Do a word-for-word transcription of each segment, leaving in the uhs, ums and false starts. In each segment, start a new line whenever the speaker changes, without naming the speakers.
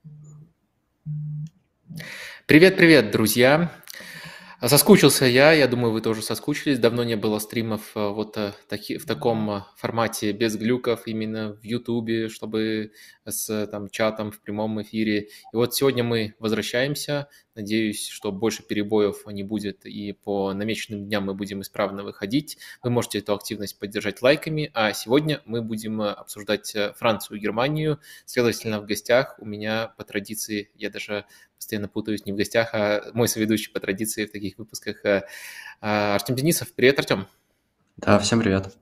Привет-привет, друзья! Соскучился я, я думаю, вы тоже соскучились. Давно не было стримов э, вот э, таки- в таком э, формате, без глюков, именно в Ютубе, чтобы с э, там, чатом в прямом эфире. И вот сегодня мы возвращаемся. Надеюсь, что больше перебоев не будет, и по намеченным дням мы будем исправно выходить. Вы можете эту активность поддержать лайками. А сегодня мы будем э, обсуждать э, Францию и Германию. Следовательно, в гостях у меня по традиции, я даже постоянно путаюсь, не в гостях, а мой соведущий по традиции в таких выпусках э, а, Артем Денисов. Привет, Артем.
Да, всем привет.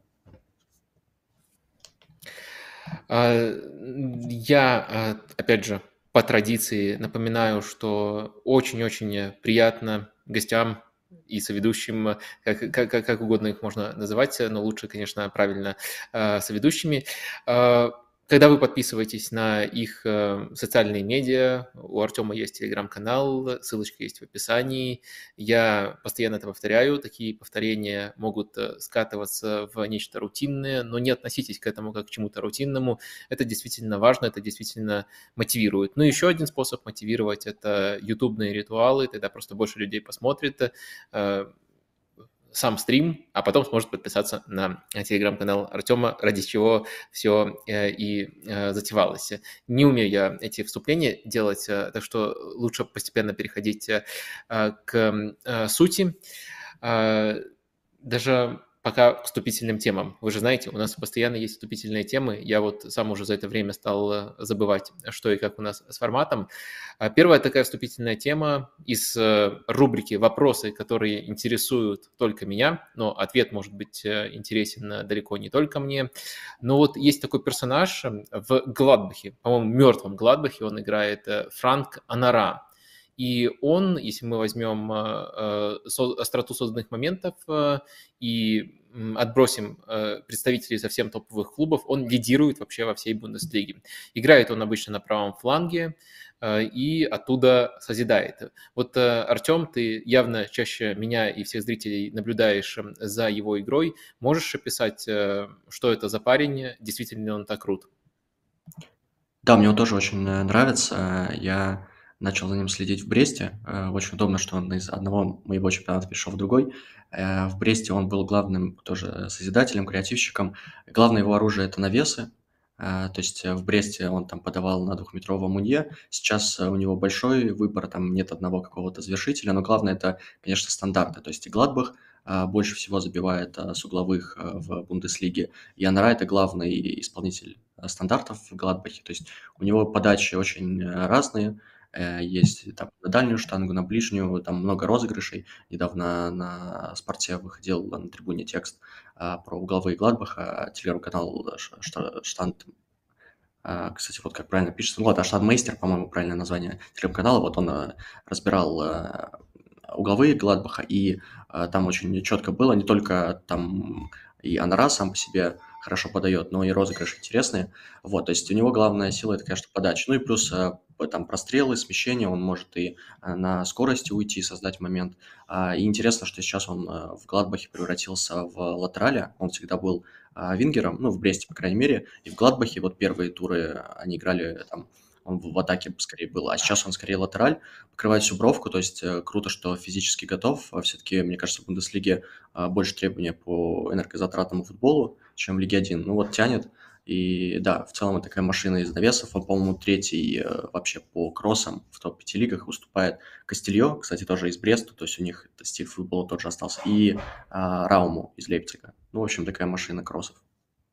А, Я, а, опять же, по традиции напоминаю, что очень-очень приятно гостям и соведущим, как, как, как угодно их можно называть, но лучше, конечно, правильно а, соведущими. А, Когда вы подписываетесь на их э, социальные медиа, у Артема есть телеграм-канал, ссылочка есть в описании. Я постоянно это повторяю, такие повторения могут э, скатываться в нечто рутинное, но не относитесь к этому как к чему-то рутинному. Это действительно важно, это действительно мотивирует. Ну, еще один способ мотивировать – это ютубные ритуалы, тогда просто больше людей посмотрит э, сам стрим, а потом сможет подписаться на телеграм-канал Артема, ради чего все и э, затевалось. Не умею я эти вступления делать, э, так что лучше постепенно переходить э, к э, сути. Э, Даже пока к вступительным темам. Вы же знаете, у нас постоянно есть вступительные темы. Я вот сам уже за это время стал э, забывать, что и как у нас с форматом. А Первая такая вступительная тема из э, рубрики «Вопросы, которые интересуют только меня», но ответ может быть э, интересен э, далеко не только мне. Но вот есть такой персонаж э, в Гладбахе, по-моему, мертвом Гладбахе, он играет э, Франк Анара. И он, если мы возьмем э, э, со- остроту созданных моментов э, и м, отбросим э, представителей совсем топовых клубов, он лидирует вообще во всей Бундеслиге. Играет он обычно на правом фланге э, и оттуда созидает. Вот, э, Артем, ты явно чаще меня и всех зрителей наблюдаешь э, за его игрой. Можешь описать, э, что это за парень? Действительно ли он так крут?
Да, мне он тоже очень э, нравится. Я начал за ним следить в Бресте. Э, Очень удобно, что он из одного моего чемпионата перешел в другой. Э, В Бресте он был главным тоже созидателем, креативщиком. Главное его оружие – это навесы. Э, То есть э, в Бресте он там подавал на двухметровом мунье. Сейчас э, у него большой выбор, там нет одного какого-то завершителя, но главное – это, конечно, стандарты. То есть и Гладбах э, больше всего забивает э, с угловых э, в Бундеслиге. И Анара – это главный исполнитель э, стандартов в Гладбахе. То есть у него подачи очень э, разные. Э, Есть там на дальнюю штангу, на ближнюю, там много розыгрышей. Недавно на «Спорте» выходил на трибуне текст а, про угловые Гладбаха, телеграм-канал Ш- Ш- Штанд. а, Кстати, вот как правильно пишется. Ну ладно, Штандмейстер, по-моему, правильное название телеграм-канала. Вот он э, разбирал э, угловые Гладбаха, и э, там очень четко было, не только там и Анара сам по себе хорошо подает, но и розыгрыши интересные. Вот, то есть у него главная сила – это, конечно, подача. Ну и плюс э, п- там прострелы, смещения, он может и э, на скорости уйти, создать момент. А, И интересно, что сейчас он э, в Гладбахе превратился в латераля. Он всегда был а, вингером, ну, в Бресте, по крайней мере, и в Гладбахе вот первые туры они играли там, он в в атаке скорее был, а сейчас он скорее латераль, покрывает всю бровку, то есть э, круто, что физически готов. А все-таки, мне кажется, в Бундеслиге а, больше требования по энергозатратному футболу, чем в Лиге один. Ну вот тянет. И да, в целом это такая машина из навесов. Он, по-моему, третий э, вообще по кроссам в топ пяти лигах выступает. Кастильо, кстати, тоже из Бреста, то есть у них стиль футбола тот же остался. И а, Рауму из Лейпцига. Ну, в общем, такая машина кроссов.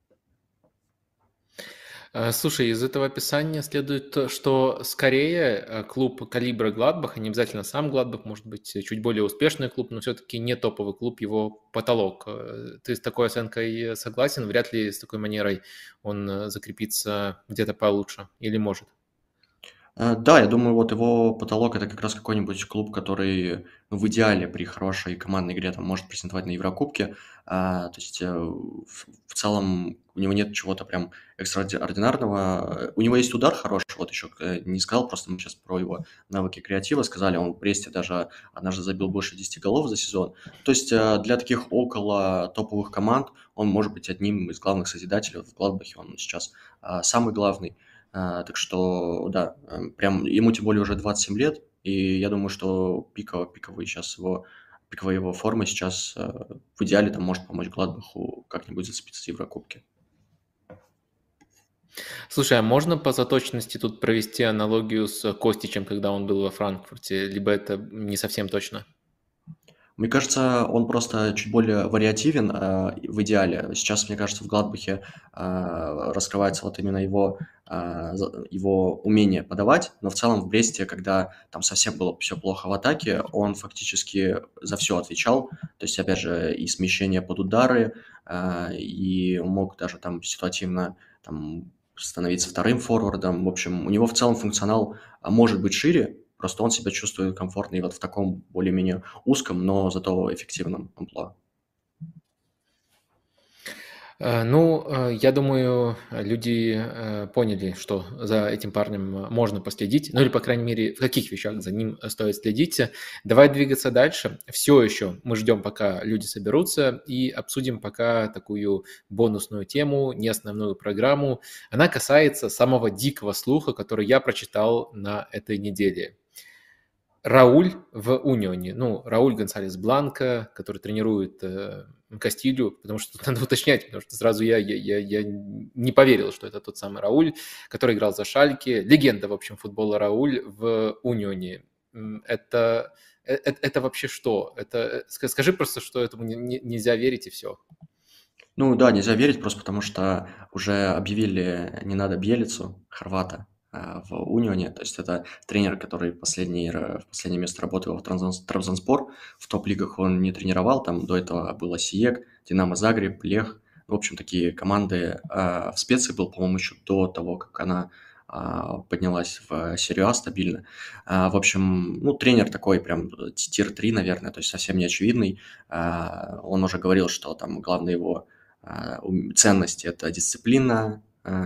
Э, Слушай, из этого описания следует, то, что скорее э, клуб калибра Гладбаха, не обязательно сам Гладбах, может быть, э, чуть более успешный клуб, но все-таки не топовый клуб, его потолок. Э, Ты с такой оценкой согласен? Вряд ли с такой манерой он э, закрепится где-то получше или может?
Э, Да, я думаю, вот его потолок – это как раз какой-нибудь клуб, который, ну, в идеале при хорошей командной игре там может претендовать на Еврокубки. А, то есть, э, в в целом у него нет чего-то прям экстраординарного. У него есть удар хороший, вот еще э, не сказал, просто мы сейчас про его навыки креатива сказали. Он в Бресте даже однажды забил больше десяти голов за сезон. То есть, э, для таких около топовых команд он может быть одним из главных созидателей. Вот в Гладбахе он сейчас а, самый главный. А, так что, да, э, прям ему тем более уже двадцать семь лет, и я думаю, что пиково, пиковый сейчас его, пиковая его форма сейчас э, в идеале там может помочь Гладбаху как-нибудь зацепиться в Еврокубке.
Слушай, а можно по заточенности тут провести аналогию с Костичем, когда он был во Франкфурте, либо это не совсем точно?
Мне кажется, он просто чуть более вариативен а, в идеале. Сейчас, мне кажется, в Гладбахе а, раскрывается вот именно его, а, за- его умение подавать, но в целом в Бресте, когда там совсем было все плохо в атаке, он фактически за все отвечал. То есть, опять же, и смещение под удары, а, и он мог даже там ситуативно там, становиться вторым форвардом. В общем, у него в целом функционал а, может быть шире, просто он себя чувствует комфортно и вот в таком более-менее узком, но зато эффективном амплуа.
Э, Ну, э, я думаю, люди э, поняли, что за этим парнем э, можно последить, ну или, по крайней мере, в каких вещах за ним э, стоит следить. Давай двигаться дальше. Все еще мы ждем, пока люди соберутся, и обсудим пока такую бонусную тему, не основную программу. Она касается самого дикого слуха, который я прочитал на этой неделе. Рауль в Унионе. Ну, Рауль Гонсалес Бланко, который тренирует э, Кастилью, потому что тут надо уточнять, потому что сразу я, я, я, я не поверил, что это тот самый Рауль, который играл за Шальке. Легенда, в общем, футбола Рауль в Унионе. М, Это, это, это вообще что? Это, э, ска- скажи просто, что этому не- не- нельзя верить и все.
Ну да, нельзя верить, просто потому что уже объявили не надо Бьелицу, хорвата, а, в Унионе. То есть это тренер, который последний, р- в последнее место работал в Транзан- Трабзонспор. В топ-лигах он не тренировал, там до этого был Осиек, Динамо Загреб, Лех. В общем, такие команды. А, в специи был, по-моему, еще до того, как она а, поднялась в серию А стабильно. А, в общем, ну, тренер такой прям тир три, наверное, то есть совсем не очевидный. А, он уже говорил, что там главное его а, ум- ценности – это дисциплина,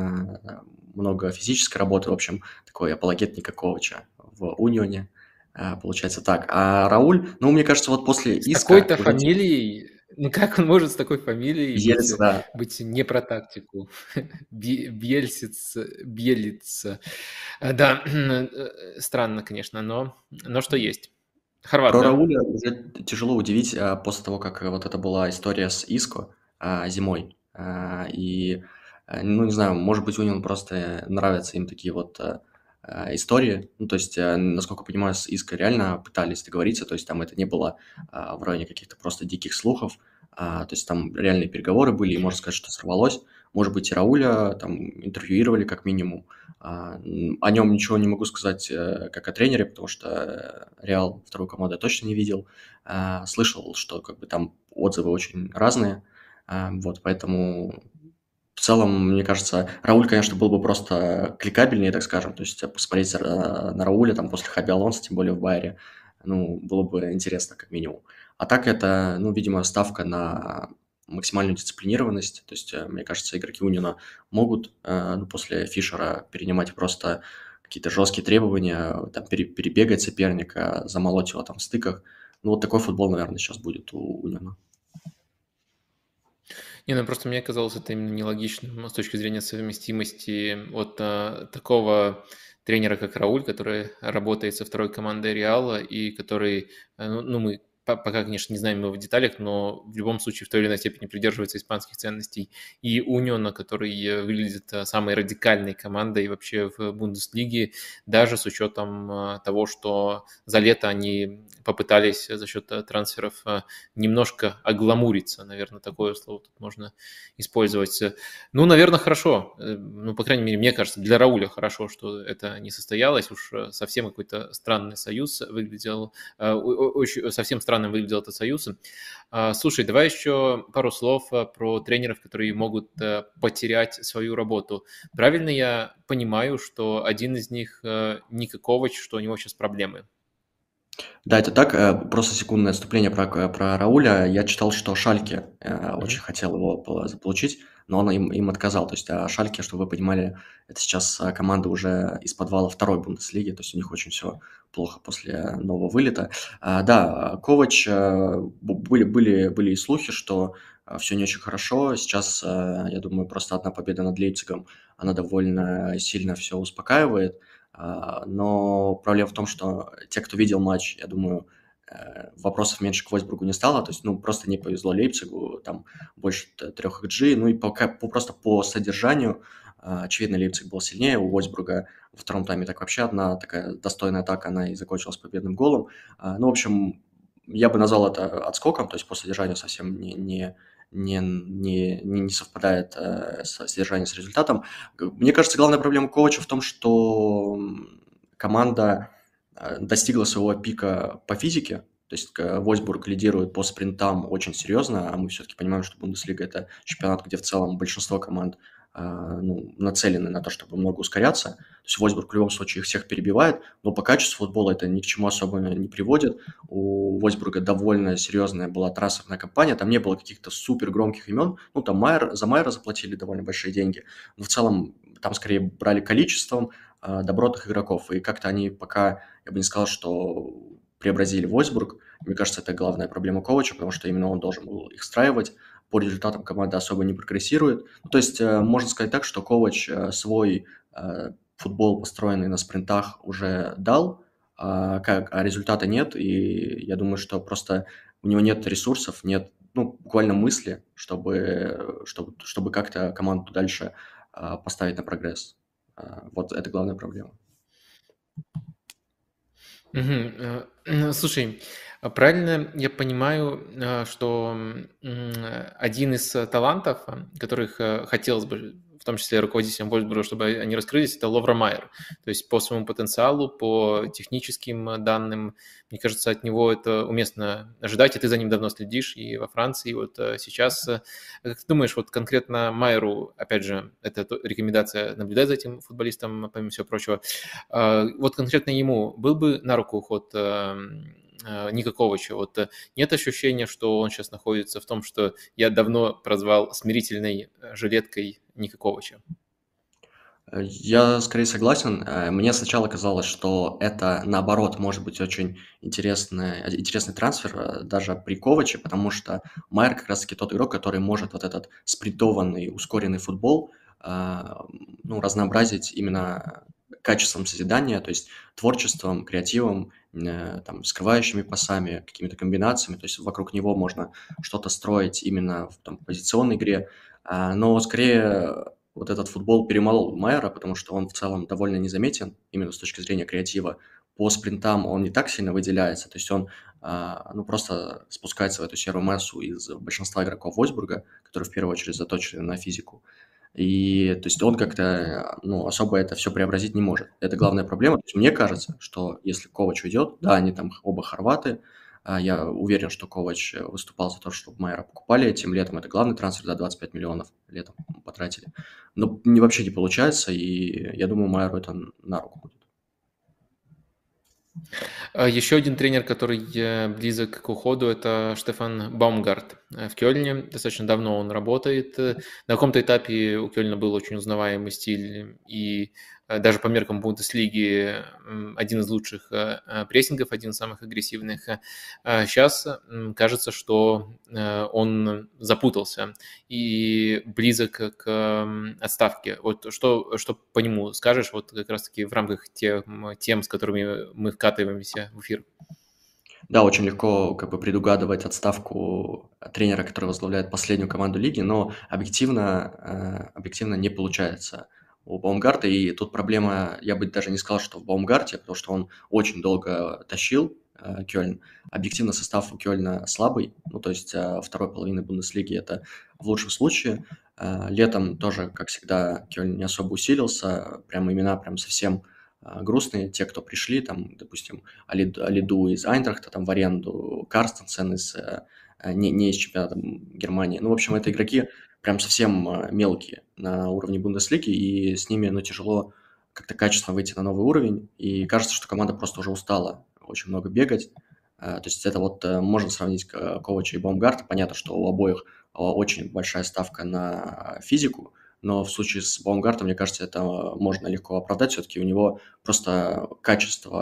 а, много физической работы, в общем, такой апологет Ника Ковача в Унионе, а, получается так. А Рауль, ну, мне кажется, вот после
С
Иска
такой-то
уже те-
фамилией, ну как он может с такой фамилией быть,
Бьелица,
э,
да.
быть не про тактику? Бе- Бельсиц, Бьелица. А, Да, э, странно, конечно, но, но что есть. Хорват,
Про
да?
Рауля уже тяжело удивить а, после того, как вот это была история с Иско а, зимой. А, и, а, ну, не знаю, может быть, Унион просто нравятся им такие вот а, а, истории. Ну, то есть, а, насколько понимаю, с Иско реально пытались договориться, то есть там это не было а, в районе каких-то просто диких слухов, а, то есть там реальные переговоры были, и можно сказать, что сорвалось. Может быть, и Рауля там интервьюировали как минимум, а, м, о нем ничего не могу сказать, э, как о тренере, потому что э, Реал вторую команду я точно не видел. А, слышал, что как бы там отзывы очень разные. А, вот, поэтому в целом, мне кажется, Рауль, конечно, был бы просто кликабельнее, так скажем. То есть э, посмотреть э, на Рауля там после Хаби Алонсо, тем более в Байере, ну, было бы интересно, как минимум. А так это, ну, видимо, ставка на максимальную дисциплинированность. То есть, э, мне кажется, игроки Унина могут э, ну, после Фишера перенимать просто какие-то жесткие требования, там, пере- перебегать соперника, замолоть его там в стыках. Ну, вот такой футбол, наверное, сейчас будет у Унина.
Не, ну просто мне казалось это именно нелогичным с точки зрения совместимости от а, такого тренера, как Рауль, который работает со второй командой Реала и который, э, ну, ну, мы по- пока, конечно, не знаем его в деталях, но в любом случае в той или иной степени придерживается испанских ценностей. И Униона, который э, выглядит э, самой радикальной командой вообще в Бундеслиге, даже с учетом э, того, что за лето они попытались за счет э, трансферов э, немножко огламуриться, наверное, такое слово тут можно использовать. Ну, наверное, хорошо. Э, Ну, по крайней мере, мне кажется, для Рауля хорошо, что это не состоялось. Уж э, совсем какой-то странный союз выглядел. э, о- о- Очень, совсем странным выглядел этот союз. А, Слушай, давай еще пару слов э, про тренеров, которые могут э, потерять свою работу. Правильно я понимаю, что один из них э, Ника Ковач, что у него сейчас проблемы?
Да, это так. Э, Просто секундное отступление про, к- про Рауля. Я читал, что Шальке э, очень
Мгм.
хотел его по- заполучить, но он им, им отказал. То есть а Шальке, чтобы вы понимали, это сейчас а, команда уже из подвала второй Бундеслиги, то есть у них очень все плохо после нового вылета. А, да, Ковач, э, бу- были, были, были и слухи, что все не очень хорошо. Сейчас, э, я думаю, просто одна победа над Лейпцигом, она довольно сильно все успокаивает. А, но проблема в том, что те, кто видел матч, я думаю, э, вопросов меньше к Вольсбургу не стало. То есть, ну, просто не повезло Лейпцигу, там больше трех икс джи. Ну и пока, по, просто по содержанию, а, очевидно, Лейпциг был сильнее. У Вольсбурга во втором тайме так вообще одна такая достойная атака, она и закончилась победным голом. А, ну, в общем, я бы назвал это отскоком, то есть по содержанию совсем не, не, не, не, не не совпадает э, с содержанием с результатом. Г- Мне кажется, главная проблема Ковача в том, что м, команда э, достигла своего пика по физике. То есть э, Вольсбург лидирует по спринтам очень серьезно, а мы все-таки понимаем, что Бундеслига – это чемпионат, где в целом большинство команд а, ну, нацелены на то, чтобы много ускоряться. То есть Вольсбург в любом случае их всех перебивает, но по качеству футбола это ни к чему особо не приводит. У Вольсбурга довольно серьезная была трансферная кампания, там не было каких-то супер громких имен, ну, там Майер, за Майера заплатили довольно большие деньги, но в целом там скорее брали количеством а, добротных игроков, и как-то они пока, я бы не сказал, что преобразили Вольсбург. Мне кажется, это главная проблема Ковача, потому что именно он должен был их встраивать. По результатам команда особо не прогрессирует. Ну, то есть э, можно сказать так, что Ковач э, свой э, футбол, построенный на спринтах, уже дал, а, как, а результата нет, и я думаю, что просто у него нет ресурсов, нет, ну, буквально мысли, чтобы, чтобы, чтобы как-то команду дальше а, поставить на прогресс. А, вот это главная проблема.
Мгм. Э, Слушай, а правильно я понимаю, э, что м, один из э, талантов, э, которых э, хотелось бы, в том числе руководителям Вольсбурга, чтобы они раскрылись, это Ловра Майер. То есть по своему потенциалу, по техническим э, данным, мне кажется, от него это уместно ожидать, и ты за ним давно следишь и во Франции. И вот э, сейчас, э, как ты думаешь, вот конкретно Майеру, опять же, это то- рекомендация наблюдать за этим футболистом, помимо всего прочего, а, вот конкретно ему был бы на руку уход эм, э, Ника Ковача? Вот э, нет ощущения, что он сейчас находится в том, что я давно прозвал смирительной э, жилеткой Ника Ковача?
Я скорее согласен. Э, Мне сначала казалось, что это, наоборот, может быть очень интересный, интересный трансфер э, даже при Коваче, потому что Майер как раз-таки тот игрок, который может вот этот спринтованный, ускоренный футбол а, ну, разнообразить именно качеством созидания, то есть творчеством, креативом, э, там, скрывающими пасами, какими-то комбинациями. То есть вокруг него можно что-то строить именно в там, позиционной игре. А, Но скорее вот этот футбол перемолол Майера, потому что он в целом довольно незаметен, именно с точки зрения креатива. По спринтам он не так сильно выделяется, то есть он а, ну, просто спускается в эту серую массу из большинства игроков Вольсбурга, которые в первую очередь заточены на физику. И то есть он как-то ну, особо это все преобразить не может. Это главная проблема. То есть мне кажется, что если Ковач уйдет, да, они там оба хорваты, а, я уверен, что Ковач э, выступал за то, чтобы Майера покупали этим летом. Это главный трансфер, да, двадцать пять миллионов летом потратили. Но не, вообще не получается, и я думаю, Майеру это на руку будет.
А еще один тренер, который э, близок к уходу, это Штефан Баумгарт э, в Кёльне. Достаточно давно он работает. Э, На каком-то этапе у Кёльна был очень узнаваемый стиль, и э, даже по меркам Бундеслиги м, один из лучших э, э, прессингов, один из самых агрессивных. Сейчас кажется, что э, он запутался и близок к м, отставке. Вот что, что по нему скажешь, вот как раз-таки в рамках тем, тем, с которыми мы вкатываемся в эфир?
Да, очень легко как бы предугадывать отставку тренера, который возглавляет последнюю команду лиги, но объективно, э, объективно не получается у Баумгарта. И тут проблема, я бы даже не сказал, что в Баумгарте, потому что он очень долго тащил э, Кёльн. Объективно состав у Кёльна слабый, ну то есть э, второй половины Бундеслиги это в лучшем случае. Э, Летом тоже, как всегда, Кёльн не особо усилился, прям имена прям совсем э, грустные, те, кто пришли, там, допустим, Алид- Алиду из Айнтрахта там в аренду, Карстенсен из, э, э, не, не из чемпионата Германии. Ну, в общем, это игроки прям совсем э, мелкие на уровне Бундеслиги, и с ними, ну, тяжело как-то качественно выйти на новый уровень, и кажется, что команда просто уже устала очень много бегать. Э, То есть это вот э, можно сравнить э, Ковача и Баумгарта. Понятно, что у обоих э, очень большая ставка на физику, но в случае с Баумгартом, мне кажется, это можно легко оправдать. Все-таки у него просто качество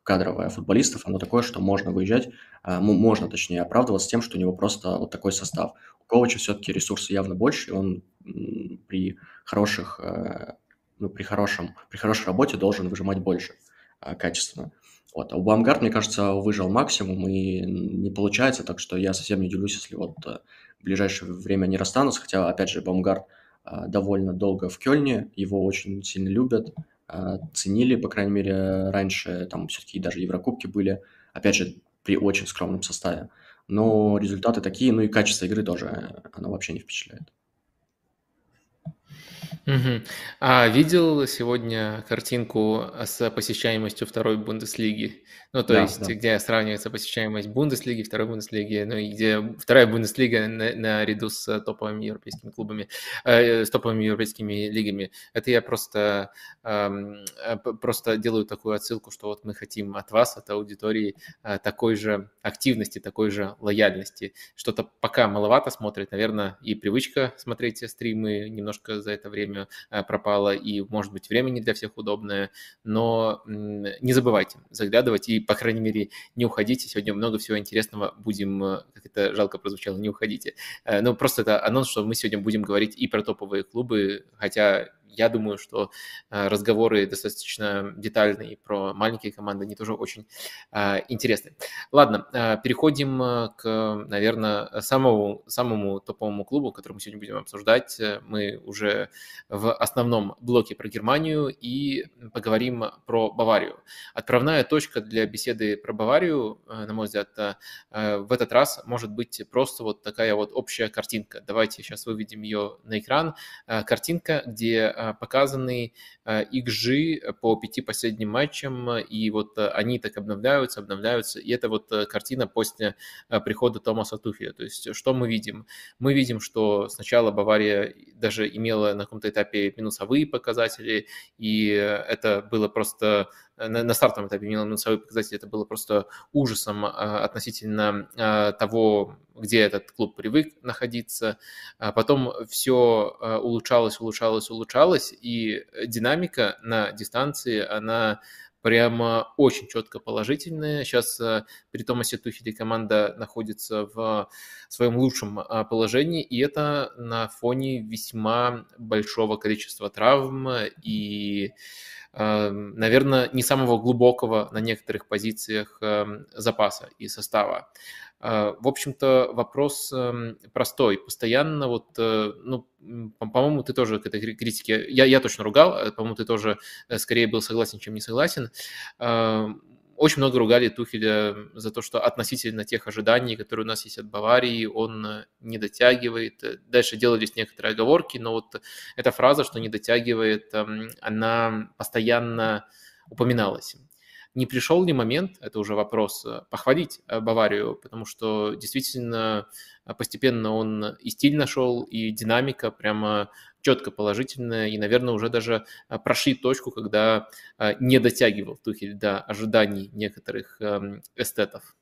кадровое футболистов, оно такое, что можно выезжать, а, мо- можно, точнее, оправдываться тем, что у него просто вот такой состав. У Ковача все-таки ресурсы явно больше, и он м, при хороших, э, ну, при хорошем, при хорошей работе должен выжимать больше а, качественно. Вот. А у Баумгарт, мне кажется, выжил максимум, и не получается, так что я совсем не удивлюсь, если вот э, в ближайшее время не расстанутся, хотя, опять же, Баумгарт а, довольно долго в Кёльне, его очень сильно любят, а, ценили, по крайней мере, раньше, там все-таки даже Еврокубки были, опять же, при очень скромном составе. Но результаты такие, ну и качество игры тоже, э, оно вообще не впечатляет.
Мгм. А видел сегодня картинку с посещаемостью второй Бундеслиги? Ну, то
Да,
есть,
да.
где сравнивается посещаемость Бундеслиги, второй Бундеслиги, ну и где вторая Бундеслига на- наряду с топовыми европейскими клубами, э, с топовыми европейскими лигами. Это я просто, эм, э, п- просто делаю такую отсылку, что вот мы хотим от вас, от аудитории, э, такой же активности, такой же лояльности. Что-то пока маловато смотрит, наверное, и привычка смотреть стримы немножко за это время э, пропало, и, может быть, время не для всех удобное, но м, не забывайте заглядывать и, по крайней мере, не уходите. Сегодня много всего интересного будем, э, как это жалко прозвучало, не уходите. Э, Ну, просто это анонс, что мы сегодня будем говорить и про топовые клубы, хотя я думаю, что э, разговоры достаточно детальные и про маленькие команды, они тоже очень э, интересны. Ладно, э, переходим э, к, наверное, самому, самому топовому клубу, который мы сегодня будем обсуждать. Э, Мы уже в основном блоке про Германию и поговорим про Баварию. Отправная точка для беседы про Баварию, э, на мой взгляд, э, э, в этот раз может быть просто вот такая вот общая картинка. Давайте сейчас выведем ее на экран. Э, Картинка, где э, показаны э, икс джи по пяти последним матчам, и вот э, они так обновляются, обновляются, и это вот э, картина после э, прихода Томаса Тухеля. То есть что мы видим? Мы видим, что сначала Бавария даже имела на каком-то этапе минусовые показатели, и это было просто на, на стартовом этапе имела минусовые показатели, это было просто ужасом а, относительно а, того, где этот клуб привык находиться. А потом все а, улучшалось, улучшалось, улучшалось, и динамика на дистанции, она прямо очень четко положительная. Сейчас а, при Томасе Тухеле команда находится в своем лучшем а, положении, и это на фоне весьма большого количества травм и, наверное, не самого глубокого на некоторых позициях эм, запаса и состава. А, В общем-то, вопрос эм, простой. Постоянно вот, э, ну, м, по- по-моему, ты тоже к этой кри- критике, я, я точно ругал, э, по-моему, ты тоже э, скорее был согласен, чем не согласен. Ам, Очень много ругали Тухеля за то, что относительно тех ожиданий, которые у нас есть от Баварии, он э, не дотягивает. Э, Дальше делались некоторые оговорки, но вот эта фраза, что не дотягивает, эм, она постоянно упоминалась. Не пришел ли момент, это уже вопрос, э, похвалить э, Баварию, потому что действительно э, постепенно он и стиль нашел, и динамика прямо четко положительная, и, наверное, уже даже э, прошли точку, когда э, не дотягивал Тухель до ожиданий некоторых эм, эстетов.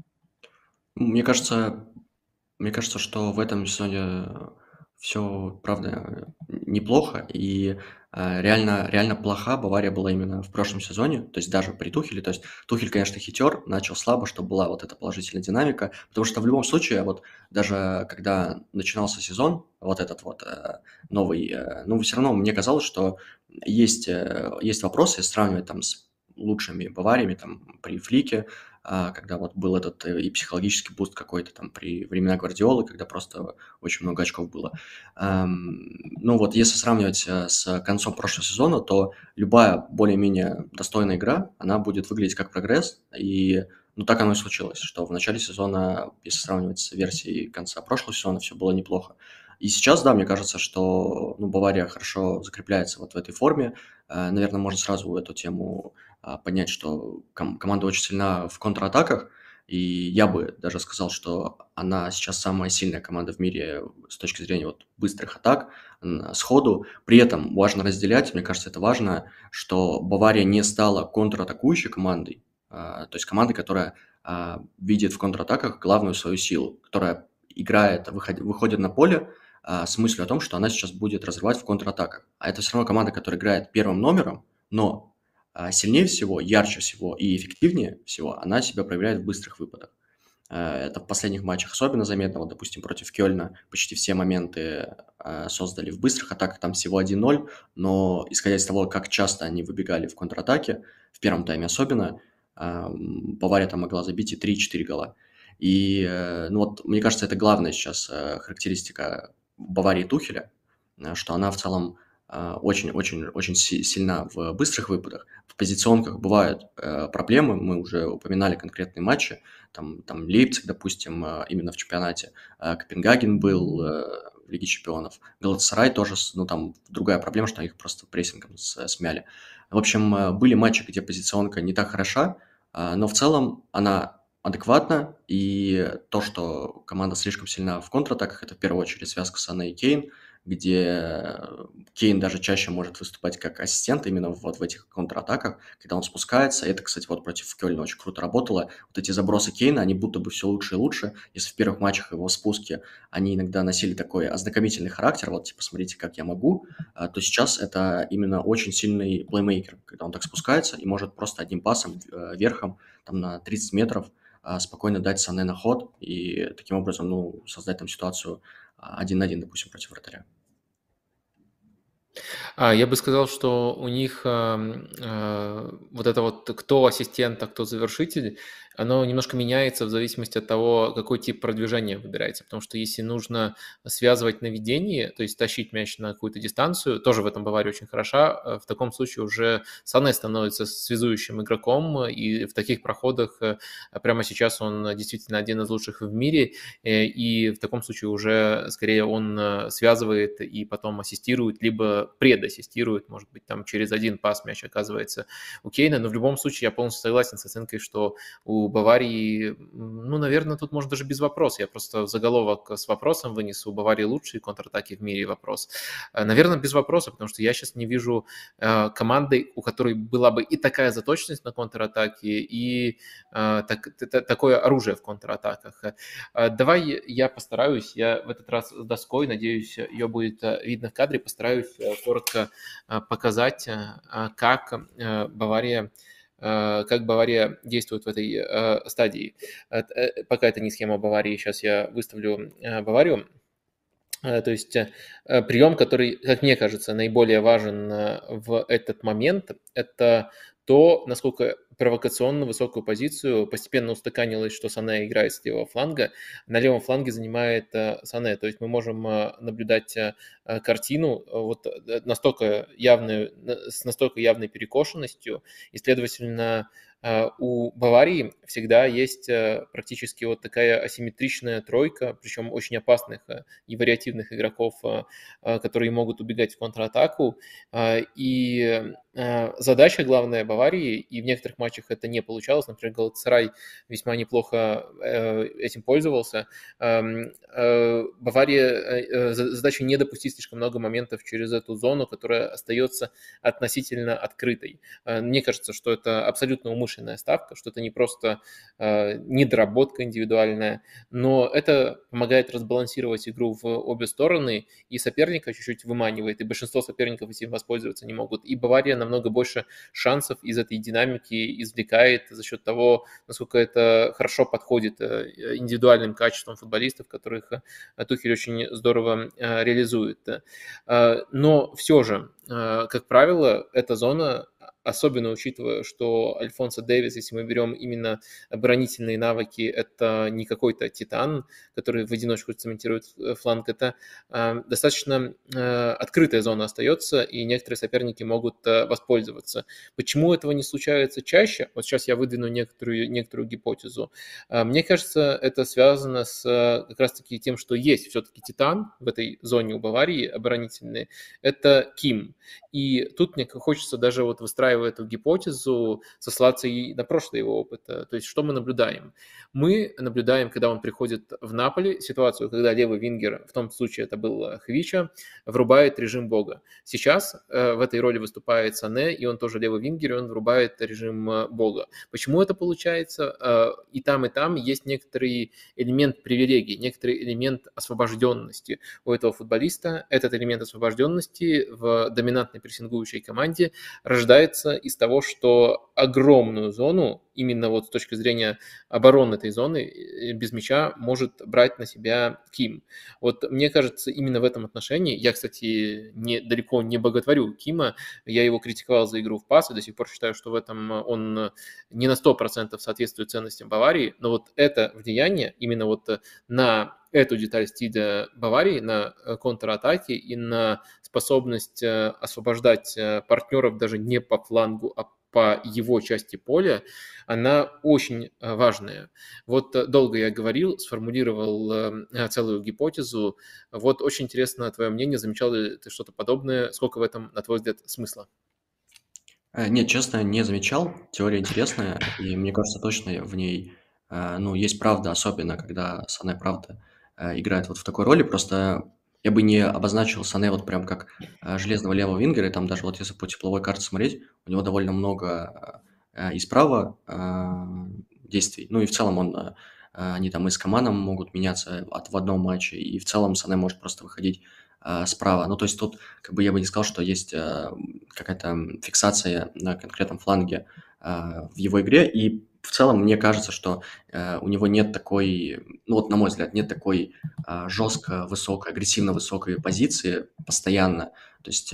Мне кажется, Мне кажется, что в этом сезоне все, правда, неплохо, и а, реально, реально плоха Бавария была именно в прошлом сезоне, то есть даже при Тухеле. То есть Тухель, конечно, хитер, начал слабо, чтобы была вот эта положительная динамика, потому что в любом случае, вот даже когда начинался сезон, вот этот вот э, новый, э, ну, все равно мне казалось, что есть, э, есть вопросы, если сравнивать там с лучшими Бавариями, там, при Флике, а, когда вот был этот э, и психологический буст какой-то там при времена Гвардиолы, когда просто очень много очков было. Ам, ну вот если сравнивать э, с концом прошлого сезона, то любая более-менее достойная игра, она будет выглядеть как прогресс, и ну так оно и случилось, что в начале сезона, если сравнивать с версией конца прошлого сезона, все было неплохо. И сейчас, да, мне кажется, что ну, Бавария хорошо закрепляется вот в этой форме. Э, Наверное, можно сразу эту тему а, понять, что ком- команда очень сильна в контратаках, и я бы даже сказал, что она сейчас самая сильная команда в мире с точки зрения вот быстрых атак, н- сходу. При этом важно разделять, мне кажется, это важно, что Бавария не стала контратакующей командой, а, то есть командой, которая а, видит в контратаках главную свою силу, которая играет, выход- выходит на поле а, с мыслью о том, что она сейчас будет разрывать в контратаках. А это все равно команда, которая играет первым номером, но сильнее всего, ярче всего и эффективнее всего она себя проявляет в быстрых выпадах. Это в последних матчах особенно заметно. Вот, допустим, против Кёльна почти все моменты создали в быстрых атаках, там всего один ноль, но исходя из того, как часто они выбегали в контратаке, в первом тайме особенно, Бавария там могла забить и три-четыре гола. И, ну вот, мне кажется, это главная сейчас характеристика Баварии Тухеля, что она в целом очень-очень-очень сильна в быстрых выпадах. В позиционках бывают э, проблемы, мы уже упоминали конкретные матчи, там, там Лейпциг, допустим, э, именно в чемпионате, э, Копенгаген был э, в Лиге чемпионов, Галатасарай тоже, ну там другая проблема, что их просто прессингом с, смяли. В общем, э, были матчи, где позиционка не так хороша, э, но в целом она адекватна, и то, что команда слишком сильна в контратаках, это в первую очередь связка Сане и Кейн, где Кейн даже чаще может выступать как ассистент именно вот в этих контратаках, когда он спускается. Это, кстати, вот против Кёльна очень круто работало. Вот эти забросы Кейна, они будто бы все лучше и лучше. Если в первых матчах его спуски, они иногда носили такой ознакомительный характер, вот типа смотрите, как я могу, то сейчас это именно очень сильный плеймейкер, когда он так спускается и может просто одним пасом верхом там на тридцать метров спокойно дать Сане на ход и таким образом, ну, создать там ситуацию один на один, допустим, против вратаря.
А, я бы сказал, что у них э, э, вот это вот кто ассистент, а кто завершитель, оно немножко меняется в зависимости от того, какой тип продвижения выбирается. Потому что если нужно связывать наведение, то есть тащить мяч на какую-то дистанцию, тоже в этом Бавария очень хороша, в таком случае уже Сане становится связующим игроком, и в таких проходах прямо сейчас он действительно один из лучших в мире, и в таком случае уже скорее он связывает и потом ассистирует, либо предассистирует, может быть, там через один пас мяч оказывается у Кейна, но в любом случае я полностью согласен с оценкой, что у Баварии, ну, наверное, тут можно даже без вопроса, я просто в заголовок с вопросом вынесу, у Баварии лучшие контратаки в мире вопрос. Наверное, без вопроса, потому что я сейчас не вижу команды, у которой была бы и такая заточенность на контратаке, и так, такое оружие в контратаках. Давай я постараюсь, я в этот раз с доской, надеюсь, ее будет видно в кадре, постараюсь коротко показать, как Бавария как Бавария действует в этой э, стадии. Э, пока это не схема Баварии, сейчас я выставлю э, Баварию. Э, то есть э, прием, который, как мне кажется, наиболее важен э, в этот момент, это то, насколько провокационно высокую позицию постепенно устаканилось, что Сане играет с левого фланга. На левом фланге занимает э, Сане. То есть мы можем э, наблюдать э, картину вот настолько явную, с настолько явной перекошенностью, и, следовательно, у Баварии всегда есть практически вот такая асимметричная тройка, причем очень опасных и вариативных игроков, которые могут убегать в контратаку. И задача главная Баварии, и в некоторых матчах это не получалось, например, Галатасарай весьма неплохо этим пользовался. Бавария, задача не допустить слишком много моментов через эту зону, которая остается относительно открытой. Мне кажется, что это абсолютно умышленная ставка, что это не просто недоработка индивидуальная, но это помогает разбалансировать игру в обе стороны, и соперника чуть-чуть выманивает, и большинство соперников этим воспользоваться не могут. И Бавария намного больше шансов из этой динамики извлекает за счет того, насколько это хорошо подходит индивидуальным качествам футболистов, которых Тухель очень здорово реализует. Но все же, как правило, эта зона, особенно учитывая, что Альфонсо Дэвис, если мы берем именно оборонительные навыки, это не какой-то титан, который в одиночку цементирует фланг, это достаточно открытая зона остается, и некоторые соперники могут воспользоваться. Почему этого не случается чаще? Вот сейчас я выдвину некоторую, некоторую гипотезу. Мне кажется, это связано с как раз-таки тем, что есть все-таки титан в этой зоне у Баварии оборонительной, это Ким. И тут мне хочется даже вот выстраивая эту гипотезу, сослаться и на прошлый его опыт. То есть что мы наблюдаем? Мы наблюдаем, когда он приходит в Наполи, ситуацию, когда левый вингер, в том случае это был Хвича, врубает режим бога. Сейчас э, в этой роли выступает Сане, и он тоже левый вингер, и он врубает режим бога. Почему это получается? Э, и там, и там есть некоторый элемент привилегий, некоторый элемент освобожденности у этого футболиста. Этот элемент освобожденности в доминантной прессингующей команде рождается начинается из того, что огромную зону, именно вот с точки зрения обороны этой зоны, без мяча может брать на себя Ким. Вот мне кажется, именно в этом отношении, я, кстати, не, далеко не боготворю Кима, я его критиковал за игру в пас, и до сих пор считаю, что в этом он не на сто процентов соответствует ценностям Баварии, но вот это влияние именно вот на эту деталь стиля Баварии, на контратаке и на способность освобождать партнеров даже не по флангу, а по его части поля, она очень важная. Вот долго я говорил, сформулировал целую гипотезу. Вот очень интересно твое мнение, замечал ли ты что-то подобное? Сколько в этом, на твой взгляд, смысла?
Э, Нет, честно, не замечал. Теория интересная, и мне кажется, точно в ней, э, ну, есть правда, особенно когда Сане, правда, э, играет вот в такой роли. Просто я бы не обозначил Сане вот прям как э, железного левого вингера, и там даже вот если по тепловой карте смотреть, у него довольно много э, и справа э, действий. Ну и в целом он, э, они там и с командом могут меняться от, в одном матче, и в целом Сане может просто выходить э, справа. Ну то есть тут как бы я бы не сказал, что есть э, какая-то фиксация на конкретном фланге э, в его игре. И в целом мне кажется, что э, у него нет такой, ну вот на мой взгляд, нет такой э, жестко высокой, агрессивно высокой позиции постоянно. То есть, э,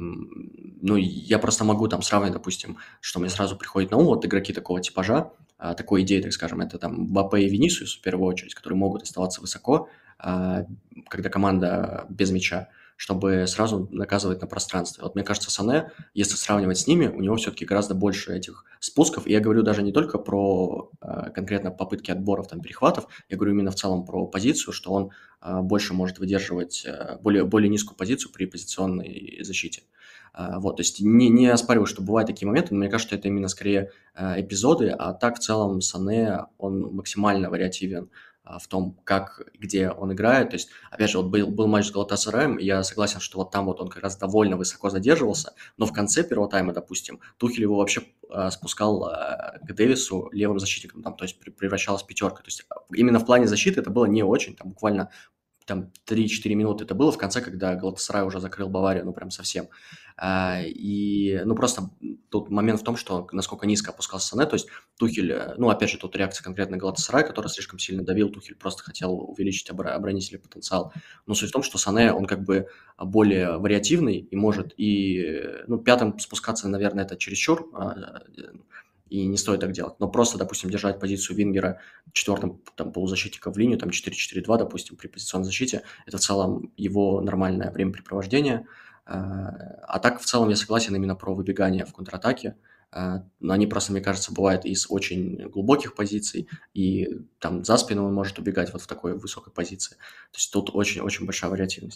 м, ну, я просто могу там сравнить, допустим, что мне сразу приходит на ум, вот игроки такого типажа, э, такой идеи, так скажем, это там Мбаппе и Винисиус в первую очередь, которые могут оставаться высоко, э, когда команда без мяча, чтобы сразу наказывать на пространстве. Вот мне кажется, Сане, если сравнивать с ними, у него все-таки гораздо больше этих спусков. И я говорю даже не только про э, конкретно попытки отборов, там, перехватов, я говорю именно в целом про позицию, что он э, больше может выдерживать э, более, более низкую позицию при позиционной защите. Э, вот, то есть не, не оспариваю, что бывают такие моменты, но мне кажется, что это именно скорее э, эпизоды, а так в целом Сане, он максимально вариативен а, в том, как, где он играет. То есть, опять же, вот был, был матч с Галатасараем, и я согласен, что вот там вот он как раз довольно высоко задерживался, но в конце первого тайма, допустим, Тухель его вообще а, спускал а, к Дэвису левым защитником, там, то есть превращалась в пятерка. То есть именно в плане защиты это было не очень, там буквально там три-четыре минуты это было в конце, когда Галатасарай уже закрыл Баварию, ну, прям совсем. А, и, ну, просто тут момент в том, что насколько низко опускался Сане, то есть Тухель, э, ну, опять же, тут реакция конкретно Галатасарай, который слишком сильно давил, Тухель просто хотел увеличить обра- оборонительный потенциал. Но суть в том, что Сане, он как бы более вариативный и может и, э, ну, пятым спускаться, наверное, это чересчур, а, э, и не стоит так делать. Но просто, допустим, держать позицию вингера четвертым там, полузащитника в линию, там четыре-четыре-два, допустим, при позиционной защите, это в целом его нормальное времяпрепровождение. А а так, в целом, я согласен именно про выбегание в контратаке. А, Но они просто, мне кажется, бывают из очень глубоких позиций, и там за спину он может убегать вот в такой высокой позиции. То есть тут очень-очень большая вариативность.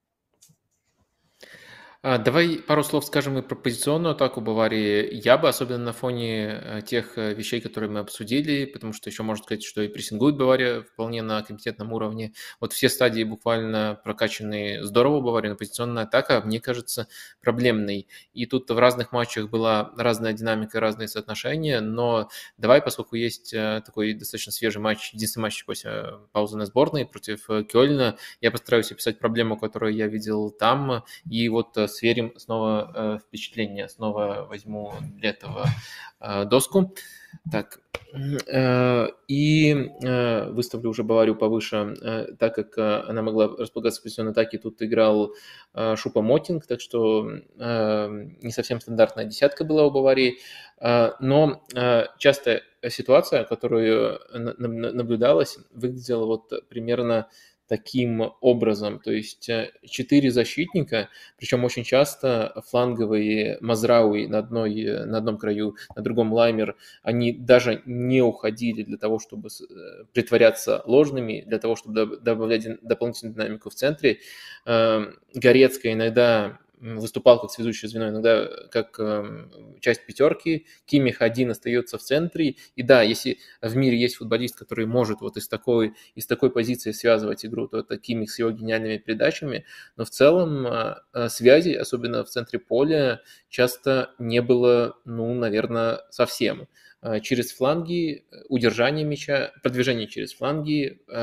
А, Давай пару слов скажем и про позиционную атаку Баварии. Я бы, особенно на фоне э, тех э, вещей, которые мы обсудили, потому что еще можно сказать, что и прессингует Бавария вполне на компетентном уровне. Вот все стадии буквально прокачаны здорово Бавария, но позиционная атака, мне кажется, проблемной. И тут в разных матчах была разная динамика, разные соотношения, но давай, поскольку есть э, такой достаточно свежий матч, единственный матч после э, паузы на сборной против э, Кёльна, я постараюсь описать проблему, которую я видел там, и вот э, сверим снова э, впечатления. Снова возьму для этого э, доску. Так, э, и э, выставлю уже Баварию повыше, э, так как э, она могла располагаться в позиционной атаке. Тут играл э, Шупа-Мотинг, так что э, не совсем стандартная десятка была у Баварии. Э, но э, часто ситуация, которую на- на- наблюдалась, выглядела вот примерно таким образом. То есть э, четыре защитника, причем очень часто фланговые Мазрауи на, одной, э, на одном краю, на другом Лаймер, они даже не уходили для того, чтобы с- э, притворяться ложными, для того, чтобы доб- добавлять дин- дополнительную динамику в центре. Э, Горецкая иногда м, выступал как связующее звено, иногда как э, часть пятерки. Кимих один остается в центре. И да, если в мире есть футболист, который может вот из такой, из такой позиции связывать игру, то это Кимих с его гениальными передачами, но в целом э, э, связи, особенно в центре поля, часто не было, ну, наверное, совсем. Э, Через фланги, э, удержание мяча, продвижение через фланги, э,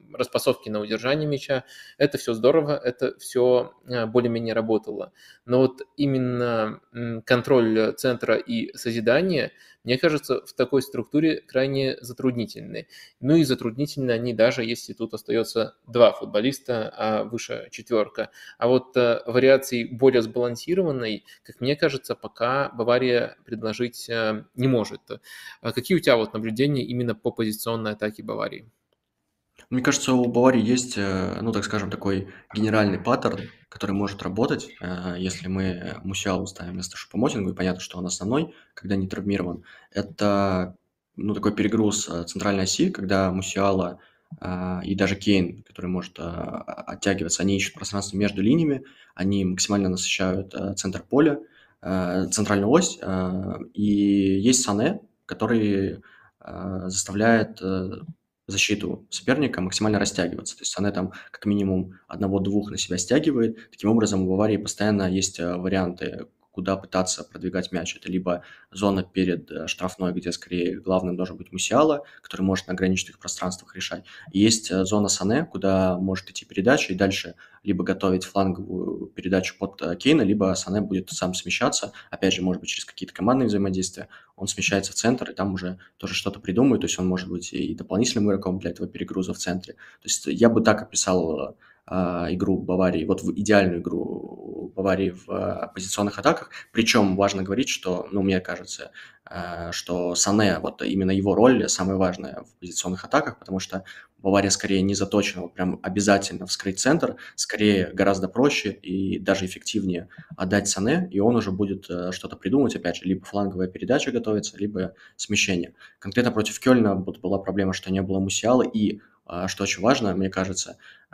распасовки на удержание мяча. Это все здорово, это все более-менее работало. Но вот именно контроль центра и созидание, мне кажется, в такой структуре крайне затруднительны. Ну и затруднительны они даже, если тут остается два футболиста, а выше четверка. А вот э, вариаций более сбалансированной, как мне кажется, пока Бавария предложить э, не может. А какие у тебя вот наблюдения именно по позиционной атаке Баварии?
Мне кажется, у Баварии есть, э, ну, так скажем, такой генеральный паттерн, который может работать, э, если мы Мусиалу ставим вместо Шупомотингу, и понятно, что он основной, когда не травмирован. Это, ну, такой перегруз э, центральной оси, когда Мусиала э, и даже Кейн, который может э, оттягиваться, они ищут пространство между линиями, они максимально насыщают э, центр поля, э, центральную ось, э, и есть Сане, который э, заставляет э, защиту соперника максимально растягиваться. То есть она там как минимум одного-двух на себя стягивает. Таким образом, у Баварии постоянно есть э, варианты, куда пытаться продвигать мяч. Это либо зона перед э, штрафной, где скорее главным должен быть Мусиала, который может на ограниченных пространствах решать. И есть э, зона Сане, куда может идти передача, и дальше либо готовить фланговую передачу под э, Кейна, либо Сане будет сам смещаться. Опять же, может быть, через какие-то командные взаимодействия. Он смещается в центр, и там уже тоже что-то придумает. То есть он может быть и дополнительным игроком для этого перегруза в центре. То есть я бы так описал э, игру Баварии, вот в идеальную игру Баварии в э, позиционных атаках. Причем важно говорить, что, ну, мне кажется, э, что Сане, вот именно его роль самая важная в позиционных атаках, потому что Бавария скорее не заточена вот прям обязательно вскрыть центр, скорее гораздо проще и даже эффективнее отдать Сане, и он уже будет э, что-то придумать, опять же, либо фланговая передача готовится, либо смещение. Конкретно против Кёльна вот была проблема, что не было Мусиала, и, э, что очень важно, мне кажется,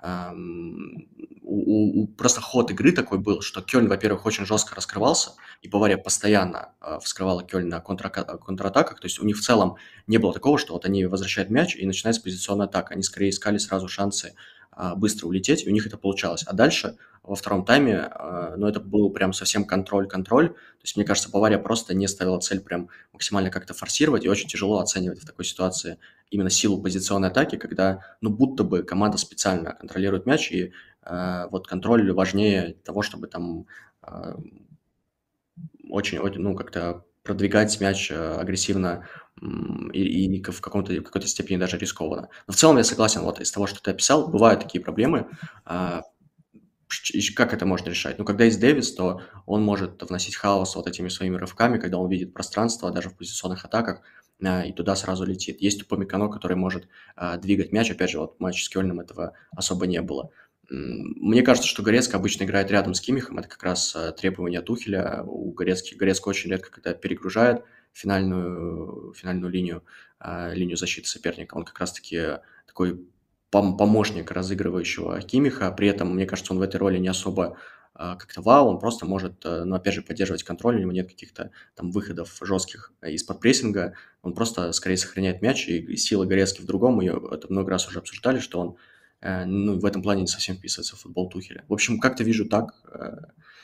эм, у, у- просто ход игры такой был, что Кёльн, во-первых, очень жестко раскрывался, и Бавария постоянно э, вскрывала Кёльн на контрака- контратаках, то есть у них в целом не было такого, что вот они возвращают мяч и начинается позиционная атака. Они скорее искали сразу шансы а, быстро улететь, и у них это получалось. А дальше во втором тайме, а, ну, это был прям совсем контроль-контроль. То есть, мне кажется, Бавария просто не ставила цель прям максимально как-то форсировать, и очень тяжело оценивать в такой ситуации именно силу позиционной атаки, когда, ну, будто бы команда специально контролирует мяч, и а, вот контроль важнее того, чтобы там а, очень, очень, ну, как-то продвигать мяч э, агрессивно м, и, и в каком-то, в какой-то степени даже рискованно. Но в целом я согласен, вот из того, что ты описал, бывают такие проблемы. А, ш- и как это можно решать? Ну, когда есть Дэвис, то он может вносить хаос вот этими своими рывками, когда он видит пространство, даже в позиционных атаках, а, и туда сразу летит. Есть Упамекано, который может а, двигать мяч. Опять же, вот в матче с Кёльном этого особо не было. М, Мне кажется, что Горецко обычно играет рядом с Кимихом. Это как раз э, требование Тухеля. У Горецки, Горецко очень редко когда перегружает финальную, финальную линию, а, линию защиты соперника. Он как раз-таки такой пом- помощник разыгрывающего Кимиха. При этом, мне кажется, он в этой роли не особо а, как-то вау. Он просто может, э, ну, опять же, поддерживать контроль. У него нет каких-то там выходов жестких э, из-под прессинга. Он просто скорее сохраняет мяч. И сила Горецки в другом. Мы это много раз уже обсуждали, что он э, ну, в этом плане не совсем вписывается в футбол Тухеля. В общем, как-то вижу так. э,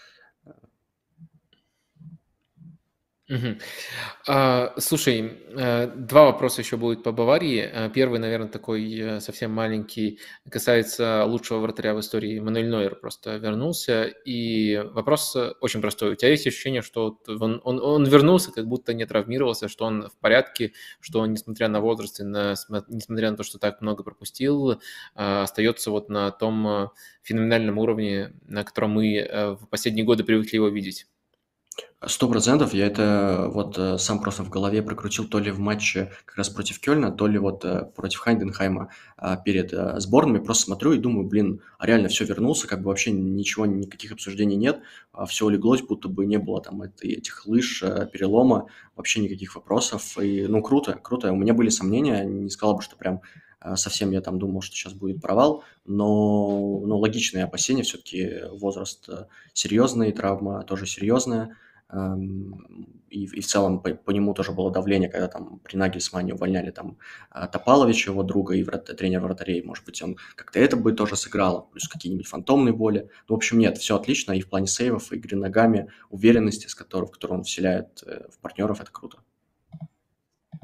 Мгм. А, слушай, э, два вопроса еще будет по Баварии. Э, Первый, наверное, такой э, совсем маленький, касается лучшего вратаря в истории. Мануэль Нойер просто вернулся. И вопрос э, очень простой. У тебя есть ощущение, что вот он, он, он вернулся, как будто не травмировался, что он в порядке, что он, несмотря на возраст и на, сма- несмотря на то, что так много пропустил, э, остается вот на том э, феноменальном уровне, на котором мы э, в последние годы привыкли его видеть?
Сто процентов. Я это вот э, сам просто в голове прокрутил то ли в матче как раз против Кёльна, то ли вот э, против Хайденхайма а, перед э, сборными. Просто смотрю и думаю, блин, а реально все вернулся, как бы вообще ничего, никаких обсуждений нет, все улеглось, будто бы не было там этой- этих лыж, э, перелома, вообще никаких вопросов. И, ну, круто, круто. У меня были сомнения, не сказал бы, что прям э, совсем я там думал, что сейчас будет провал, но, ну, логичные опасения, все-таки возраст э, серьезный, травма тоже серьезная. Эм, и, и в целом по, по нему тоже было давление, когда там при Нагельсмане увольняли там а, Топаловича, его друга и врат, тренер вратарей, может быть, он как-то это бы тоже сыграло, плюс какие-нибудь фантомные боли. Ну, в общем, нет, все отлично, и в плане сейвов, и игры ногами, уверенности, с которой, в которую он вселяет э, в партнеров, это круто.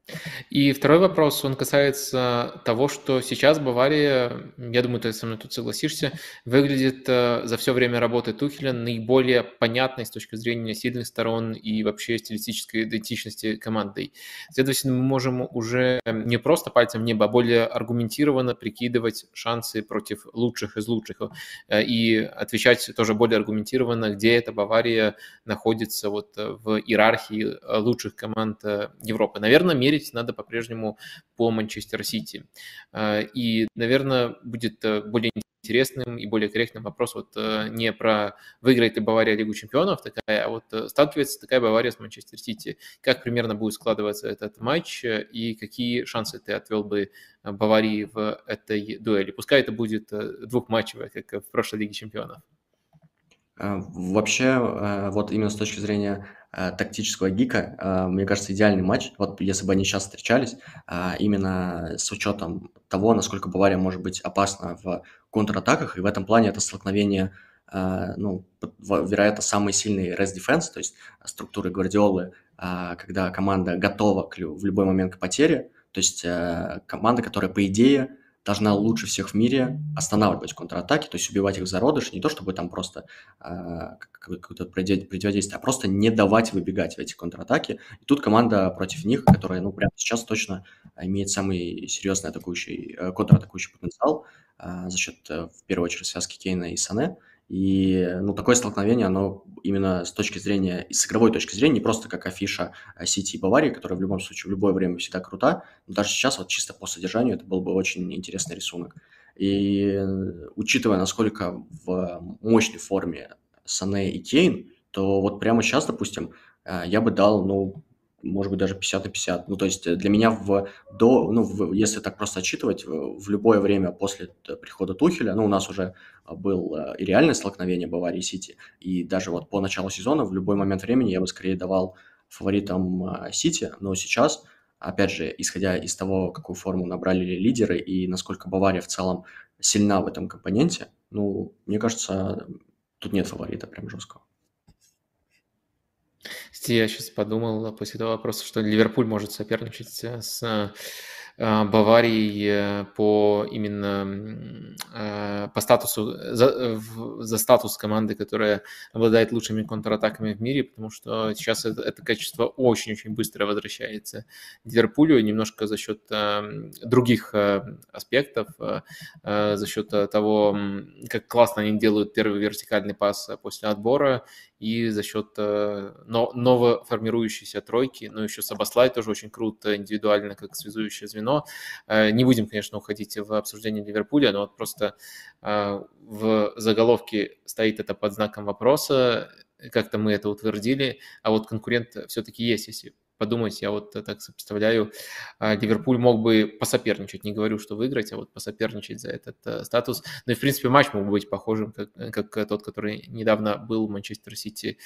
И второй вопрос, он касается того, что сейчас Бавария, я думаю, ты со мной тут согласишься, выглядит э, за все время работы Тухеля наиболее понятной с точки зрения сильных сторон и вообще стилистической идентичности командой. Следовательно, мы можем уже не просто пальцем в небо, а более аргументированно прикидывать шансы против лучших из лучших э, и отвечать тоже более аргументированно, где эта Бавария находится вот в иерархии лучших команд э, Европы. Наверное, мерить надо по-прежнему по Манчестер Сити. Э, И, наверное, будет э, более интересным и более корректным вопрос вот э, не про выиграет ли Бавария Лигу Чемпионов такая, а вот э, сталкивается такая Бавария с Манчестер Сити. Как примерно будет складываться этот матч э, и какие шансы ты отвел бы э, Баварии в этой дуэли? Пускай это будет э, двухматчевая, как в прошлой Лиге Чемпионов.
А, Вообще, э, вот именно с точки зрения э, тактического гика, э, мне кажется, идеальный матч. Вот если бы они сейчас встречались, а, именно с учетом того, насколько Бавария может быть опасна в контратаках, и в этом плане это столкновение, э, ну, п- в- вероятно, самый сильный rest defense, то есть структуры Гвардиолы, а, когда команда готова к лю- в любой момент к потере, то есть э, команда, которая, по идее, должна лучше всех в мире останавливать контратаки, то есть убивать их в зародыш, не то чтобы там просто а, как- какое-то против- противодействие, а просто не давать выбегать в эти контратаки. И тут команда против них, которая, ну, прямо сейчас точно а, имеет самый серьезный атакующий, э, контратакующий потенциал а, за счет, э, в первую очередь, связки Кейна и Сане. И, ну, такое столкновение, оно именно с точки зрения, и с игровой точки зрения, не просто как афиша а, Сити и Баварии, которая в любом случае в любое время всегда крута, но даже сейчас вот чисто по содержанию это был бы очень интересный рисунок. И э, учитывая, насколько в мощной форме Сане и Кейн, то вот прямо сейчас, допустим, э, я бы дал, ну, может быть, даже пятьдесят на пятьдесят. Ну, то есть э, для меня в, до, ну, в- если так просто отчитывать, в, в любое время после т- прихода Тухеля, ну, у нас уже а, был э, и реальное столкновение Баварии и Сити, и даже вот по началу сезона в любой момент времени я бы скорее давал фаворитам а, Сити, но сейчас, опять же, исходя из того, какую форму набрали лидеры и насколько Бавария в целом сильна в этом компоненте, ну, мне кажется, тут нет фаворита прям жесткого.
Кстати, я сейчас подумал после этого вопроса, что Ливерпуль может соперничать э, с э, Баварией э, по именно м, э, по статусу, за, э, в- за статус команды, которая обладает лучшими контратаками в мире, потому что сейчас это, это качество очень-очень быстро возвращается Ливерпулю, немножко за счет э, других э, аспектов, э, э, за счет э, того, м, как классно они делают первый вертикальный пас э, после отбора, и за счет э, но, новоформирующейся тройки, ну, еще Сабаслай тоже очень круто индивидуально, как связующее звено. Э, Не будем, конечно, уходить в обсуждение Ливерпуля, но вот просто э, в заголовке стоит это под знаком вопроса, как-то мы это утвердили, а вот конкурент все-таки есть, если подумать, я вот так сопоставляю, а, Ливерпуль мог бы посоперничать, не говорю, что выиграть, а вот посоперничать за этот э, статус. Ну и, в принципе, матч мог быть похожим, как, как тот, который недавно был в Манчестер Сити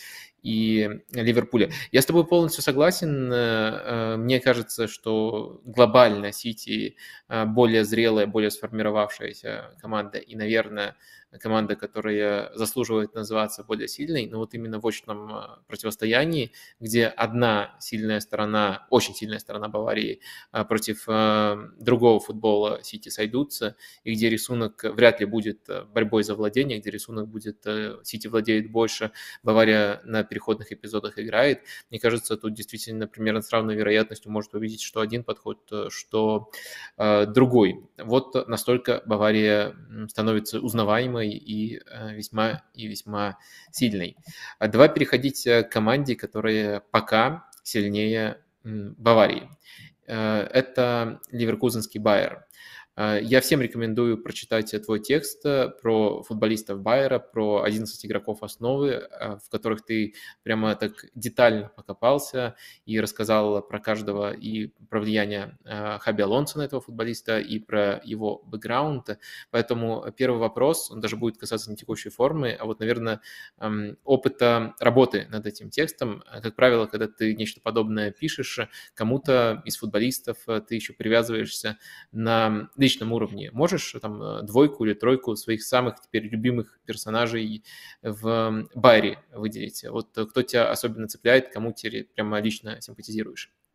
и Ливерпуле. Я с тобой полностью согласен. Э, э, Мне кажется, что глобально Сити э, более зрелая, более сформировавшаяся команда и, наверное, команда, которая заслуживает называться более сильной, но вот именно в очном э, противостоянии, где одна сильная сторона, очень сильная сторона Баварии а, против э, другого футбола Сити сойдутся, и где рисунок вряд ли будет э, борьбой за владение, где рисунок будет э, Сити владеет больше, Бавария на переходных эпизодах играет. Мне кажется, тут действительно примерно с равной вероятностью может увидеть, что один подход, э, что э, другой. Вот настолько Бавария м, становится узнаваемой и э, весьма и весьма сильной. А давай переходить э, к команде, которая пока сильнее м, Баварии. Э, Это ливеркузенский Байер. Э, Я всем рекомендую прочитать э, твой текст э, про футболистов Байера, про одиннадцать игроков основы, э, в которых ты прямо так детально покопался и рассказал про каждого и про влияние э, Хаби Алонсо на этого футболиста, и про его бэкграунд. Поэтому первый вопрос, он даже будет касаться не текущей формы, а вот, наверное, эм, опыта работы над этим текстом. Э, Как правило, когда ты нечто подобное пишешь, кому-то из футболистов э, ты еще привязываешься на личном уровне. Можешь э, там э, двойку или тройку своих самых теперь любимых персонажей в Байере выделить? Вот э, кто тебя особенно цепляет, кому ты прямо лично симпатизируешь?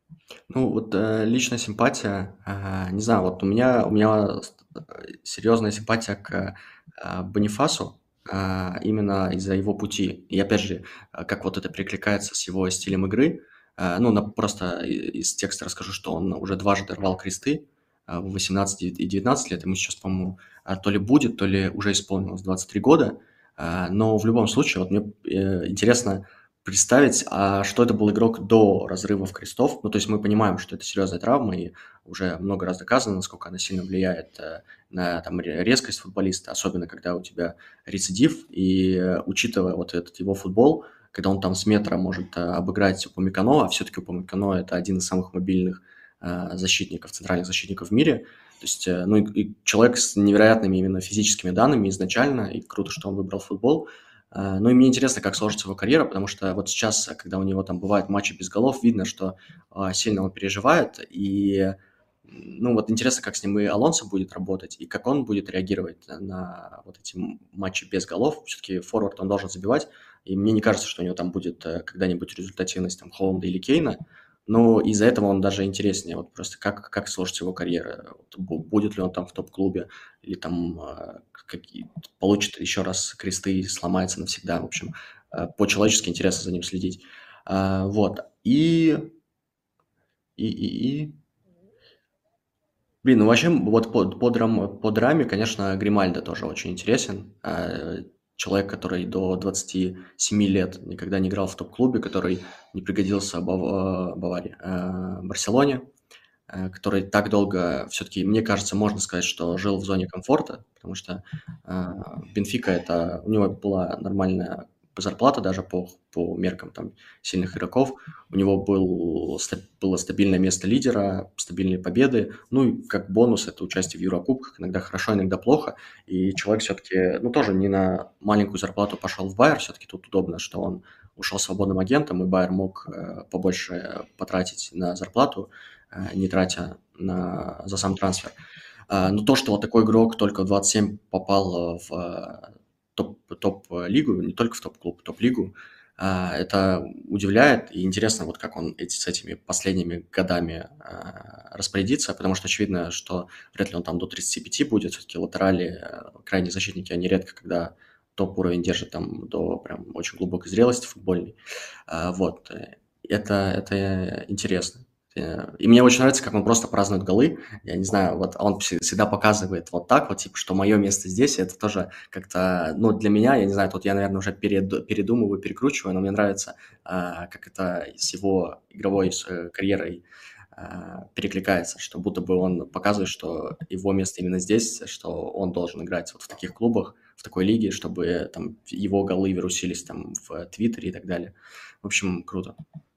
Ну, вот э, личная симпатия, а, не знаю, вот у меня, у меня с- э, серьезная симпатия к а, Бонифасу, а, именно из-за его пути. И опять же, а, как вот это перекликается с его стилем игры. А, ну, на- просто и- из текста расскажу, что он уже дважды рвал кресты а, в восемнадцать и девятнадцать лет. Ему сейчас, по-моему, а, то ли будет, то ли уже исполнилось двадцать три года. А, но в любом случае, вот мне э, интересно представить, а что это был игрок до разрывов крестов. Ну, то есть мы понимаем, что это серьезная травма, и уже много раз доказано, насколько она сильно влияет э, на там, ре- резкость футболиста, особенно когда у тебя рецидив, и э, учитывая вот этот его футбол, когда он там с метра может э, обыграть Упамекано, а все-таки Упамекано – это один из самых мобильных э, защитников, центральных защитников в мире. То есть, э, ну, и, и человек с невероятными именно физическими данными изначально, и круто, что он выбрал футбол. А, Ну и мне интересно, как сложится его карьера, потому что вот сейчас, когда у него там бывают матчи без голов, видно, что а, сильно он переживает, и м, ну вот интересно, как с ним и Алонсо будет работать, и как он будет реагировать на вот эти м- матчи без голов. Все-таки форвард он должен забивать, и мне не кажется, что у него там будет э, когда-нибудь результативность там Холланда или Кейна, но из-за этого он даже интереснее. Вот просто как, как сложится его карьера, вот бу- будет ли он там в топ-клубе, или там а, какие, получит еще раз кресты и сломается навсегда. В общем, э, по-человечески интересно за ним следить. А, Вот. И, и, и, и... Блин, ну вообще вот по, по, драм- по драме, конечно, Гримальдо тоже очень интересен. А, Человек, который до двадцати семи лет никогда не играл в топ-клубе, который не пригодился Бав- Баварии, а, Барселоне, э, который так долго, все-таки, мне кажется, можно сказать, что жил в зоне комфорта, потому что э, Бенфика, это, у него была нормальная зарплата даже по, по меркам там, сильных игроков, у него был, ста- было стабильное место лидера, стабильные победы, ну и как бонус это участие в Еврокубках, иногда хорошо, иногда плохо, и человек все-таки, ну тоже не на маленькую зарплату пошел в Байер, все-таки тут удобно, что он ушел свободным агентом, и Байер мог э, побольше потратить на зарплату, э, не тратя на, за сам трансфер. А, Но то, что вот такой игрок только в двадцать семь попал э, в э, топ, топ-лигу, не только в топ-клуб, топ-лигу, а, это удивляет, и интересно, вот как он эти, с этими последними годами а, распорядится, потому что очевидно, что вряд ли он там до тридцати пяти будет, все-таки латерали, э, крайние защитники, они редко когда топ-уровень держат там до прям очень глубокой зрелости футбольной. А, Вот. э, Это, это интересно. Э, И мне очень нравится, как он просто празднует голы. Я не знаю, вот он вс- всегда показывает вот так вот, типа, что мое место здесь. И это тоже как-то, ну, для меня, я не знаю, тут я, наверное, уже перед- передумываю, перекручиваю, но мне нравится, а, как это с его игровой с, э, карьерой а, перекликается, что будто бы он показывает, что его место именно здесь, что он должен играть вот в таких клубах, в такой лиге, чтобы там его голы вирусились там в Твиттере и так далее. В общем, круто.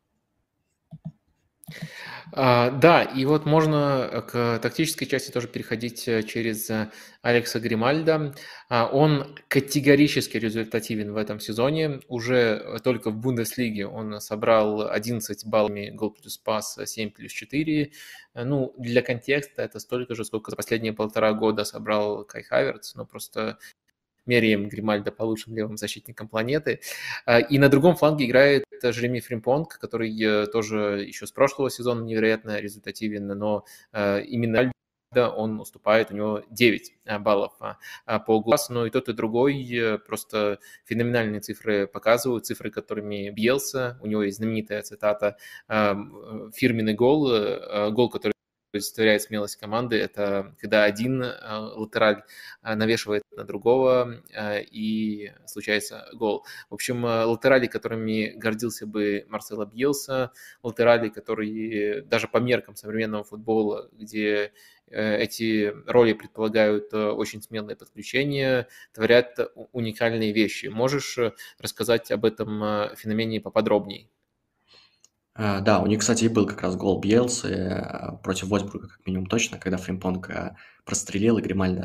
А, да, и вот можно э, к тактической части тоже переходить э, через э, Алекса Гримальда. А, Он категорически результативен в этом сезоне. Уже э, только в Бундеслиге он собрал одиннадцать баллами гол плюс пас, э, семь плюс четыре. Э, Ну, для контекста это столько же, сколько за последние полтора года собрал Кай Хаверц. Ну, просто меряем Гримальда по лучшим левым защитникам планеты. А, И на другом фланге играет Жереми Фримпонг, который э, тоже еще с прошлого сезона невероятно результативен, но э, именно да, он уступает, у него девять а, баллов а, а, по глазу, но и тот, и другой э, просто феноменальные цифры показывают, цифры, которыми бьелся, у него есть знаменитая цитата, а, э, фирменный гол, э, гол, который олицетворяет смелость команды, это когда один э, латераль э, навешивает на другого, э, и случается гол. В общем, э, латерали, которыми гордился бы Марсело Бьелса, латерали, которые даже по меркам современного футбола, где э, эти роли предполагают э, очень смелые подключения, творят уникальные вещи. Можешь э, рассказать об этом э, феномене поподробнее?
А, Да, у них, кстати, и был как раз гол Бьелсы э, против Вольсбурга, как минимум точно, когда Фримпонг э, прострелил, и Гримальдо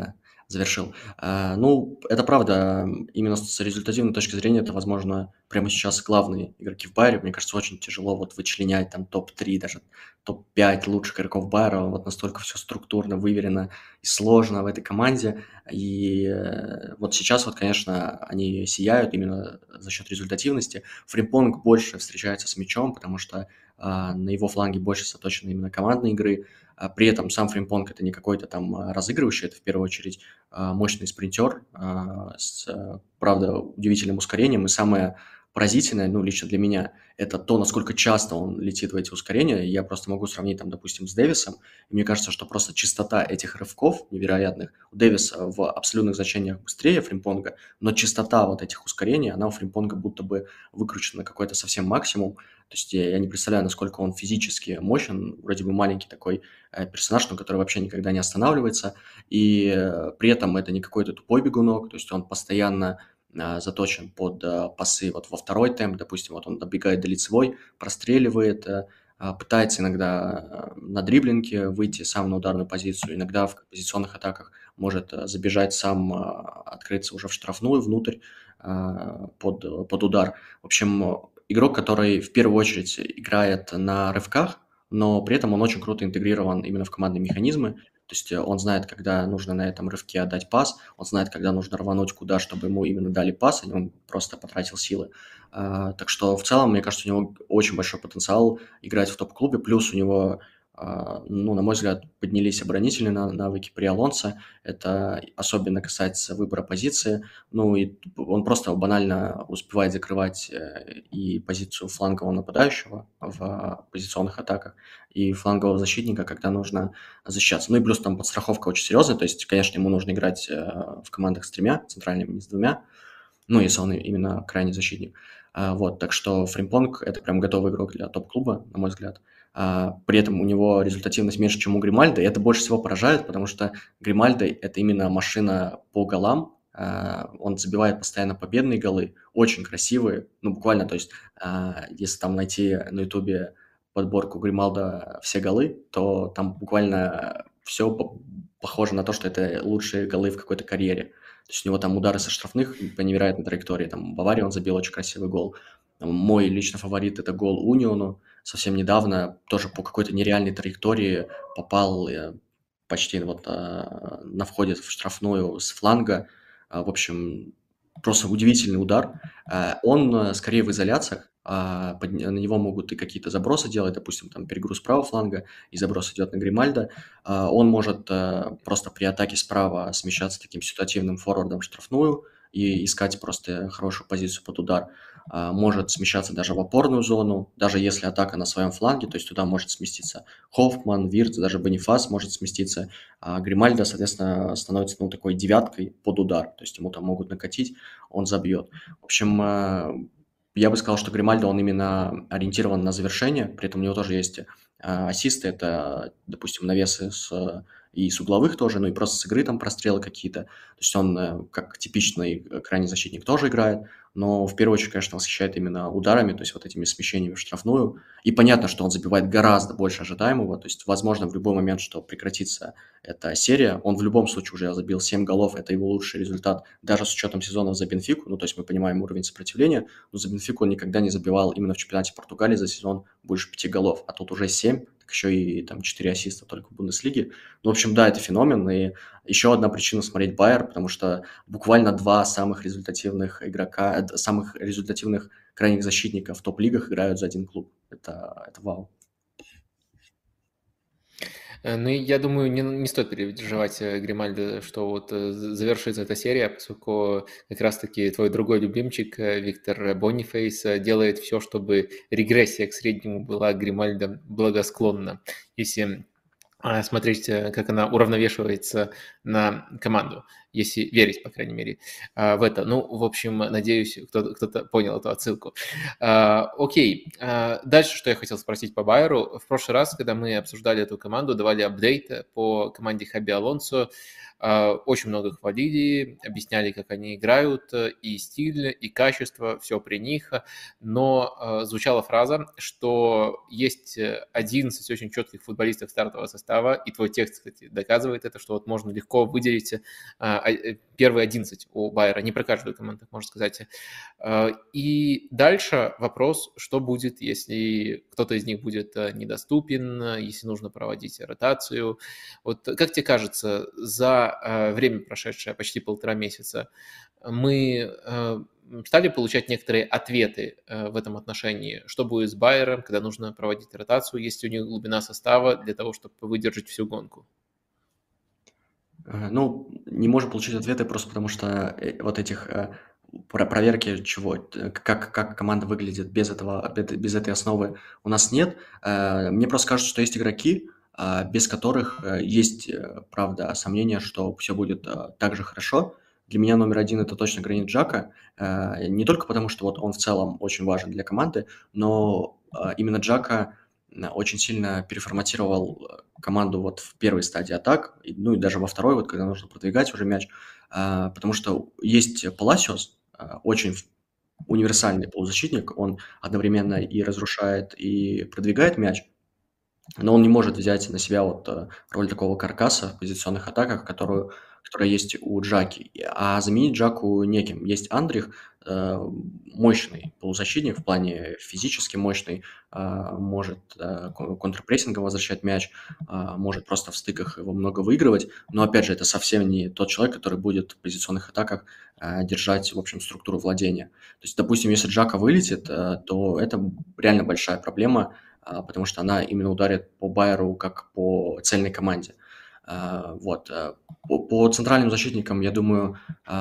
завершил. А, Ну, это правда, именно с результативной точки зрения, это, возможно, прямо сейчас главные игроки в Байере. Мне кажется, очень тяжело вот вычленять там топ три, даже топ пять лучших игроков Байера. Вот настолько все структурно, выверено и сложно в этой команде. И э, вот сейчас вот, конечно, они сияют именно за счет результативности. Фримпонг больше встречается с мячом, потому что а, на его фланге больше заточены именно командные игры. А При этом сам Фримпонг это не какой-то там а, разыгрывающий, это в первую очередь а, мощный спринтер а, с, а, правда, удивительным ускорением. И самое поразительное, ну, лично для меня, это то, насколько часто он летит в эти ускорения. Я просто могу сравнить, там, допустим, с Дэвисом. И мне кажется, что просто частота этих рывков невероятных у Дэвиса в абсолютных значениях быстрее Фримпонга, но частота вот этих ускорений, она у Фримпонга будто бы выкручена на какой-то совсем максимум. То есть я, я не представляю, насколько он физически мощен, вроде бы маленький такой э, персонаж, но который вообще никогда не останавливается, и э, при этом это не какой-то тупой бегунок, то есть он постоянно э, заточен под э, пасы вот во второй темп, допустим, вот он добегает до лицевой, простреливает, э, а, пытается иногда э, на дриблинге выйти сам на ударную позицию, иногда в позиционных атаках может э, забежать сам, э, открыться уже в штрафную внутрь э, под, под удар. В общем, игрок, который в первую очередь играет на рывках, но при этом он очень круто интегрирован именно в командные механизмы. То есть э, он знает, когда нужно на этом рывке отдать пас, он знает, когда нужно рвануть куда, чтобы ему именно дали пас, а не он просто потратил силы. А, Так что в целом, мне кажется, у него очень большой потенциал играть в топ-клубе, плюс у него, а, ну, на мой взгляд, поднялись оборонительные на- навыки при Алонсо. Это особенно касается выбора позиции. Ну, и он просто банально успевает закрывать э, и позицию флангового нападающего в позиционных атаках, и флангового защитника, когда нужно защищаться. Ну и плюс там подстраховка очень серьезная, то есть, конечно, ему нужно играть э, в командах с тремя центральными, не с двумя, ну, если он именно крайний защитник. А, Вот, так что Фримпонг– это прям готовый игрок для топ-клуба, на мой взгляд. А, При этом у него результативность меньше, чем у Гримальда, и это больше всего поражает, потому что Гримальдо– это именно машина по голам. А, Он забивает постоянно победные голы, очень красивые, ну, буквально, то есть, а, если там найти на Ютубе подборку Грималда «Все голы», то там буквально все похоже на то, что это лучшие голы в какой-то карьере. То есть у него там удары со штрафных по невероятной траектории. Там в Баварии он забил очень красивый гол. Там мой личный фаворит– это гол Униону. Совсем недавно тоже по какой-то нереальной траектории попал э, почти вот а, на входе в штрафную с фланга. А, В общем, просто удивительный удар. А, Он э, скорее в изоляциях. а, под- На него могут и какие-то забросы делать, допустим, там перегруз правого фланга, и заброс идет на Гримальдо. А, Он может э, просто при атаке справа смещаться таким ситуативным форвардом в штрафную и искать просто хорошую позицию под удар. А, Может смещаться даже в опорную зону, даже если атака на своем фланге, то есть туда может сместиться Хоффман, Виртз, даже Бонифас может сместиться. А Гримальдо, соответственно, становится ну, такой девяткой под удар, то есть ему там могут накатить, он забьет. В общем, э, я бы сказал, что Гримальдо, он именно ориентирован на завершение, при этом у него тоже есть а, ассисты, это, допустим, навесы с, и с угловых тоже, ну и просто с игры там прострелы какие-то. То есть он э, как типичный э, крайний защитник тоже играет, но в первую очередь, конечно, восхищает именно ударами, то есть вот этими смещениями в штрафную. И понятно, что он забивает гораздо больше ожидаемого, то есть возможно в любой момент, что прекратится эта серия. Он в любом случае уже забил семь голов, это его лучший результат, даже с учетом сезонов за Бенфику, ну то есть мы понимаем уровень сопротивления, но за Бенфику он никогда не забивал именно в чемпионате Португалии за сезон больше пяти голов, а тут уже семь, так еще и там четыре ассиста только в Бундеслиге. Ну, в общем, да, это феномен, и еще одна причина смотреть Байер, потому что буквально два самых результативных игрока, э, самых результативных крайних защитника в топ-лигах играют за один клуб. Это, это вау.
Э, Ну, и я думаю, не, не стоит переживать, э, Гримальдо, что вот э, з- завершится эта серия, поскольку как раз-таки твой другой любимчик, э, Виктор Бонифейс, э, делает все, чтобы регрессия к среднему была Гримальдо благосклонна. Если а, смотреть, э, как она уравновешивается на команду. если верить, по крайней мере, в это. Ну, в общем, надеюсь, кто-то, кто-то понял эту отсылку. Окей, дальше, что я хотел спросить по Байеру. В прошлый раз, когда мы обсуждали эту команду, давали апдейт по команде Хаби Алонсо, очень много хвалили, объясняли, как они играют, и стиль, и качество, все при них, но звучала фраза, что есть одиннадцать очень четких футболистов стартового состава, и твой текст, кстати, доказывает это, что вот можно легко выделить первые одиннадцать у Байера, не про каждую команду, можно сказать. И дальше вопрос, что будет, если кто-то из них будет недоступен, если нужно проводить ротацию. Вот как тебе кажется, за время, прошедшее почти полтора месяца, мы стали получать некоторые ответы в этом отношении? Что будет с Байером, когда нужно проводить ротацию, есть ли у них глубина состава для того, чтобы выдержать всю гонку?
Ну, не можем получить ответы просто потому, что вот этих про проверки чего, как, как команда выглядит без этого, без этой основы у нас нет. Мне просто кажется, что есть игроки, без которых есть, правда, сомнение, что все будет так же хорошо. Для меня номер один – это точно Гранит Джака. Не только потому, что вот он в целом очень важен для команды, но именно Джака очень сильно переформатировал команду вот в первой стадии атак, ну и даже во второй, вот когда нужно продвигать уже мяч, потому что есть Паласиос, очень универсальный полузащитник, он одновременно и разрушает, и продвигает мяч, но он не может взять на себя вот роль такого каркаса в позиционных атаках, которую, которая есть у Джаки. А заменить Джаку неким. Есть Андрих, мощный полузащитник, в плане физически мощный, может контрпрессингом возвращать мяч, может просто в стыках его много выигрывать, но, опять же, это совсем не тот человек, который будет в позиционных атаках держать, в общем, структуру владения. То есть, допустим, если Джака вылетит, то это реально большая проблема, потому что она именно ударит по Байеру как по цельной команде. Вот. По, по центральным защитникам, я думаю,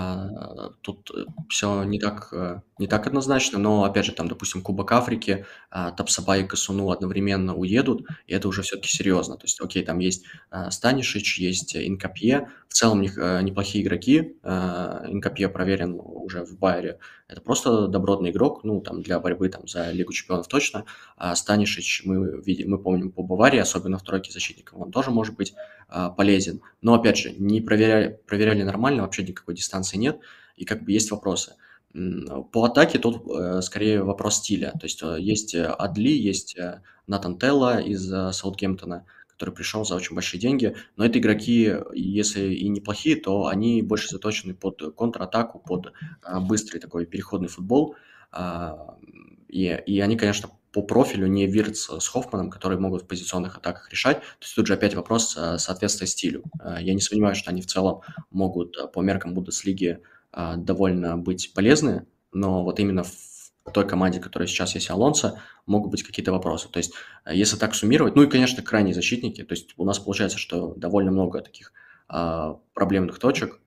тут все не так, не так однозначно, но, опять же, там, допустим, Кубок Африки, Тапсаба и Касуну одновременно уедут, и это уже все-таки серьезно. То есть, окей, там есть Станишич, есть Инкапье, в целом у них неплохие игроки, Инкапье проверен уже в Байере, это просто добротный игрок, ну, там, для борьбы там, за Лигу Чемпионов точно, а Станишич мы, видим, мы помним по Баварии, особенно в тройке защитников, он тоже может быть полезен. Но, опять же, не проверяли, проверяли нормально, вообще никакой дистанции нет, и как бы есть вопросы. По атаке тут э, скорее вопрос стиля. То есть э, есть Адли, есть э, Натан Телла из э, Саутгемптона, который пришел за очень большие деньги, но это игроки, если и неплохие, то они больше заточены под контратаку, под э, быстрый такой переходный футбол, э, и, и они, конечно, по профилю не Виртс с Хоффманом, которые могут в позиционных атаках решать. То есть тут же опять вопрос соответствия стилю. Я не сомневаюсь, что они в целом могут по меркам Бундеслиги довольно быть полезны, но вот именно в той команде, которая сейчас есть Алонсо, могут быть какие-то вопросы. То есть если так суммировать, ну и, конечно, крайние защитники, то есть у нас получается, что довольно много таких проблемных точек,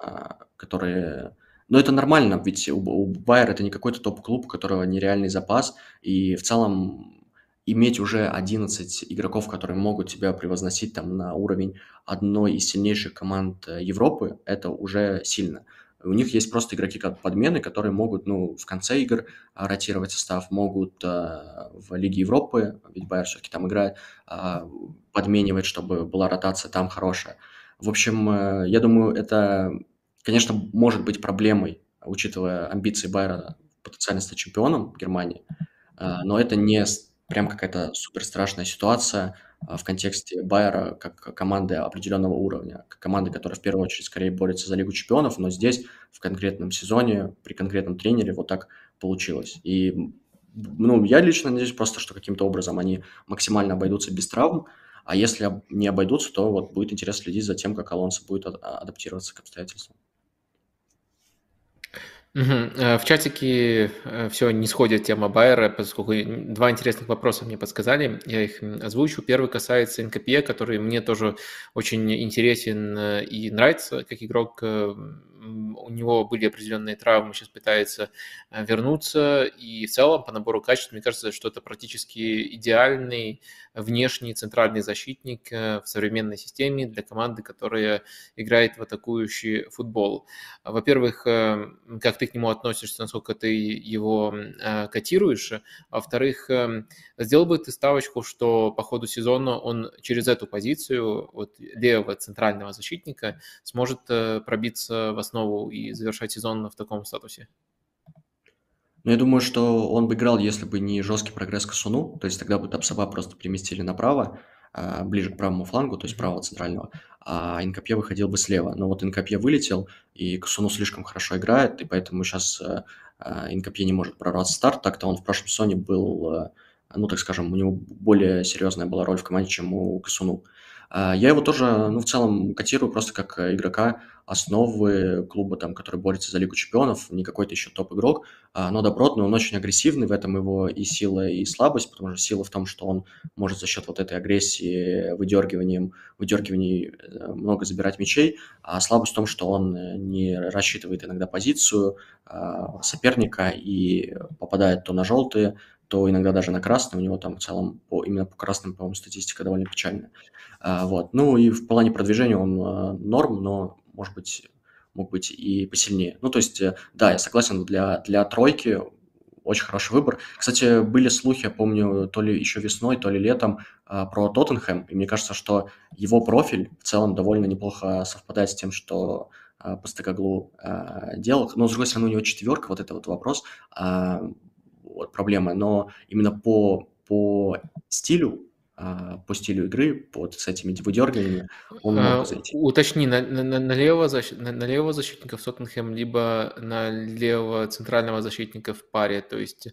которые... Но это нормально, ведь у, у Байер это не какой-то топ-клуб, у которого нереальный запас, и в целом иметь уже одиннадцать игроков, которые могут тебя превозносить там на уровень одной из сильнейших команд Европы, это уже сильно. У них есть просто игроки как подмены, которые могут, ну, в конце игр ротировать состав, могут э, в Лиге Европы, ведь Байер все-таки там играет, э, подменивать, чтобы была ротация там хорошая. В общем, э, я думаю, это... Конечно, может быть проблемой, учитывая амбиции Байера потенциально стать чемпионом Германии, но это не прям какая-то супер страшная ситуация в контексте Байера как команды определенного уровня, как команды, которая в первую очередь скорее борется за Лигу Чемпионов, но здесь в конкретном сезоне при конкретном тренере вот так получилось. И ну, я лично надеюсь просто, что каким-то образом они максимально обойдутся без травм, а если не обойдутся, то вот будет интересно следить за тем, как Алонсо будет адаптироваться к обстоятельствам.
Угу. В чатике все не сходит тема Байера, поскольку два интересных вопроса мне подсказали, я их озвучу. Первый касается НКП, который мне тоже очень интересен и нравится как игрок. у него были определенные травмы, сейчас пытается вернуться, и в целом по набору качеств, мне кажется, что это практически идеальный внешний центральный защитник в современной системе для команды, которая играет в атакующий футбол. Во-первых, как ты к нему относишься, насколько ты его котируешь, а во-вторых, сделал бы ты ставочку, что по ходу сезона он через эту позицию, вот левого центрального защитника, сможет пробиться в основу и завершать сезон в таком статусе?
Ну, я думаю, что он бы играл, если бы не жесткий прогресс Косуну, то есть тогда бы Тапсаба просто переместили направо, а, ближе к правому флангу, то есть
Мгм.
правого центрального, а Инкапье выходил бы слева. Но вот Инкапье вылетел, и Косуну слишком хорошо играет, и поэтому сейчас Инкапье не может прорваться в старт. Так-то он в прошлом сезоне был, э, ну, так скажем, у него более серьезная была роль в команде, чем у Косуну. А, Я его тоже, ну, в целом котирую просто как э, игрока основы клуба, там, который борется за Лигу Чемпионов, не какой-то еще топ-игрок, а, но добротный, он очень агрессивный, в этом его и сила, и слабость, потому что сила в том, что он может за счет вот этой агрессии, выдергиванием, выдергиваний э, много забирать мячей, а слабость в том, что он э, не рассчитывает иногда позицию а, соперника и попадает то на желтые, то иногда даже на красные. У него там в целом по, именно по красным, по-моему, статистика довольно печальная. А, вот. Ну и в плане продвижения он а, норм, но, может быть, мог быть и посильнее. Ну, то есть, э, да, я согласен, для, для тройки очень хороший выбор. Кстати, были слухи, я помню, то ли еще весной, то ли летом, а, про Тоттенхэм, и мне кажется, что его профиль в целом довольно неплохо совпадает с тем, что а, Постекоглу а, делал. Но, с другой стороны, у него четверка, вот это вот вопрос, а, вот проблема, но именно по, по стилю, а, по стилю игры, вот с этими выдергиваниями он мог
Э,
бы зайти.
Уточни, на, на, на- на левого, защ- на, на левого защитника в Тоттенхэм, либо на левого центрального защитника в паре, то есть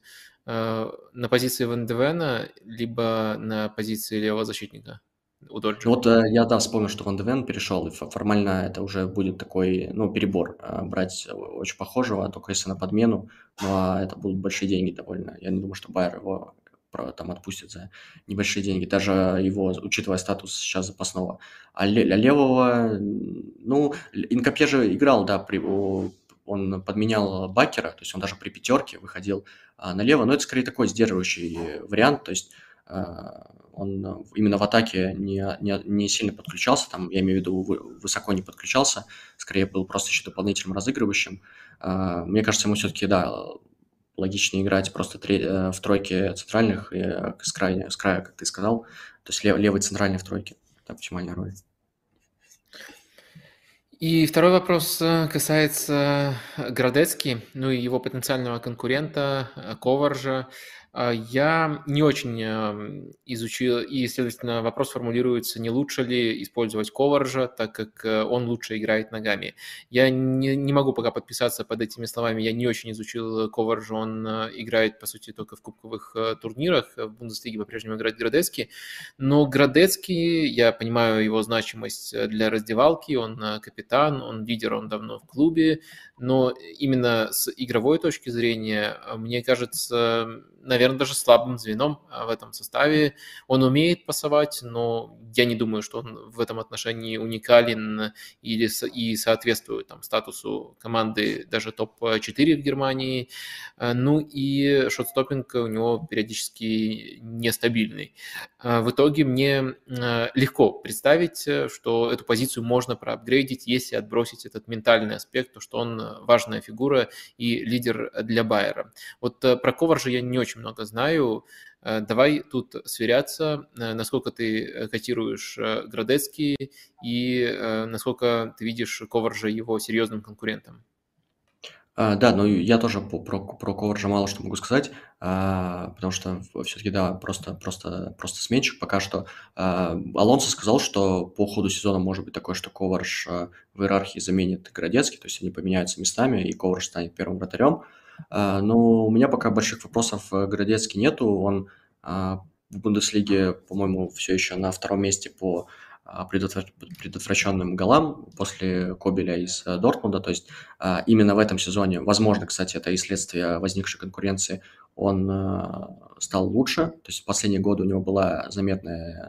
э, на позиции Ван де Вена, либо на позиции левого защитника у
Ну
Доджа.
вот э, я, да, вспомнил, что Ван де Вен перешел, и фо- формально это уже будет такой, ну, перебор, а, брать очень похожего, только если на подмену, ну, а это будут большие деньги довольно. Я не думаю, что Байер его про- там отпустит за небольшие деньги, даже его, учитывая статус сейчас запасного. А, ле- а левого, м, ну, Л- Инкапье же играл, да, при, у- он подменял Бакера, то есть он даже при пятерке выходил а, налево, но это скорее такой сдерживающий вариант, то есть а, он э, именно в атаке не, не, не сильно подключался, там, я имею в виду, вы- высоко не подключался, скорее был просто еще дополнительным разыгрывающим. А, Мне кажется, ему все-таки, да, логичнее играть просто тре- э, в тройке центральных и э, с края, с края, как ты сказал, то есть лев- левый центральный в тройке. Это оптимальная роль.
И второй вопрос э, касается Градецки, ну и его потенциального конкурента э, Коваржа. А, Я не очень эм, изучил, и, следовательно, вопрос формулируется, не лучше ли использовать Коваржа, так как э, он лучше играет ногами. Я не, не могу пока подписаться под этими словами, я не очень изучил Коваржа, он э, играет, по сути, только в кубковых э, турнирах, в Бундеслиге по-прежнему играет Градецки, но Градецкий, я понимаю его значимость э, для раздевалки, он э, капитан, он лидер, он давно в клубе, но именно с игровой точки зрения, э, мне кажется, наверное, даже слабым звеном э, в этом составе. Он умеет пасовать, но я не думаю, что он в этом отношении уникален или со- и соответствует там, статусу команды даже топ четыре в Германии. Э, Ну и шотстоппинг у него периодически нестабильный. А, В итоге мне э, легко представить, э, что эту позицию можно проапгрейдить, если отбросить этот ментальный аспект, то что он э, важная фигура и лидер для Байера. Вот э, про Коваржа я не очень много знаю. Э, Давай тут сверяться, э, насколько ты э, котируешь э, Градецкий и э, насколько ты видишь Коваржа его серьезным конкурентом.
А, да, ну я тоже по про про Коварджа мало что могу сказать, а, потому что все-таки, да, просто просто просто сменщик пока что. А, Алонсо сказал, что по ходу сезона может быть такое, что Коварж а, в иерархии заменит Городецкий, то есть они поменяются местами, и Коварж станет первым вратарем. А, но у меня пока больших вопросов к Городецки нету. Он а, в Бундеслиге, по-моему, все еще на втором месте по а, предотвра- предотвращенным голам после Кобеля из э, Дортмунда. То есть а, именно в этом сезоне, возможно, кстати, это и следствие возникшей конкуренции, он а, стал лучше. То есть в последние годы у него была заметная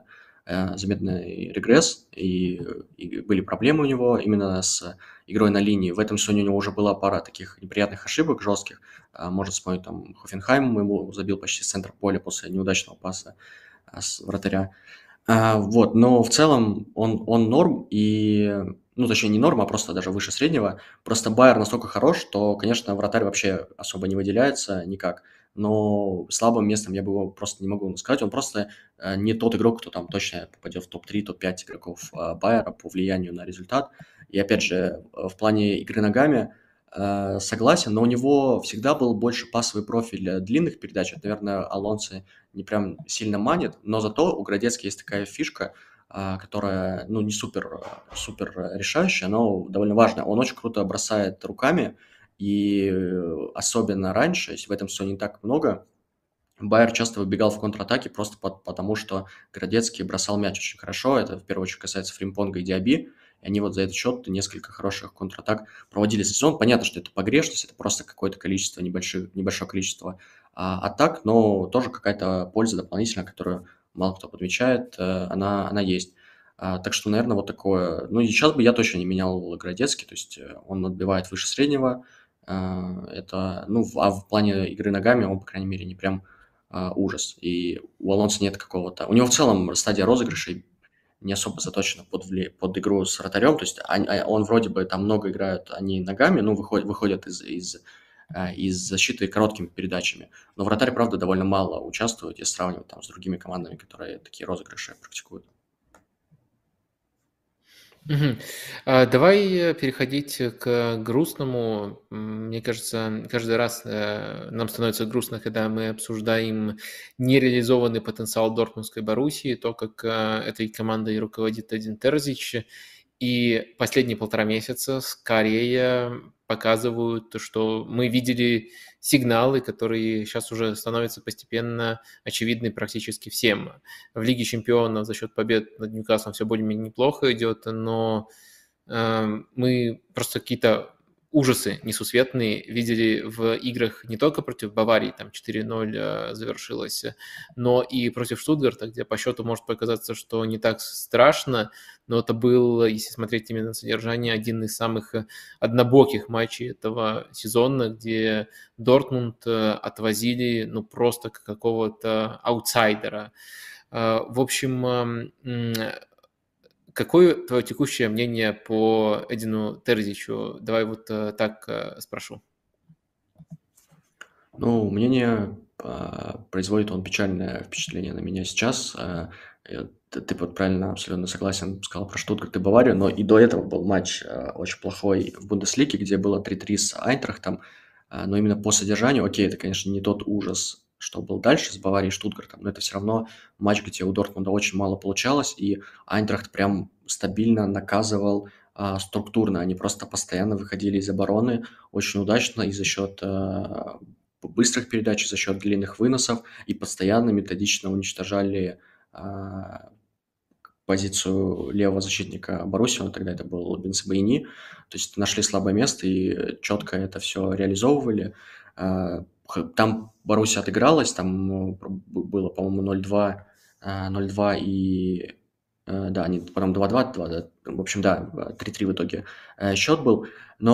э, заметный регресс, и, и были проблемы у него именно с игрой на линии. В этом сезоне у него уже была пара таких неприятных ошибок жестких. А, Может вспомнить, там Хофенхайм ему забил почти с центра поля после неудачного паса а, с вратаря. А, вот, но в целом он, он норм, и, ну, точнее, не норм, а просто даже выше среднего. Просто Байер настолько хорош, что, конечно, вратарь вообще особо не выделяется никак. Но слабым местом я бы его просто не могу сказать. Он просто э, не тот игрок, кто там точно попадет в топ три, топ пять игроков э, Байера по влиянию на результат. И опять же, э, в плане игры ногами э, согласен, но у него всегда был больше пасовый профиль для длинных передач. Это, наверное, Алонсо не прям сильно манит, но зато у Градецки есть такая фишка, а, которая, ну, не супер, супер решающая, но довольно важная. Он очень круто бросает руками, и э, особенно раньше, если в этом сезоне не так много, Байер часто выбегал в контратаке просто под- потому, что Городецкий бросал мяч очень хорошо. Это в первую очередь касается Фримпонга и Диаби. И они вот за этот счет несколько хороших контратак проводили сезон. Понятно, что это погрешность, это просто какое-то количество, небольших, небольшое количество а, атак, но тоже какая-то польза дополнительная, которую мало кто подмечает, э, она, она есть. А, так что, наверное, вот такое. Ну, и сейчас бы я точно не менял Городецкий, то есть э, он отбивает выше среднего. А, это, ну, в- а в плане игры ногами он, по крайней мере, не прям а, ужас. И у Алонса нет какого-то... У него в целом стадия розыгрышей не особо заточена под, вле- под игру с вратарем. То есть он, а- он вроде бы там много играют они ногами, ну, выходят, выходят из, из, а, из защиты короткими передачами. Но вратарь, правда, довольно мало участвует, если сравнивать там с другими командами, которые такие розыгрыши практикуют.
Мгм. А, Давай э, переходить к грустному. М, Мне кажется, каждый раз э, нам становится грустно, когда мы обсуждаем нереализованный потенциал Дортмундской Боруссии, то, как э, этой командой руководит Эдин Терзич. И последние полтора месяца скорее показывают, то, что мы видели сигналы, которые сейчас уже становятся постепенно очевидны практически всем. В Лиге чемпионов за счет побед над Ньюкаслом все более-менее неплохо идет, но э, мы просто какие-то ужасы несусветные видели в играх не только против Баварии, там четыре ноль э, завершилось, но и против Штутгарта, где по счету может показаться, что не так страшно, но это был, если смотреть именно на содержание, один из самых э, однобоких матчей этого сезона, где Дортмунд э, отвозили ну просто как какого-то аутсайдера. Э, В общем, эм, м, какое твое текущее мнение по Эдину Терзичу? Давай вот э, так э, спрошу.
Ну, мнение а, производит он печальное впечатление на меня сейчас. А, э, Ты, ты вот правильно, абсолютно согласен, сказал про Штутгарт и Баварию, но и до этого был матч а, очень плохой в Бундеслиге, где было три три с Айнтрахтом, А, но именно по содержанию, окей, это, конечно, не тот ужас, что был дальше с Баварией и Штутгартом, но это все равно матч, где у Дортмунда очень мало получалось, и Айнтрахт прям стабильно наказывал а, структурно, они просто постоянно выходили из обороны очень удачно и за счет а, быстрых передач, за счет длинных выносов и постоянно методично уничтожали а, позицию левого защитника Боруссии, но тогда это был Бенсебаини, то есть нашли слабое место и четко это все реализовывали. А, х- Там Боруссия отыгралась, там ну, пр- было, по-моему, ноль два, а, ноль два и... э, Да, они потом два-два, два, да, в общем, да, три-три в итоге э, счет был,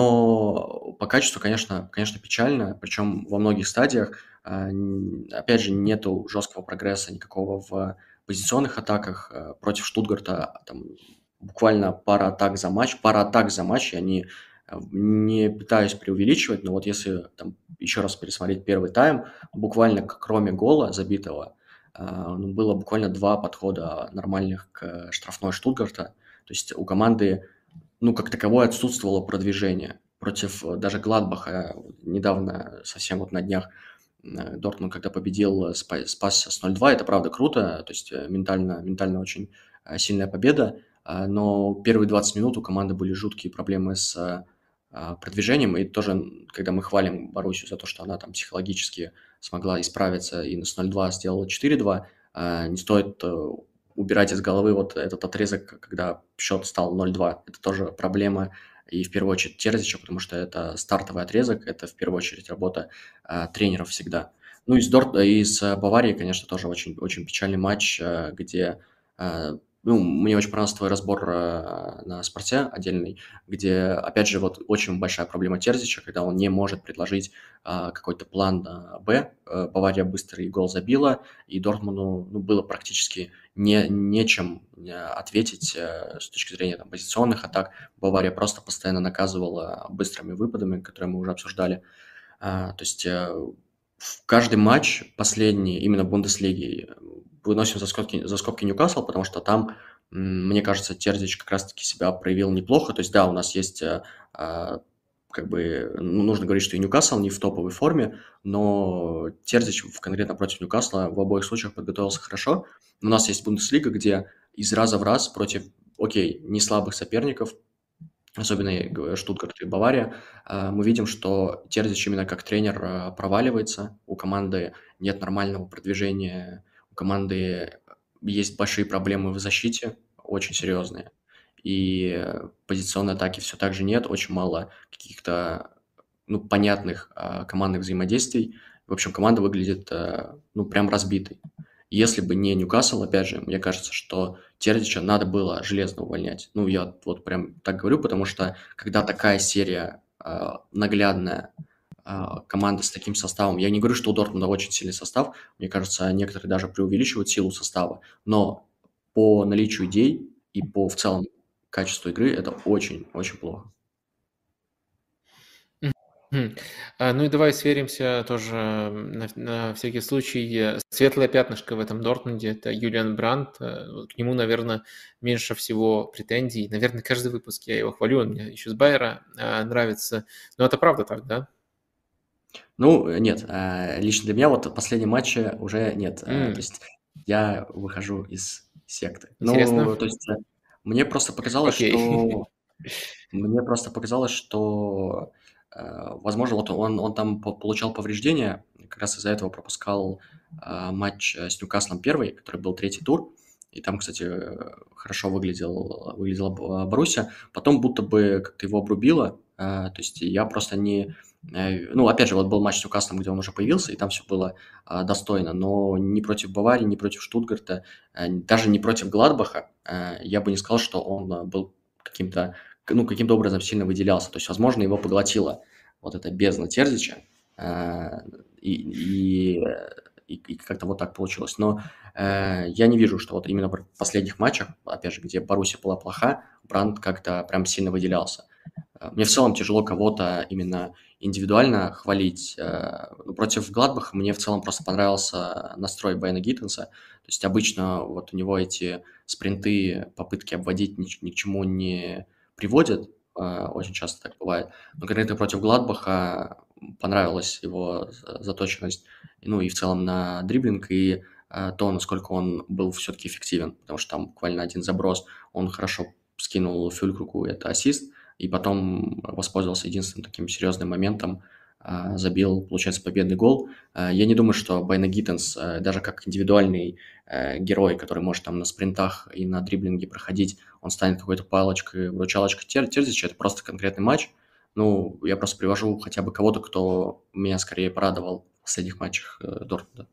но по качеству, конечно, конечно, печально, причем во многих стадиях, а, н- опять же, нету жесткого прогресса никакого в позиционных атаках э, против Штутгарта, там буквально пара атак за матч, пара атак за матч, и они э, не пытаюсь преувеличивать, но вот если там еще раз пересмотреть первый тайм, буквально к- кроме гола забитого, э, ну, было буквально два подхода нормальных к штрафной Штутгарта, то есть у команды, ну, как таковое отсутствовало продвижение. Против э, даже Гладбаха э, недавно, совсем вот на днях, э, Дортмунд, когда победил, э, спа- спасся с ноль два, это правда круто, то есть э, ментально, ментально очень э, сильная победа, а, но первые двадцать минут у команды были жуткие проблемы с э, а, продвижением, и тоже, м, когда мы хвалим Боруссию за то, что она там психологически смогла исправиться и с ноль два сделала четыре два, а, не стоит э, убирать из головы вот этот отрезок, когда счет стал ноль два. Это тоже проблема и в первую очередь Терзича, потому что это стартовый отрезок, это в первую очередь работа а, тренеров всегда. Ну и с, Дорт, и с э, Баварией, конечно, тоже очень, очень печальный матч, э, где э, Ну, мне очень понравился твой разбор э, на спорте отдельный, где, опять же, вот очень большая проблема Терзича, когда он не может предложить а, какой-то план а, Б. Э, Бавария быстрый гол забила, и Дортмунду ну, было практически не, нечем э, ответить э, с точки зрения там, позиционных атак. Бавария просто постоянно наказывала быстрыми выпадами, которые мы уже обсуждали. А, то есть э, в каждый матч последний, именно в Бундеслиге, выносим за скобки, за скобки Ньюкасл, потому что там, м, мне кажется, Терзич как раз-таки себя проявил неплохо. То есть, да, у нас есть, э, а, как бы, ну, нужно говорить, что и Ньюкасл не в топовой форме, но Терзич в- конкретно против Ньюкасла в обоих случаях подготовился хорошо. У нас есть Бундеслига, где из раза в раз против, окей, не слабых соперников, особенно я говорю, Штутгарт и Бавария, а, мы видим, что Терзич именно как тренер а, проваливается, у команды нет нормального продвижения, у команды есть большие проблемы в защите, очень серьезные, и э, позиционной атаки все так же нет, очень мало каких-то ну, понятных а, командных взаимодействий. В общем, команда выглядит а, ну, прям разбитой. Если бы не Ньюкасл, опять же, мне кажется, что Терзича надо было железно увольнять. Ну, я вот прям так говорю, потому что когда такая серия а, наглядная, а, команда с таким составом, я не говорю, что у Дортмунда очень сильный состав, мне кажется, некоторые даже преувеличивают силу состава, но по наличию идей и по в целом качеству игры это очень-очень плохо.
Мгм. А, Ну и давай сверимся тоже м, на, на всякий случай. э, Светлое пятнышко в этом Дортмунде– это Юлиан Брандт. Э, вот К нему, наверное, меньше всего претензий. Наверное, каждый выпуск я его хвалю, он мне еще с Байера а, нравится. Но это правда так, да?
Ну, э, нет, а, лично для меня вот последние матчи уже нет. А, то
М,
есть я выхожу из секты.
Интересно.
Ну, то есть э, мне просто показалось,
Окей.
что мне просто показалось, что, э, возможно, вот он, он там по- получал повреждения, как раз из-за этого пропускал а, матч э, с Ньюкаслом первый, который был третий тур. И там, кстати, э, хорошо выглядел, выглядела Б- Боруссия. Потом будто бы как-то его обрубило. а, То есть я просто не... э, Ну, опять же, вот был матч с Ньюкаслом, где он уже появился, и там все было а, достойно. Но ни против Баварии, ни против Штутгарта, э, даже не против Гладбаха э, я бы не сказал, что он э, был каким-то к- ну, каким-то образом сильно выделялся. То есть, возможно, его поглотила вот эта бездна Терзича, а, и, и, э, и- и как-то вот так получилось. Но э, я не вижу, что вот именно в последних матчах, опять же, где Боруссия была плоха, Бранд как-то прям сильно выделялся. Э, Мне в целом тяжело кого-то именно индивидуально хвалить. Э, ну, Против Гладбаха мне в целом просто понравился настрой Бена Гиттенса. То есть обычно вот у него эти спринты, попытки обводить ни, ч- ни к чему не приводят. Э, Очень часто так бывает. Но конкретно против Гладбаха понравилась его за- заточенность, ну и в целом на дриблинг, и э, то, насколько он был все-таки эффективен, потому что там буквально один заброс, он хорошо скинул Фюлькругу, это ассист, и потом воспользовался единственным таким серьезным моментом, а, забил, получается, победный гол. А, Я не думаю, что Байна Гиттенс, э, даже как индивидуальный э, герой, который может там на спринтах и на дриблинге проходить, он станет какой-то палочкой, выручалочкой Тер- Терзича. Это просто конкретный матч. Ну, я просто привожу хотя бы кого-то, кто меня скорее порадовал в последних матчах э, Дортмунда.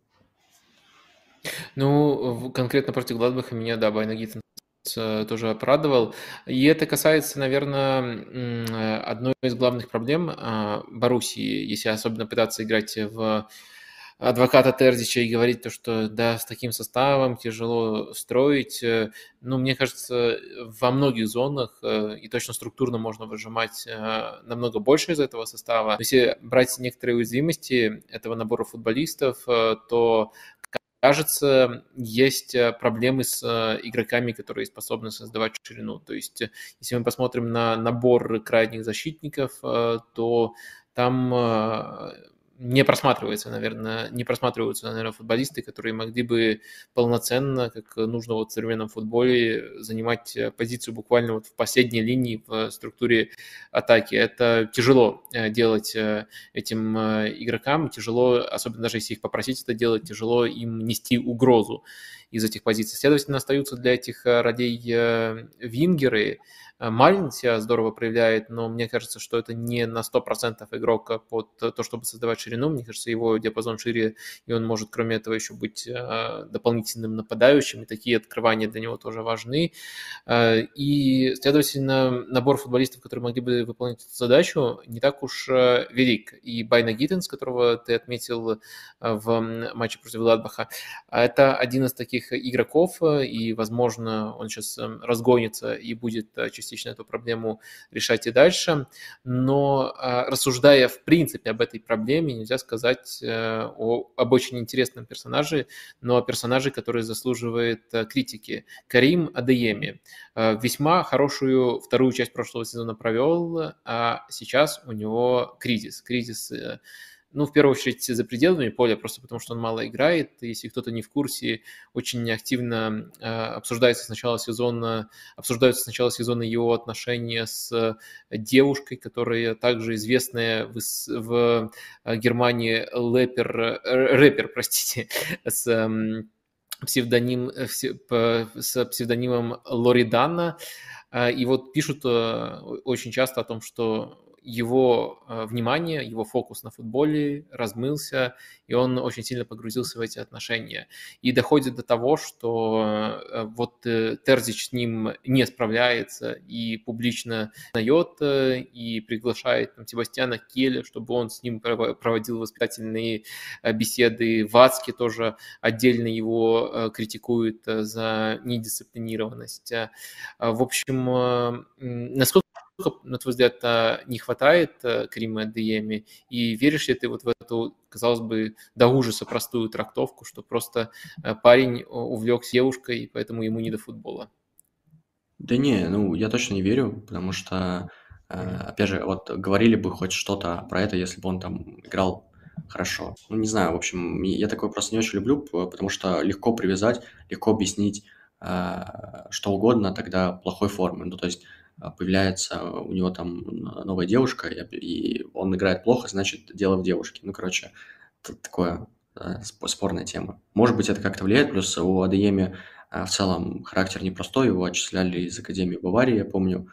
Ну, в- конкретно против Гладбаха меня, да, Байна Гиттенс э, тоже порадовал. И это касается, наверное, одной из главных проблем а, Боруссии, если особенно пытаться играть в адвоката Терзича и говорить то, что да, с таким составом тяжело строить. э, Ну, мне кажется, во многих зонах э, и точно структурно можно выжимать э, намного больше из этого состава. Если брать некоторые уязвимости этого набора футболистов, э, то кажется, есть э, проблемы с э, игроками, которые способны создавать ширину. То есть, э, если мы посмотрим на набор крайних защитников, э, то там э, не просматривается, наверное, не просматриваются, наверное, футболисты, которые могли бы полноценно, как нужно вот в современном футболе, занимать э, позицию буквально вот в последней линии в структуре атаки. Это тяжело э, делать э, этим э, игрокам, тяжело, особенно даже если их попросить это делать, тяжело им нести угрозу из этих позиций. Следовательно, остаются для этих э, ролей э, вингеры. Э, Малин себя здорово проявляет, но мне кажется, что это не на сто процентов игрок под то, чтобы создавать ширину. Мне кажется, его диапазон шире, и он может, кроме этого, еще быть дополнительным нападающим, и такие открывания для него тоже важны. И, следовательно, набор футболистов, которые могли бы выполнить эту задачу, не так уж велик. И Байна Гиттенс, которого ты отметил в матче против Гладбаха, это один из таких игроков, и, возможно, он сейчас разгонится и будет частично эту проблему решать и дальше. Но рассуждая в принципе об этой проблеме, нельзя сказать о, об очень интересном персонаже, но о персонаже, который заслуживает критики. Карим Адейеми весьма хорошую вторую часть прошлого сезона провел, а сейчас у него кризис. Кризис, ну, в первую очередь, за пределами поля, просто потому что он мало играет. Если кто-то не в курсе, очень активно обсуждается с начала сезона, обсуждаются с начала сезона его отношения с девушкой, которая также известная в, в Германии рэпер, рэпер, простите, с псевдоним, с псевдонимом Лоридана. И вот пишут очень часто о том, что его внимание, его фокус на футболе размылся, и он очень сильно погрузился в эти отношения. И доходит до того, что вот Терзич с ним не справляется и публично дает и приглашает там, Себастьяна Келя, чтобы он с ним проводил воспитательные беседы. Вацки тоже отдельно его критикует за недисциплинированность. В общем, насколько, на твой взгляд, не хватает Карима Адейеми, и веришь ли ты вот в эту, казалось бы, до ужаса простую трактовку, что просто парень увлекся девушкой, и поэтому ему не до футбола?
Да не, ну я точно не верю, потому что, э, опять же, вот говорили бы хоть что-то про это, если бы он там играл хорошо. Ну, не знаю, в общем, я такое просто не очень люблю, потому что легко привязать, легко объяснить э, что угодно тогда плохой формы. Ну, то есть появляется у него там новая девушка, и он играет плохо, значит, дело в девушке. Ну, короче, это такое э, спорная тема. Может быть, это как-то влияет, плюс у Адейеми в целом характер непростой, его отчисляли из Академии Баварии, я помню,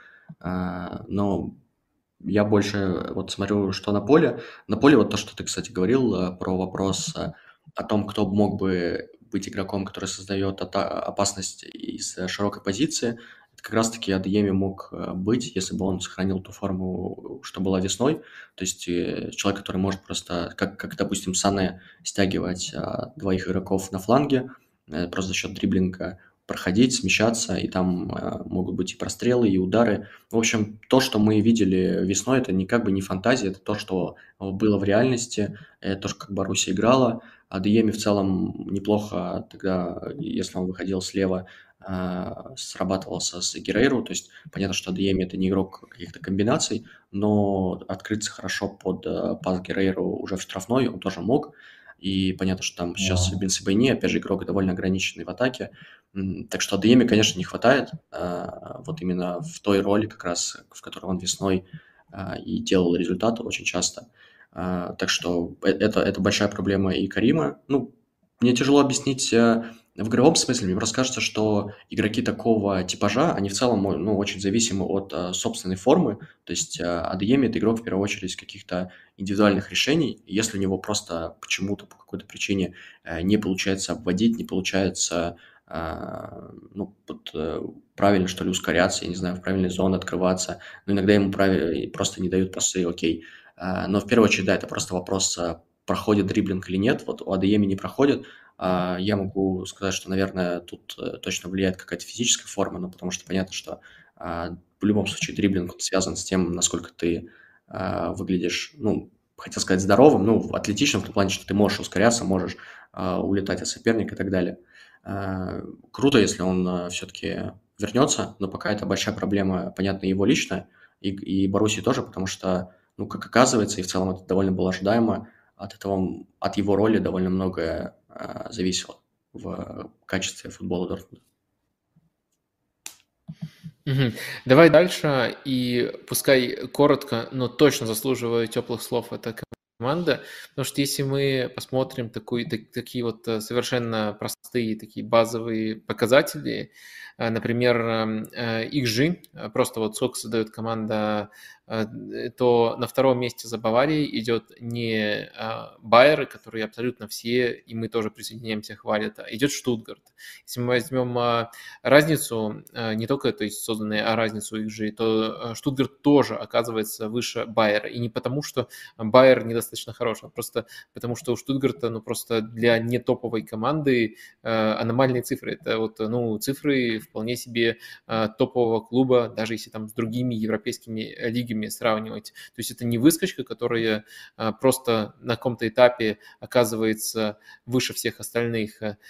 но я больше вот смотрю, что на поле. На поле вот то, что ты, кстати, говорил про вопрос о том, кто мог бы быть игроком, который создает опасность из широкой позиции. Это как раз-таки Адейеми мог быть, если бы он сохранил ту форму, что была весной. То есть человек, который может просто, как, как допустим, Сане, стягивать двоих игроков на фланге, просто за счет дриблинга проходить, смещаться, и там э, могут быть и прострелы, и удары. В общем, то, что мы видели весной, это не как бы не фантазия, это то, что было в реальности, это то, что как Боруссия играла. Адейеми в целом неплохо тогда, если он выходил слева, э, срабатывался с Геррейру, то есть понятно, что Адейеми это не игрок каких-то комбинаций, но открыться хорошо под э, пас Геррейру уже в штрафной он тоже мог. И понятно, что там сейчас Бен Себайни, опять же, игрок довольно ограниченный в атаке. Так что Адейеми, конечно, не хватает. Вот именно в той роли, как раз, в которой он весной и делал результаты очень часто. Так что это, это большая проблема и Карима. Ну, мне тяжело объяснить в игровом смысле. Мне просто кажется, что игроки такого типажа, они в целом ну, очень зависимы от uh, собственной формы. То есть uh, Адейеми – это игрок в первую очередь каких-то индивидуальных решений. И если у него просто почему-то, по какой-то причине uh, не получается обводить, не получается uh, ну, под, uh, правильно, что ли, ускоряться, я не знаю, в правильной зоне открываться, но иногда ему правильно, просто не дают пасы, окей. Uh, но в первую очередь, да, это просто вопрос, uh, проходит дриблинг или нет. Вот у Адейеми не проходит. Я могу сказать, что, наверное, тут точно влияет какая-то физическая форма, ну, потому что понятно, что в любом случае дриблинг связан с тем, насколько ты выглядишь, ну, хотел сказать здоровым, ну, атлетичным в том плане, что ты можешь ускоряться, можешь улетать от соперника и так далее. Круто, если он все-таки вернется, но пока это большая проблема, понятно, его личная, и, и Боруссии тоже, потому что, ну, как оказывается, и в целом это довольно было ожидаемо, от этого, от его роли довольно многое а, зависело в качестве футбола Дортмунда.
Угу. Давай дальше, и пускай коротко, но точно заслуживаю теплых слов, это команда, потому что если мы посмотрим такую, так- такие вот э, совершенно простые, такие базовые показатели, э, например, эм, э, икс джи, э, просто вот сколько создает команда, э, то на втором месте за Баварией идет не э, Байер, которые абсолютно все, и мы тоже присоединяемся, хвалят, а идет Штутгарт. Если мы возьмем э, разницу, э, не только, то есть созданные, а разницу икс джи, то э, Штутгарт тоже оказывается выше Байера. И не потому, что Байер недостаточно хорош, а просто потому, что у Штутгарта, ну, просто для не топовой команды э, аномальные цифры. Это вот, ну, цифры вполне себе э, топового клуба, даже если там с другими европейскими лигами сравнивать. То есть это не выскочка, которая э, просто на каком-то этапе оказывается выше всех остальных. Э,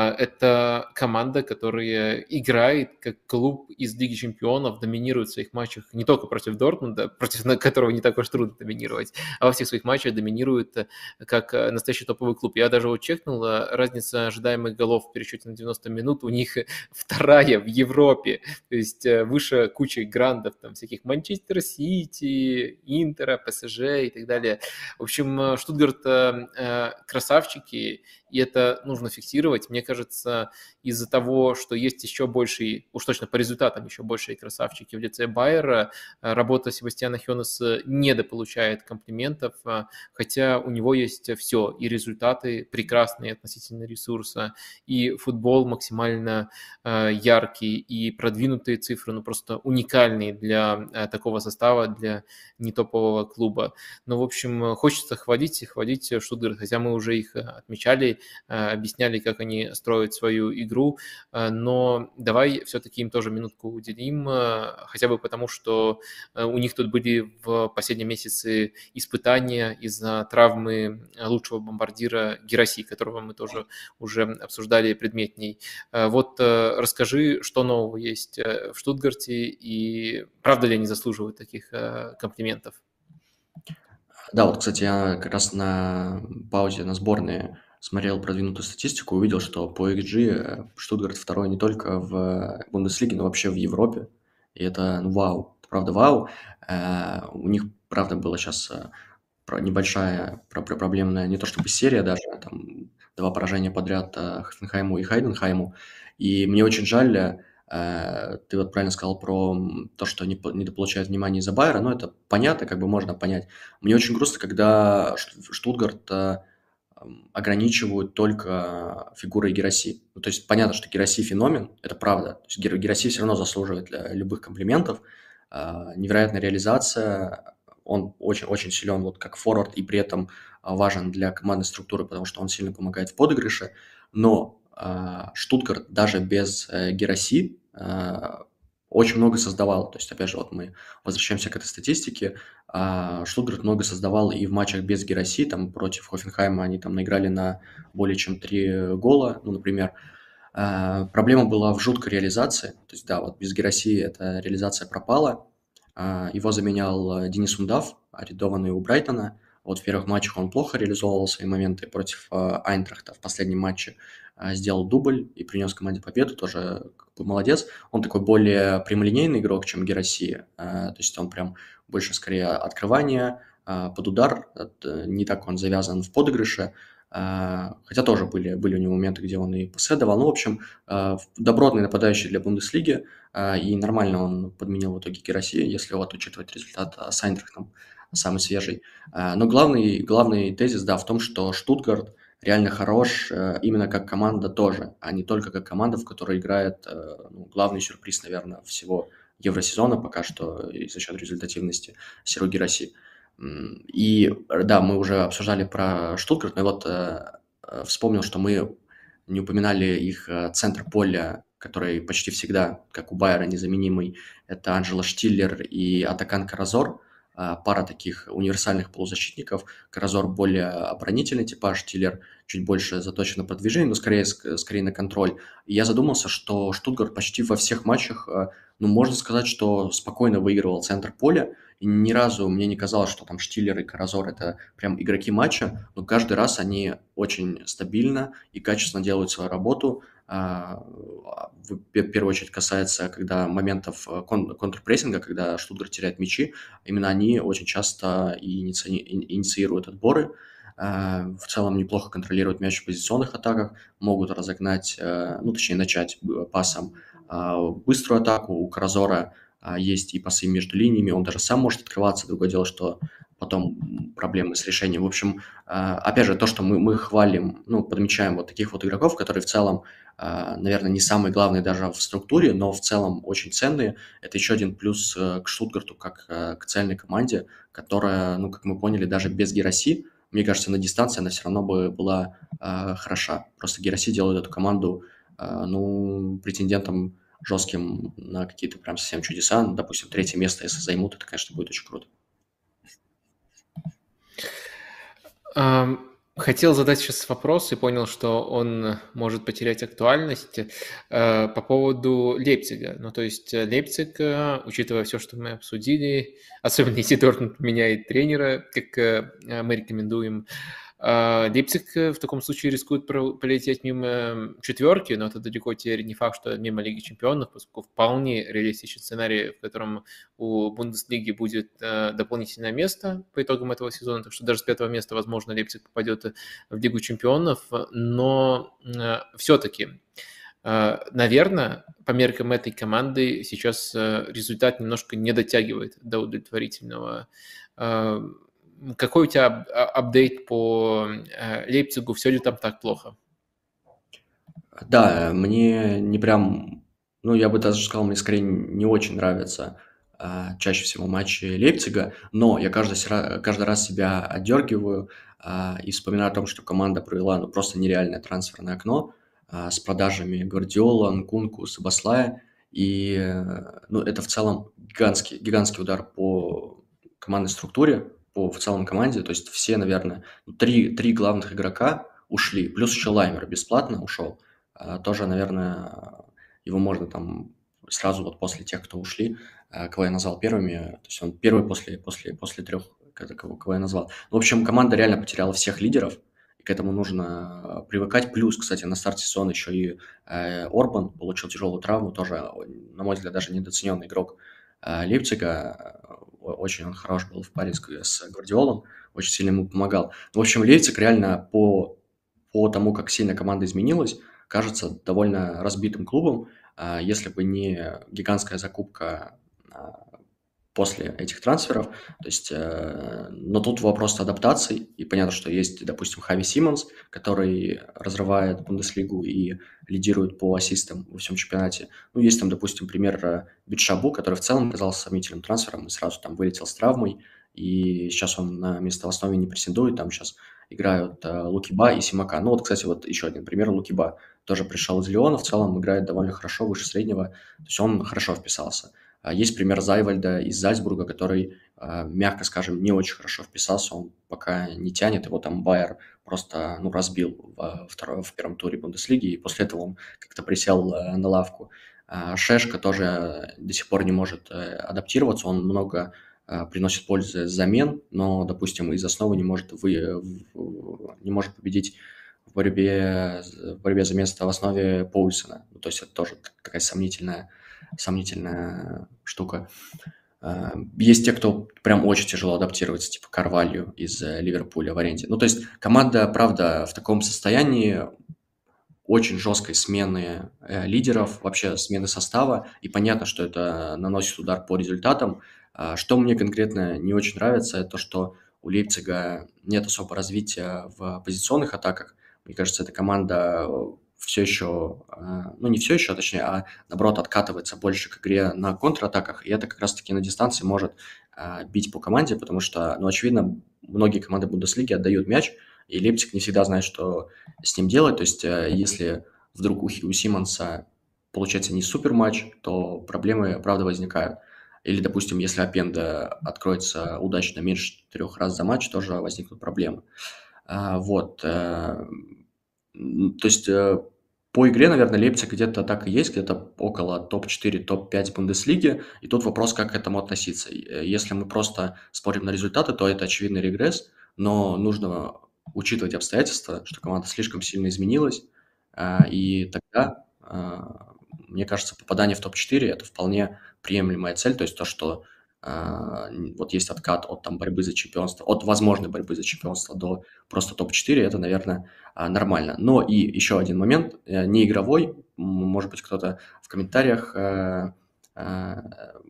Это команда, которая играет как клуб из Лиги Чемпионов, доминирует в своих матчах не только против Дортмунда, против которого не так уж трудно доминировать, а во всех своих матчах доминирует э, как э, настоящий топовый клуб. Я даже вот чекнул, э, разница ожидаемых голов в пересчете на девяносто минут у них вторая в Европе, то есть э, выше кучи грандов, там всяких Манчестер Сити, Интера, ПСЖ и так далее. В общем, э, Штутгарт э, э, красавчики, и это нужно фиксировать. Мне кажется, из-за того, что есть еще больший, уж точно по результатам еще большие красавчики в лице Байера, э, работа Себастьяна Хёнеса недополучает комплиментов, э, хотя у него есть все, и результаты прекрасные относительно ресурса, и футбол максимально э, яркий, и продвинутые цифры, ну просто уникальные для э, такого состава, для нетопового клуба. Ну, в общем, хочется хвалить и хвалить Штутгарт, хотя мы уже их э, отмечали, э, объясняли, как они строят свою игру, э, но давай все-таки им тоже минутку уделим, э, хотя бы потому, что э, у них тут были в последнем месяце испытания из-за травмы лучшего бомбардира Гераси, которого мы тоже уже обсуждали предметней. Э, Вот э, расскажи, что нового есть э, в Штутгарте и правда ли они заслуживают таких э, комплиментов?
Да, вот, кстати, я как раз на паузе на сборные смотрел продвинутую статистику, увидел, что по икс джи э, Штутгарт второй не только в Бундеслиге, но вообще в Европе. И это, ну, вау, это правда вау. Э, У них, правда, была сейчас небольшая про- про- проблемная, не то чтобы серия даже, а там два поражения подряд э, Хофенхайму и Хайденхайму. И мне очень жаль, э, ты вот правильно сказал про м, то, что не по- недополучают внимания из-за Байера, но это понятно, как бы можно понять. Мне очень грустно, когда Ш- Штутгарт э, м, ограничивают только фигурой Гераси. Ну, то есть понятно, что Гераси феномен, это правда. То есть Гер- Гераси все равно заслуживает для любых комплиментов. А, Невероятная реализация, он очень-очень силен вот как форвард и при этом а, важен для командной структуры, потому что он сильно помогает в подыгрыше. Но а, Штутгарт даже без э, Гераси а, очень много создавал. То есть, опять же, вот мы возвращаемся к этой статистике. А, Штутгарт много создавал и в матчах без Гераси, там против Хофенхайма они там наиграли на более чем три гола, ну, например. А, Проблема была в жуткой реализации, то есть, да, вот без Гераси эта реализация пропала. А, Его заменял э, Денис Ундав, арендованный у Брайтона. Вот в первых матчах он плохо реализовывал свои моменты против э, Айнтрахта. В последнем матче э, сделал дубль и принес команде победу, тоже как бы молодец. Он такой более прямолинейный игрок, чем Гераси, э, то есть он прям больше скорее открывание э, под удар, это не так он завязан в подыгрыше, э, хотя тоже были, были у него моменты, где он и пасы давал. Ну, в общем, э, добротный нападающий для Бундеслиги, а, и нормально он подменил в итоге Гераси, если вот учитывать результат а, с Айнтрахтом, самый свежий. А, Но главный, главный тезис, да, в том, что Штутгарт реально хорош э, именно как команда тоже, а не только как команда, в которой играет э, ну, главный сюрприз, наверное, всего евросезона пока что и за счет результативности Серу Гераси. М, И э, да, мы уже обсуждали про Штутгарт, но я вот э, э, вспомнил, что мы не упоминали их э, центр поля, который почти всегда, как у Байера, незаменимый. Это Анджело Штиллер и Атакан Каразор. А, Пара таких универсальных полузащитников. Каразор более оборонительный типаж, Штиллер чуть больше заточен на продвижение, но скорее, ск- скорее на контроль. И я задумался, что Штутгарт почти во всех матчах, э, ну, можно сказать, что спокойно выигрывал центр поля, и ни разу мне не казалось, что там Штиллер и Каразор – это прям игроки матча, но каждый раз они очень стабильно и качественно делают свою работу. а, в пе- первую очередь касается, когда моментов э, кон- контрпрессинга, когда Штутгарт теряет мячи, именно они очень часто и иници- и- инициируют отборы, а, в целом неплохо контролируют мяч в позиционных атаках, могут разогнать, э, ну, точнее, начать б- пасом а, быструю атаку. У Каразора а, есть и пасы между линиями, он даже сам может открываться. Другое дело, что потом проблемы с решением. В общем, а, опять же, то, что мы, мы хвалим, ну, подмечаем вот таких вот игроков, которые в целом, а, наверное, не самые главные даже в структуре, но в целом очень ценные. Это еще один плюс э, к Штутгарту, как э, к цельной команде, которая, ну, как мы поняли, даже без Гераси, мне кажется, на дистанции она все равно бы была э, хороша. Просто Гераси делает эту команду, э, ну, претендентом жестким на какие-то прям совсем чудеса. Ну, допустим, третье место, если займут, это, конечно, будет очень круто.
Ам, Хотел задать сейчас вопрос и понял, что он может потерять актуальность э, по поводу Лейпцига. Ну, то есть э, Лейпциг, э, учитывая все, что мы обсудили, особенно если Дортмунд меняет тренера, как э, мы рекомендуем, а, Лейпциг э, в таком случае рискует про- пролететь мимо четверки, но это далеко теперь не факт, что мимо Лиги Чемпионов, поскольку вполне реалистичный сценарий, в котором у Бундеслиги будет э, дополнительное место по итогам этого сезона, так что даже с пятого места, возможно, Лейпциг попадет э, в Лигу Чемпионов, но э, все-таки, э, наверное, по меркам этой команды сейчас э, результат немножко не дотягивает до удовлетворительного. Э, Какой у тебя ап- а- апдейт по э, Лейпцигу? Все ли там так плохо?
Да, мне не прям, ну, я бы даже сказал, мне скорее не очень нравятся а, чаще всего матчи Лейпцига, но я каждый, сера- каждый раз себя отдергиваю а, и вспоминаю о том, что команда провела ну, просто нереальное трансферное окно а, с продажами Гвардиола, Нкунку, Сабаслая, и э, ну, это в целом гигантский, гигантский удар по командной структуре, по в целом команде, то есть все, наверное, ну, три, три главных игрока ушли, плюс еще Лаймер бесплатно ушел. А, тоже, наверное, его можно там сразу вот после тех, кто ушли, а, кого я назвал первыми, то есть он первый после, после, после трех, кого, кого я назвал. Ну, в общем, команда реально потеряла всех лидеров, и к этому нужно а, привыкать. Плюс, кстати, на старте сезона еще и э, Орбан получил тяжелую травму, тоже, на мой взгляд, даже недооцененный игрок э, Лейпцига. О- Очень он хорош был в паре с, с Гвардиолом, очень сильно ему помогал. В общем, Лейпциг реально по, по тому, как сильно команда изменилась, кажется довольно разбитым клубом. А, Если бы не гигантская закупка а, после этих трансферов, то есть, э, но тут вопрос адаптации, и понятно, что есть, допустим, Хави Симмонс, который разрывает Бундеслигу и лидирует по ассистам во всем чемпионате. Ну, есть там, допустим, пример э, Битшабу, который в целом оказался сомнительным трансфером и сразу там вылетел с травмой, и сейчас он на место в основе не претендует, там сейчас играют э, Лукиба и Симака. Ну вот, кстати, вот еще один пример Лукиба, тоже пришел из Лиона, в целом играет довольно хорошо, выше среднего, то есть он хорошо вписался. А Есть пример Зайвальда из Зальцбурга, который, а, мягко скажем, не очень хорошо вписался, он пока не тянет, его там Байер просто ну, разбил в, второй, в первом туре Бундеслиги, и после этого он как-то присел э, на лавку. А Шешко тоже до сих пор не может э, адаптироваться, он много э, приносит пользы с замен, но, допустим, из основы не может, вы, в- не может победить в борьбе, в борьбе за место в основе Поульсона. Ну, то есть это тоже такая сомнительная сомнительная штука. А, Есть те, кто прям очень тяжело адаптируется, типа Карвалью из э, Ливерпуля в аренде. Ну, то есть команда, правда, в таком состоянии очень жесткой смены э, лидеров, вообще смены состава, и понятно, что это наносит удар по результатам. А, Что мне конкретно не очень нравится, это то, что у Лейпцига нет особо развития в позиционных атаках. Мне кажется, эта команда все еще, а, ну не все еще, точнее, а наоборот откатывается больше к игре на контратаках, и это как раз-таки на дистанции может а, бить по команде, потому что, ну, очевидно, многие команды Бундеслиги отдают мяч, и Лейпциг не всегда знает, что с ним делать. То есть, э, если вдруг у, Хи- у Симмонса получается не супер матч, то проблемы, правда, возникают. Или, допустим, если Апенда откроется удачно меньше трех раз за матч, тоже возникнут проблемы. А, вот. э, м, То есть, э, по игре, наверное, Лейпциг где-то так и есть, где-то около топ четыре, топ пять Бундеслиги. И тут вопрос, как к этому относиться. И, э, Если мы просто смотрим на результаты, то это очевидный регресс, но нужно учитывать обстоятельства, что команда слишком сильно изменилась, а, и да, а, мне кажется, попадание в топ четыре – это вполне приемлемая цель. То есть то, что а, н- вот есть откат от там, борьбы за чемпионство, от возможной борьбы за чемпионство до просто топ четыре, это, наверное, а, нормально. Но и еще один момент, э, не игровой, м, может быть, кто-то в комментариях э, э,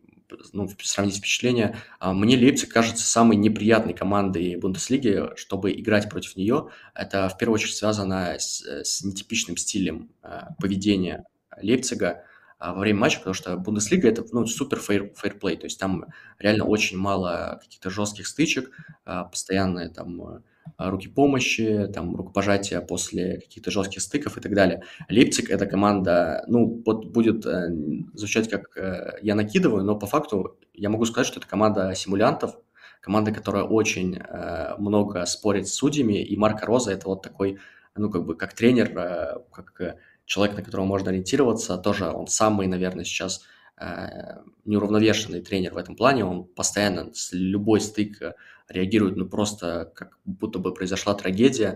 ну, сравнить впечатления. А, Мне Лейпциг кажется самой неприятной командой Бундеслиги, чтобы играть против нее. Это в первую очередь связано с, с нетипичным стилем э, поведения Лейпцига а, во время матча, потому что Бундеслига это ну, супер фейр, фейрплей, то есть там реально очень мало каких-то жестких стычек, а, постоянные там э, руки помощи, там рукопожатия после каких-то жестких стыков и так далее. Лейпциг – это команда, ну, вот будет э, звучать как э, я накидываю, но по факту я могу сказать, что это команда симулянтов, команда, которая очень э, много спорит с судьями, и Марко Роза – это вот такой, ну, как бы, как тренер, э, как э, человек, на которого можно ориентироваться, тоже он самый, наверное, сейчас э, неуравновешенный тренер в этом плане, он постоянно с любой стык э, реагирует, ну, просто как будто бы произошла трагедия,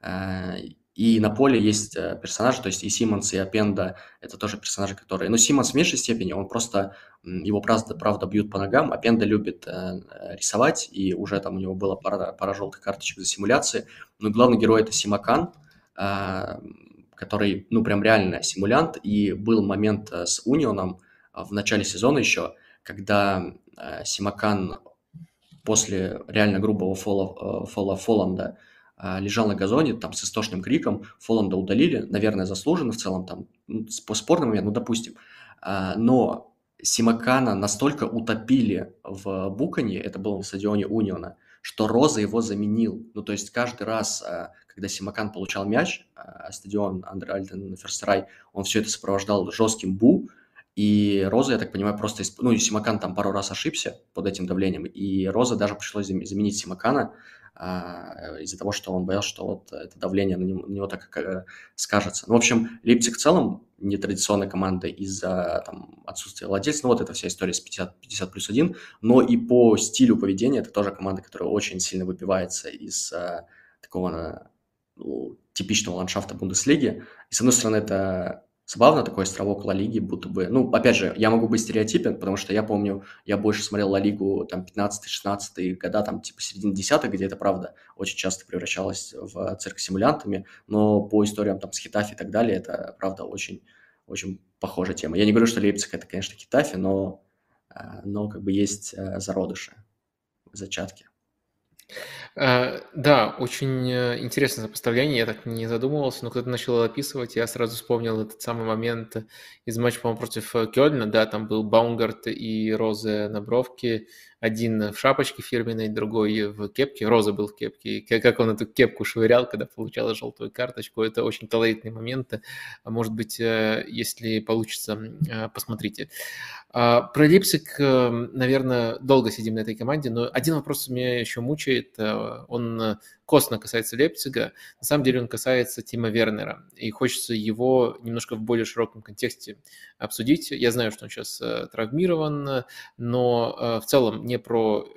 э, и на поле есть э, персонажи, то есть и Симмонс, и Апенда – это тоже персонажи, которые… Ну, Симмонс в меньшей степени, он просто… м, Его правда, правда бьют по ногам, Апенда любит э, э, рисовать, и уже там у него было пара, пара желтых карточек за симуляции. Но главный герой – это Симакан, э, который, ну, прям реально симулянт. И был момент э, с Унионом э, в начале сезона еще, когда э, Симакан после реально грубого фола, э, фола Фоланда э, лежал на газоне, там, с истошным криком, Фоланда удалили, наверное, заслуженно в целом, там, ну, с- спорный момент, ну, допустим. А, но Симакана настолько утопили в Букане, это было на стадионе Униона, что Роза его заменил. Ну, то есть каждый раз, а, когда Симакан получал мяч, а, стадион Андре Альтен Ферстерай, он все это сопровождал жестким бу, и Роза, я так понимаю, просто… исп- Ну, и Симакан там пару раз ошибся под этим давлением, и Роза даже пришлось зам- заменить Симакана а, из-за того, что он боялся, что вот это давление на него, на него так э, скажется. Ну, в общем, Лейпциг в целом нетрадиционная команда из-за там, отсутствия владельца. Ну, вот эта вся история с пятьдесят, пятьдесят плюс один. Но и по стилю поведения это тоже команда, которая очень сильно выбивается из а, такого а, ну, типичного ландшафта Бундеслиги. И, с одной стороны, это забавно, такой островок Ла Лиги, будто бы… Ну, опять же, я могу быть стереотипен, потому что я помню, я больше смотрел Ла Лигу там пятнадцатый-шестнадцатый года, там типа середины десятых, где это, правда, очень часто превращалось в цирк с симулянтами, но по историям там с Хетафи и так далее, это, правда, очень, очень похожая тема. Я не говорю, что Лейпциг – это, конечно, Хетафи, но, а, но как бы есть а, зародыши, зачатки.
А, Да, очень э, интересное сопоставление, я так не задумывался, но когда ты начал описывать, я сразу вспомнил этот самый момент из матча, по-моему, против э, Кёльна, да, там был Баумгарт и Розе на бровке, один в шапочке фирменной, другой в кепке, Роза был в кепке, и как как он эту кепку швырял, когда получал желтую карточку, это очень колоритные моменты, а может быть, э, если получится, м, э, посмотрите. А, Про Липсик, наверное, долго сидим на этой команде, но один вопрос меня еще мучает. э, Он э, косвенно касается Лейпцига. На самом деле он касается Тима Вернера. И хочется его немножко в более широком контексте обсудить. Я знаю, что он сейчас э, травмирован, э, но э, в целом не про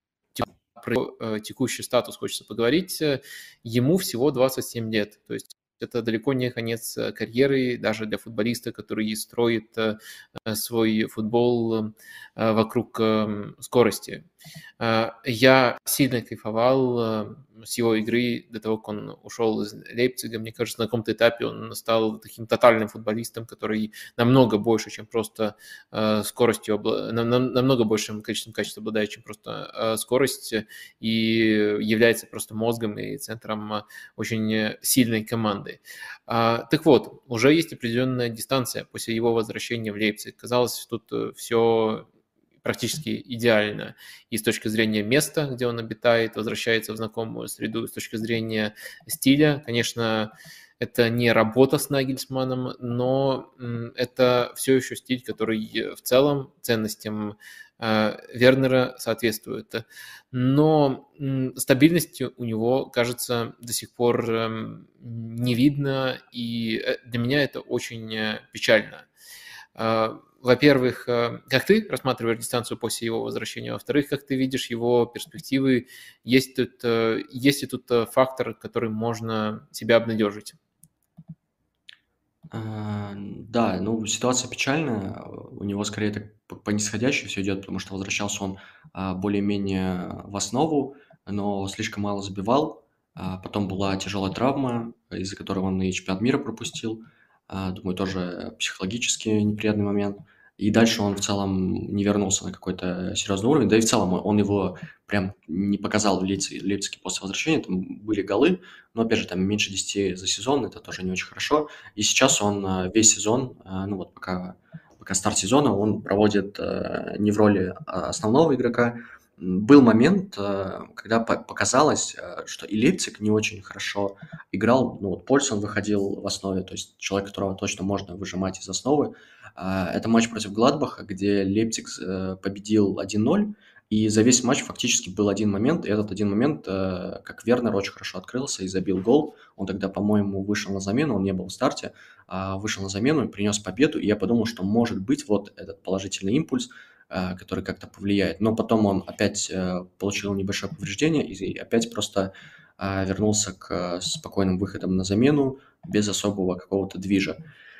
про э, текущий статус хочется поговорить. Э, Ему всего двадцать семь лет, то есть это далеко не конец э, карьеры, даже для футболиста, который строит э, э, свой футбол э, вокруг э, скорости. Э, Я сильно кайфовал э, с его игры до того, как он ушел из Лейпцига. Мне кажется, на каком-то этапе он стал таким тотальным футболистом, который намного больше, чем просто э, скоростью, обла- нам- нам- намного большим количеством качеств обладает, чем просто э, скорость, и является просто мозгом и центром э, очень э, сильной команды. А, Так вот, уже есть определенная дистанция после его возвращения в Лейпциг. Казалось, тут все практически идеально и с точки зрения места, где он обитает, возвращается в знакомую среду, и с точки зрения стиля. Конечно, это не работа с Нагельсманом, но м, это все еще стиль, который в целом ценностям э, Вернера соответствует. Но м, стабильности у него, кажется, до сих пор эм, не видно, и э, для меня это очень э, печально. А, Во-первых, э, как ты рассматриваешь дистанцию после его возвращения? Во-вторых, как ты видишь его перспективы? Есть тут, э, есть ли тут э, фактор, который можно себя обнадежить?
А, Да, ну, ситуация печальная. У него скорее так по по нисходящей все идет, потому что возвращался он а, более-менее в основу, но слишком мало забивал. А, Потом была тяжелая травма, из-за которой он и чемпионат мира пропустил. А, Думаю, тоже психологически неприятный момент. И дальше он в целом не вернулся на какой-то серьезный уровень. Да и в целом он его прям не показал в Лейпци- Лейпциге после возвращения. Там были голы, но, опять же, там меньше десяти за сезон, это тоже не очень хорошо. И сейчас он э, весь сезон, э, ну вот пока, пока старт сезона, он проводит э, не в роли а, основного игрока. М, Был момент, э, когда по- показалось, э, что и Лейпциг не очень хорошо играл. Ну вот Польсон выходил в основе, то есть человек, которого точно можно выжимать из основы. А, Это матч против Гладбаха, где Лейпциг э, победил один ноль, и за весь матч фактически был один момент, и этот один момент, э, как Вернер очень хорошо открылся и забил гол. Он тогда, по-моему, вышел на замену, он не был в старте, а вышел на замену и принес победу. И я подумал, что может быть вот этот положительный импульс, э, который как-то повлияет. Но потом он опять э, получил небольшое повреждение и опять просто э, вернулся к э, спокойным выходам на замену без особого какого-то движа.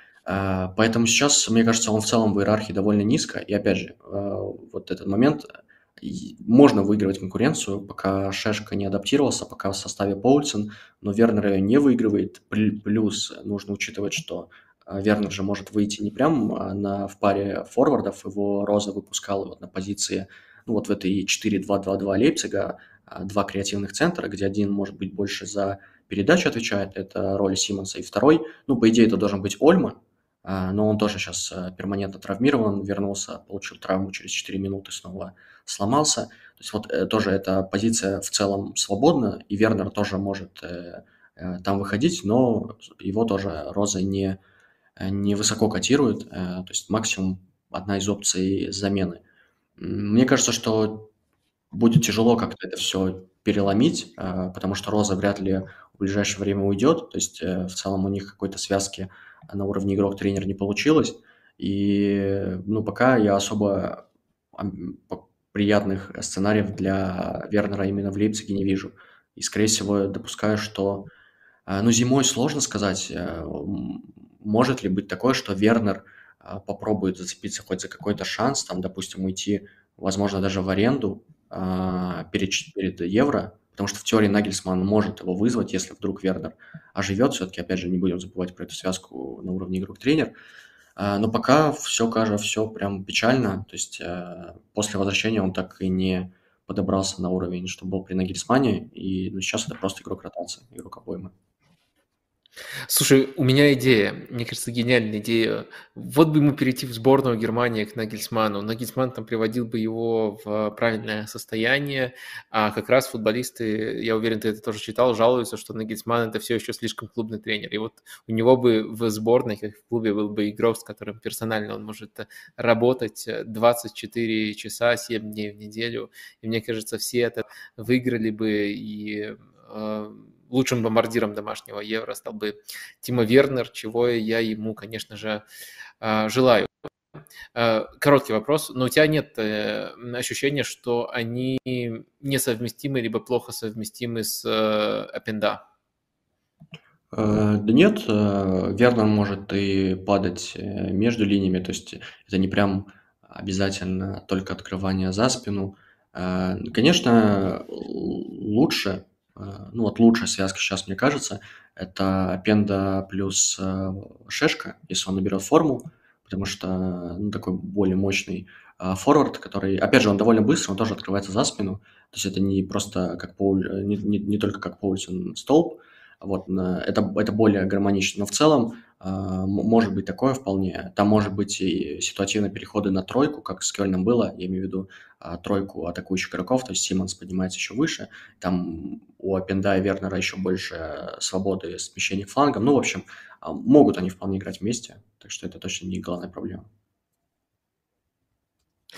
А, Поэтому сейчас, мне кажется, он в целом в иерархии довольно низко. И опять же, э, вот этот момент, и можно выигрывать конкуренцию, пока Шешко не адаптировался, пока в составе Поульсен, но Вернер ее не выигрывает. Плю- Плюс нужно учитывать, что э, Вернер же может выйти не прям а, на, в паре форвардов, его Роза выпускал вот на позиции, ну вот в этой четыре два два два Лейпцига, а, два креативных центра, где один может быть больше за передачу отвечает, это роль Симонса, и второй, ну, по идее, это должен быть Ольма, а, но он тоже сейчас перманентно травмирован, вернулся, получил травму через четыре минуты, снова сломался. То есть вот э, тоже эта позиция в целом свободна, и Вернер тоже может э, э, там выходить, но его тоже Роза не, э, не высоко котирует, э, то есть максимум одна из опций замены. М, Мне кажется, что будет тяжело как-то это все переломить, а, потому что Роза вряд ли в ближайшее время уйдет. То есть, э, в целом у них какой-то связки на уровне игрок-тренер не получилось. И, ну, пока я особо ам, п приятных сценариев для Вернера именно в Лейпциге не вижу. И, скорее всего, допускаю, что, а, ну, зимой сложно сказать, э, м, может ли быть такое, что Вернер а, попробует зацепиться хоть за какой-то шанс, там, допустим, уйти, возможно, даже в аренду а, перед, ч- перед Евро, потому что в теории Нагельсман может его вызвать, если вдруг Вернер оживет, все-таки, опять же, не будем забывать про эту связку на уровне игрок-тренер. А, но пока все, кажется, все прям печально, то есть э, после возвращения он так и не подобрался на уровень, что был при Нагельсмане, и ну, сейчас это просто игрок ротации, игрок обоймы.
Слушай, у меня идея, мне кажется, гениальная идея. Вот бы ему перейти в сборную Германии к Нагельсману. Нагельсман там приводил бы его в правильное состояние, а как раз футболисты, я уверен, ты это тоже читал, жалуются, что Нагельсман это все еще слишком клубный тренер. И вот у него бы в сборной, как в клубе, был бы игрок, с которым персонально он может работать двадцать четыре часа, семь дней в неделю. И мне кажется, все это выиграли бы, и э, лучшим бомбардиром домашнего Евро стал бы Тимо Вернер, чего я ему, конечно же, а, желаю. А, Короткий вопрос, но у тебя нет э, ощущения, что они несовместимы либо плохо совместимы с э, Опенда?
Э, да нет, э, Вернер может и падать э, между линиями, то есть это не прям обязательно только открывание за спину. Э, Конечно, л- лучше, э, ну вот лучшая связка сейчас, мне кажется, это Пенда плюс э, Шешка, если он наберет форму, потому что ну, такой более мощный э, форвард, который, опять же, он довольно быстро, он тоже открывается за спину, то есть это не просто как Пауль, э, не, не- не только как Паульсон столб, вот, на- это, это более гармонично. Но в целом а, м- может быть такое вполне. Там может быть и ситуативные переходы на тройку, как с Кёльном было. Я имею в виду а, тройку атакующих игроков, то есть Симмонс поднимается еще выше. Там у Опенда и Вернера еще больше свободы смещения к флангам. Ну, в общем, а, могут они вполне играть вместе. Так что это точно не главная проблема.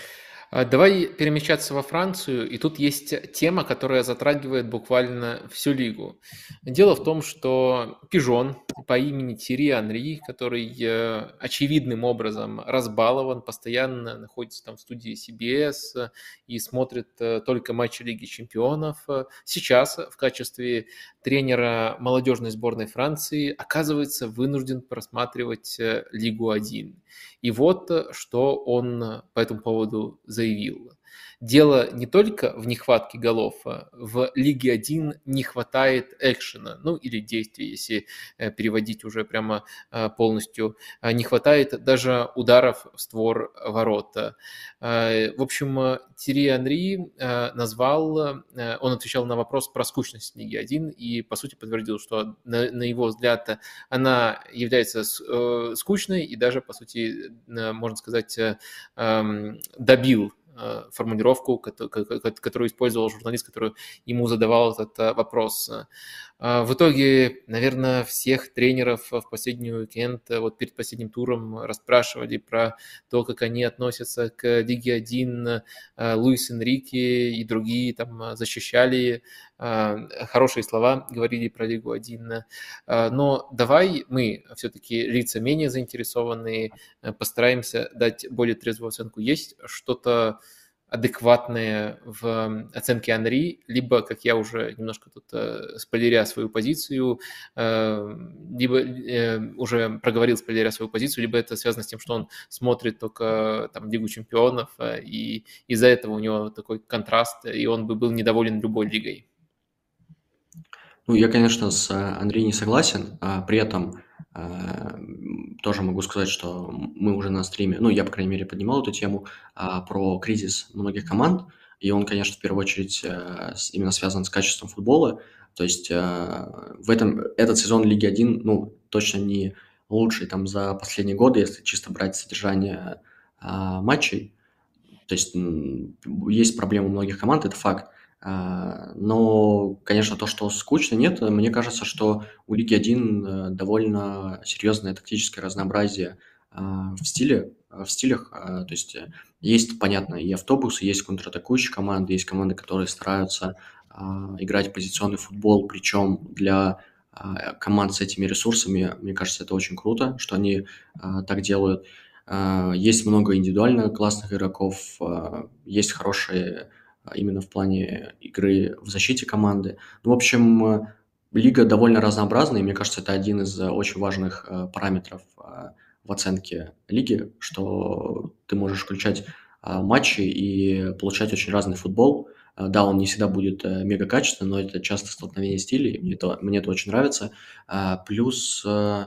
А, Давай перемещаться во Францию, и тут есть тема, которая затрагивает буквально всю лигу. Дело в том, что пижон по имени Тири Анри, который э, очевидным образом разбалован, постоянно находится там в студии си би эс э, и смотрит э, только матчи Лиги Чемпионов, э, сейчас в качестве тренера молодежной сборной Франции оказывается вынужден просматривать э, Лигу один. И вот э, что он э, по этому поводу заявил. Дело не только в нехватке голов, а в Лиге один не хватает экшена, ну или действий, если э, переводить уже прямо э, полностью. А Не хватает даже ударов в створ ворота. Э, В общем, э, Тири Анри э, назвал, э, он отвечал на вопрос про скучность Лиги один и, по сути, подтвердил, что на, на его взгляд она является с- э, скучной и даже, по сути, э, можно сказать, э, эм, добил э, формулировку, кото- ко- ко- которую использовал журналист, который ему задавал этот э, вопрос. А, В итоге, наверное, всех тренеров в последний уикенд, э, вот перед последним туром расспрашивали про то, как они относятся к Лиге один, э, Луис Энрике и другие там э, защищали, э, хорошие слова говорили про Лигу один. Э, Но давай мы все-таки лица менее заинтересованные, э, постараемся дать более трезвую оценку. Есть что-то адекватное в оценке Анри, либо, как я уже немножко тут э, спойлеря свою позицию, э, либо э, уже проговорил спойлеря свою позицию, либо это связано с тем, что он смотрит только там Лигу Чемпионов, э, и из-за этого у него такой контраст, и он бы был недоволен любой лигой.
Ну, я, конечно, с э, Андреем не согласен. а, При этом э, м, тоже могу сказать, что мы уже на стриме, ну, я, по крайней мере, поднимал эту тему а, про кризис многих команд, и он, конечно, в первую очередь э, с- именно связан с качеством футбола. То есть э, в этом, этот сезон Лиги один, ну, точно не лучший там за последние годы, если чисто брать содержание а, матчей. То есть м, есть проблемы у многих команд, это факт. А, Но, конечно, то, что скучно, нет. Мне кажется, что у Лиги один э, довольно серьезное тактическое разнообразие а, в стиле, а, в стилях. А, То есть э, есть, понятно, и автобусы, есть контратакующие команды, есть команды, которые стараются а, играть позиционный футбол, причем для а, команд с этими ресурсами, мне кажется, это очень круто, что они а, так делают. А, Есть много индивидуально классных игроков, а, есть хорошие а, именно в плане игры в защите команды. Ну, в общем, э, лига довольно разнообразная, и мне кажется, это один из э, очень важных э, параметров а, в оценке лиги, что ты можешь включать а, матчи и получать очень разный футбол. А, Да, он не всегда будет э, мега качественный, но это часто столкновение стилей, мне это, мне это очень нравится. А, Плюс э,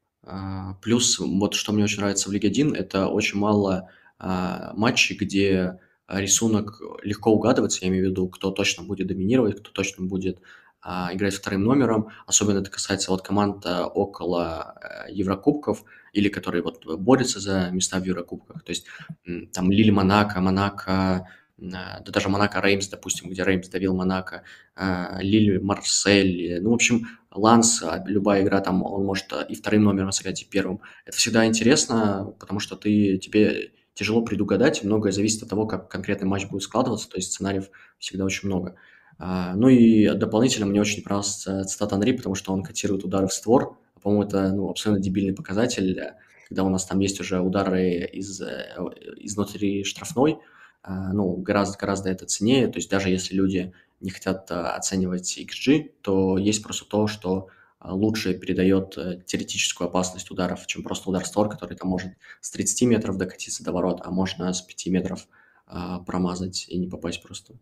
а, Плюс, вот что мне очень нравится в Лиге один, это очень мало а, матчей, где а, рисунок легко угадывается, я имею в виду, кто точно будет доминировать, кто точно будет а, играть вторым номером. Особенно это касается вот команд а, около а, Еврокубков или которые вот борются за места в Еврокубках. То есть м, там Лиль, Монако, Монако, м, а, да даже Монако Реймс, допустим, где Реймс давил Монако, а, Лиль, Марсель. Ну, в общем, Ланс, а, любая игра, там он может а, и вторым номером сыграть, и первым. Это всегда интересно, потому что ты, тебе тяжело предугадать, многое зависит от того, как конкретный матч будет складываться, то есть сценариев всегда очень много. А, ну и дополнительно мне очень понравился цитата Анри, потому что он котирует удары в створ. По-моему, это ну, абсолютно дебильный показатель, э, когда у нас там есть уже удары из, э, изнутри штрафной, а, ну, гораздо, гораздо это ценнее, то есть даже если люди не хотят а, оценивать икс джи, то есть просто то, что а, лучше передает э, теоретическую опасность ударов, чем просто удар в створ, который там может с тридцати метров докатиться до ворот, а можно с пяти метров а, промазать и не попасть просто.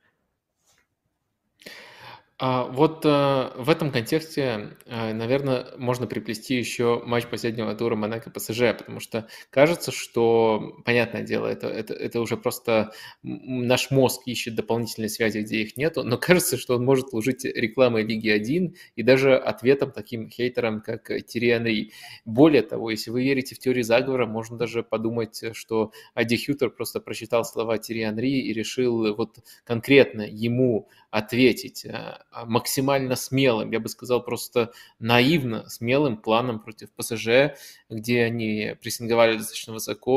А вот, э, в этом контексте, наверное, можно приплести еще матч последнего тура Монако-ПСЖ, потому что кажется, что, понятное дело, это это это уже просто м наш мозг ищет дополнительные связи, где их нету, но кажется, что он может служить рекламой Лиги один и даже ответом таким хейтерам, как Тири Анри. Более того, если вы верите в теорию заговора, можно даже подумать, что Адди Хютер просто прочитал слова Тири Анри и решил вот конкретно ему ответить э, а, максимально смелым, я бы сказал, просто наивно смелым планом против ПСЖ, где они прессинговали достаточно высоко,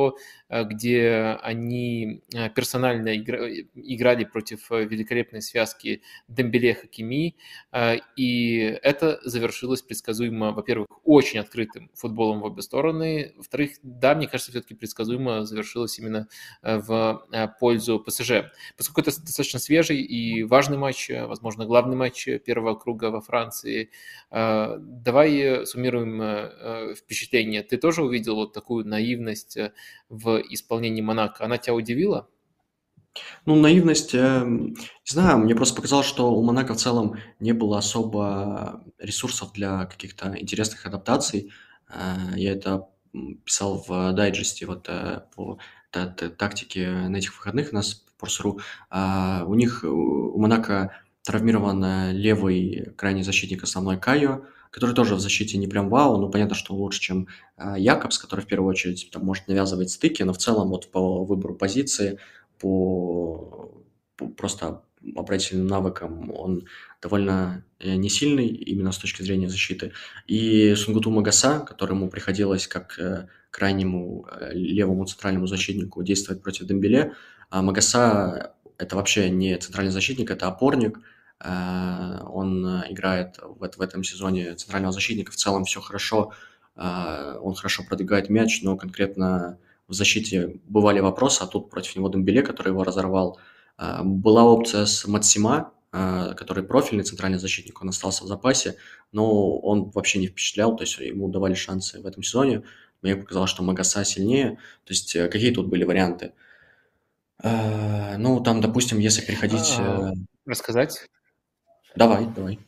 где они персонально играли против великолепной связки Дембеле-Хакими, и это завершилось предсказуемо, во-первых, очень открытым футболом в обе стороны, во-вторых, да, мне кажется, все-таки предсказуемо завершилось именно в пользу ПСЖ. Поскольку это достаточно свежий и важный матч, возможно, главный матч первого круга во Франции, давай суммируем впечатление. Ты тоже увидел вот такую наивность в исполнении Монако? Она тебя удивила?
Ну, наивность, э, не знаю, мне просто показалось, что у Монако в целом не было особо ресурсов для каких-то интересных адаптаций. Э, Я это м, писал в дайджесте вот э, по та- та- тактике на этих выходных у нас в Порс.ру. А, У них, у у Монако травмирован э, левый крайний защитник основной Кайо, который тоже в защите не прям вау, но понятно, что он лучше, чем э, Якобс, который в первую очередь там, может навязывать стыки, но в целом вот по выбору позиции по, по просто оборонительным навыкам он довольно э, не сильный именно с точки зрения защиты. И Сунгуту Магаса, которому приходилось как э, крайнему э, левому центральному защитнику действовать против Дембеле, а Магаса это вообще не центральный защитник, это опорник. Э, Он э, играет в, в этом сезоне центрального защитника. В целом все хорошо. Э, Он хорошо продвигает мяч, но конкретно в защите бывали вопросы, а тут против него Дембеле, который его разорвал. А, Была опция с Матсима, а, который профильный центральный защитник, он остался в запасе, но он вообще не впечатлял, то есть ему давали шансы в этом сезоне. Мне показалось, что Магаса сильнее. То есть э, какие тут были варианты? А, Ну, там, допустим, если переходить...
А,
э,
Рассказать?
Давай, давай.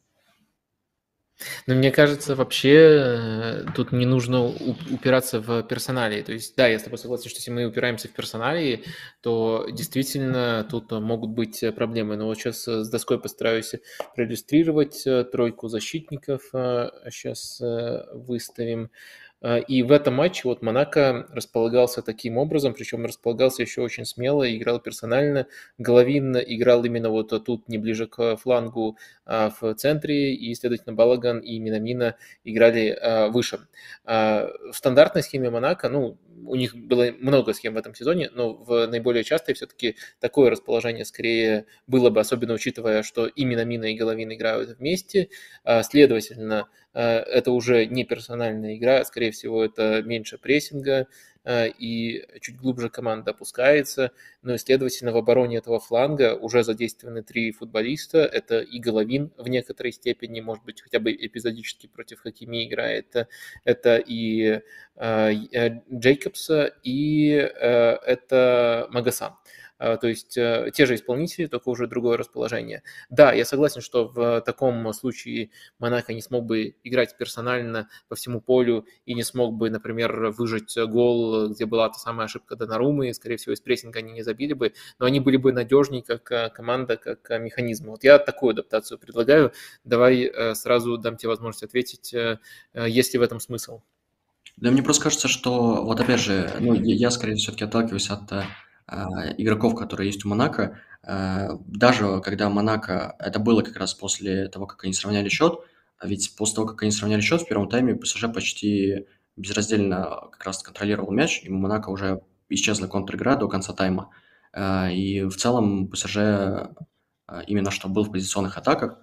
Но мне кажется, вообще э, тут не нужно у- упираться в персоналии. То есть, да, я с тобой согласен, что если мы упираемся в персоналии, то действительно тут могут быть э, проблемы. Но вот сейчас с доской постараюсь проиллюстрировать э, тройку защитников. Сейчас выставим. А, И в этом матче вот Монако располагался таким образом, причем располагался еще очень смело, играл персонально. Головин играл именно вот тут, не ближе к флангу, а в центре, и, следовательно, Балаган и Минамина играли а, выше. А, В стандартной схеме Монако, ну, у них было много схем в этом сезоне, но в наиболее частой все-таки такое расположение скорее было бы, особенно учитывая, что и Минамина, и Головин играют вместе. А, Следовательно, а, это уже не персональная игра, скорее всего, это меньше прессинга, а, и чуть глубже команда опускается, но и, следовательно, в обороне этого фланга уже задействованы три футболиста. Это и Головин в некоторой степени, может быть, хотя бы эпизодически против Хакими играет. Это и э, Джейкобса, и э, это Магаса. А, То есть э, те же исполнители, только уже другое расположение. Да, я согласен, что в таком случае Монако не смог бы играть персонально по всему полю и не смог бы, например, выжать гол, где была та самая ошибка Доннаруммы, скорее всего, из прессинга они не забили бы, но они были бы надежнее как э, команда, как э, механизм. Вот я такую адаптацию предлагаю. Давай э, сразу дам тебе возможность ответить, э, э, есть ли в этом смысл.
Да, мне просто кажется, что вот опять же, ну, я, я скорее все-таки отталкиваюсь от э, а, игроков, которые есть у Монако. Э, даже когда Монако, это было как раз после того, как они сравняли счет, а ведь после того, как они сравняли счет, в первом тайме ПСЖ почти безраздельно как раз контролировал мяч, и у Монако уже исчезла контр-игра до конца тайма. Э, и в целом ПСЖ э, именно что был в позиционных атаках,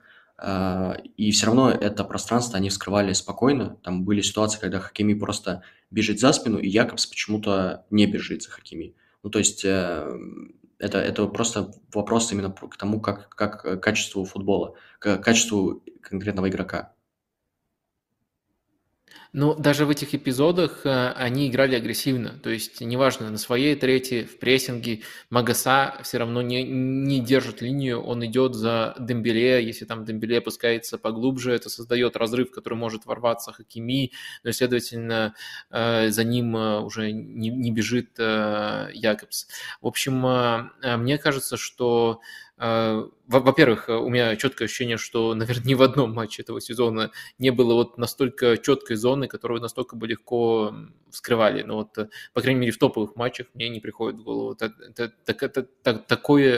а, и все равно это пространство они вскрывали спокойно. Там были ситуации, когда Хакими просто бежит за спину, и Якобс почему-то не бежит за Хакими. Ну, то есть э, это, это просто вопрос именно к тому, как, как э, качеству футбола, к качеству конкретного игрока.
Но даже в этих эпизодах э, они играли агрессивно. То есть, неважно, на своей трети, в прессинге, Магаса все равно не, не держит линию, он идет за Дембеле. Если там Дембеле опускается поглубже, это создает разрыв, который может ворваться Хакими, но, следовательно, э, за ним э, уже не, не бежит э, Якобс. В общем, э, э, мне кажется, что э, во- во-первых, э, у меня четкое ощущение, что, наверное, ни в одном матче этого сезона не было вот настолько четкой зоны, которую настолько бы легко вскрывали. Но вот, э, по крайней мере, в топовых матчах мне не приходит в голову. Это, это, так- это- так- такое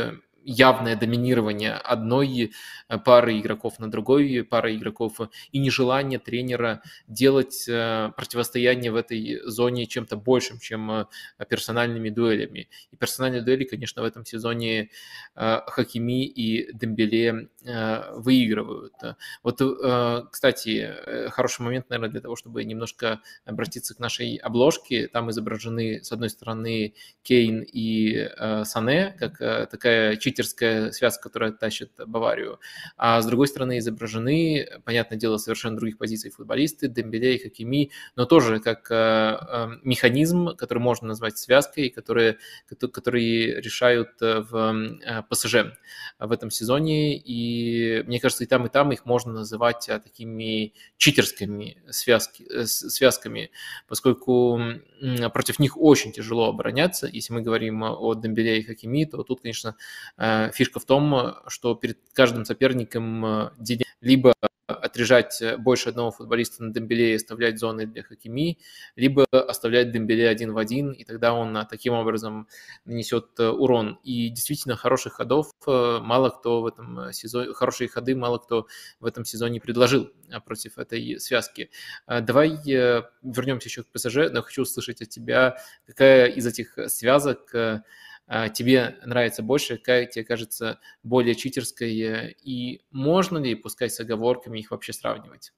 явное доминирование одной пары игроков на другой пары игроков и нежелание тренера делать противостояние в этой зоне чем-то большим, чем персональными дуэлями. И персональные дуэли, конечно, в этом сезоне Хакими и Дембеле выигрывают. Вот, кстати, хороший момент, наверное, для того, чтобы немножко обратиться к нашей обложке. Там изображены, с одной стороны, Кейн и Сане, как такая читерская связка, которая тащит Баварию. А с другой стороны изображены, понятное дело, совершенно других позиций футболисты, Дембеле и Хакими, но тоже как механизм, который можно назвать связкой, которые, которые решают в ПСЖ в этом сезоне. И мне кажется, и там, и там их можно называть такими читерскими связки, связками, поскольку против них очень тяжело обороняться. Если мы говорим о Дембеле и Хакими, то тут, конечно, фишка в том, что перед каждым соперником либо отрежать больше одного футболиста на Дембеле и оставлять зоны для Хакими, либо оставлять Дембеле один в один, и тогда он таким образом нанесет урон. И действительно, хороших ходов мало кто в этом сезоне, хорошие ходы мало кто в этом сезоне предложил против этой связки. Давай вернемся еще к ПСЖ, но хочу услышать от тебя, какая из этих связок тебе нравится больше, какая тебе кажется более читерской, и можно ли, пускай с оговорками, их вообще сравнивать?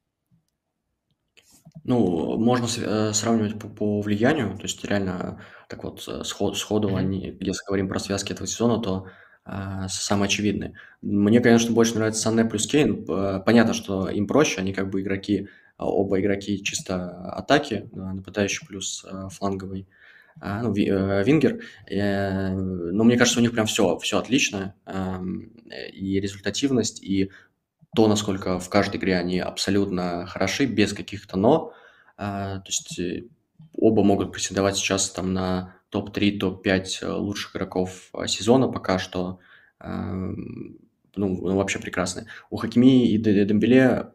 Ну, можно сравнивать по, по влиянию, то есть реально так вот сход, сходу,
Mm-hmm.
они, если говорим про связки этого сезона, то а, самые очевидные. Мне, конечно, больше нравится Санне плюс Кейн. Понятно, что им проще, они как бы игроки, оба игроки чисто атаки, нападающий плюс фланговый, ну, вингер. Но мне кажется, у них прям все, все отлично. И результативность, и то, насколько в каждой игре они абсолютно хороши, без каких-то «но». То есть оба могут претендовать сейчас там на топ три, топ пять лучших игроков сезона пока что. Ну, вообще прекрасные. У Хакими и Дембеле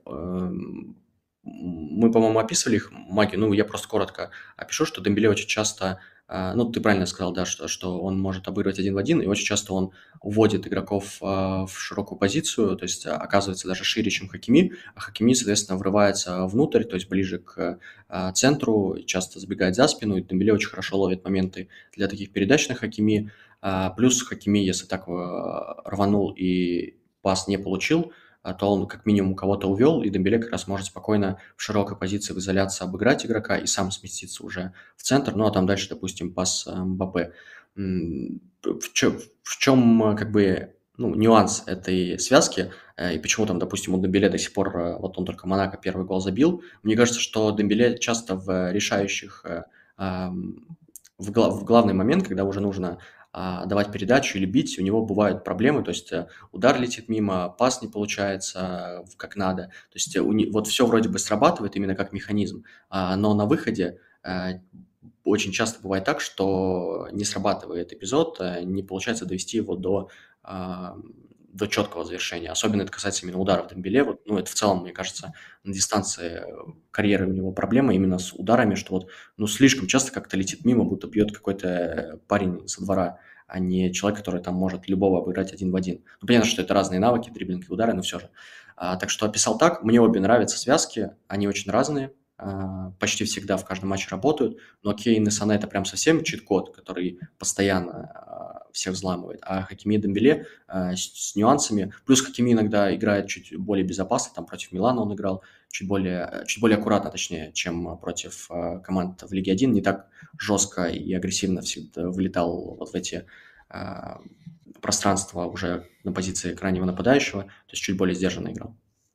мы, по-моему, описывали их магию. Ну, я просто коротко опишу, что Дембеле очень часто, ну, ты правильно сказал, да, что, что он может обыгрывать один в один, и очень часто он уводит игроков в широкую позицию, то есть оказывается даже шире, чем Хакими, а Хакими, соответственно, врывается внутрь, то есть ближе к центру, часто забегает за спину, и Дембеле очень хорошо ловит моменты для таких передач на Хакими. Плюс Хакими, если так рванул и пас не получил, то он как минимум кого-то увел, и Дембеле как раз может спокойно в широкой позиции в изоляции обыграть игрока и сам сместиться уже в центр, ну а там дальше, допустим, пас Мбаппе. В чем, в чем как бы, ну, нюанс этой связки, и почему там, допустим, у Дембеле до сих пор, вот он только Монако первый гол забил, мне кажется, что Дембеле часто в решающих, в, гла- в главный момент, когда уже нужно а, давать передачу или бить, у него бывают проблемы, то есть удар летит мимо, пас не получается как надо, то есть у не, вот все вроде бы срабатывает именно как механизм, а, но на выходе а, очень часто бывает так, что не срабатывает эпизод, а, не получается довести его до, а, до четкого завершения, особенно это касается именно ударов Дембеле, вот, ну это в целом, мне кажется, на дистанции карьеры у него проблема именно с ударами, что вот, ну, слишком часто как-то летит мимо, будто бьет какой-то парень со двора, а не человек, который там может любого обыграть один в один. Ну, понятно, что это разные навыки, дриблинг и удары, но все же. А, так что описал так. Мне обе нравятся связки, они очень разные, а, почти всегда в каждом матче работают, но Кейн и Сане – это прям совсем чит-код, который постоянно а, всех взламывает. А Хакими и Дембеле а, с, с нюансами. Плюс Хакими иногда играет чуть более безопасно, там против Милана он играл, чуть более, чуть более аккуратно, точнее, чем против э, команд в Лиге один, не так жестко и агрессивно всегда влетал вот в эти э, пространства уже на позиции крайнего нападающего, то есть чуть более сдержанно играл.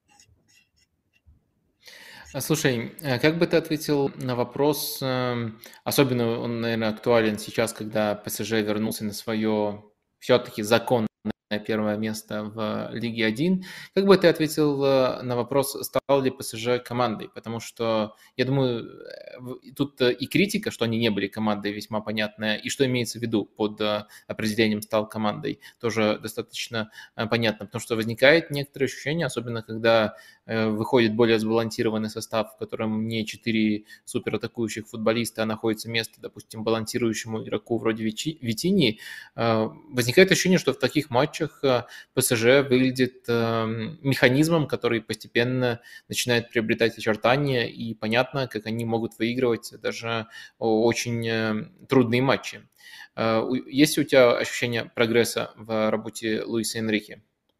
Слушай, как бы ты ответил на вопрос, особенно он, наверное, актуален сейчас, когда ПСЖ вернулся на свое все-таки законное первое место в Лиге один. Как бы ты ответил на вопрос, стал ли ПСЖ командой? Потому что, я думаю, тут и критика, что они не были командой, весьма понятная, и что имеется в виду под определением «стал командой», тоже достаточно понятно, потому что возникает некоторое ощущение, особенно когда выходит более сбалансированный состав, в котором не четыре суператакующих футболиста, а находится место, допустим, балансирующему игроку вроде Витиньи, возникает ощущение, что в таких матчах ПСЖ выглядит механизмом, который постепенно начинает приобретать очертания, и понятно, как они могут выигрывать даже очень трудные матчи. Есть у тебя ощущение прогресса в работе Луиса Энрике?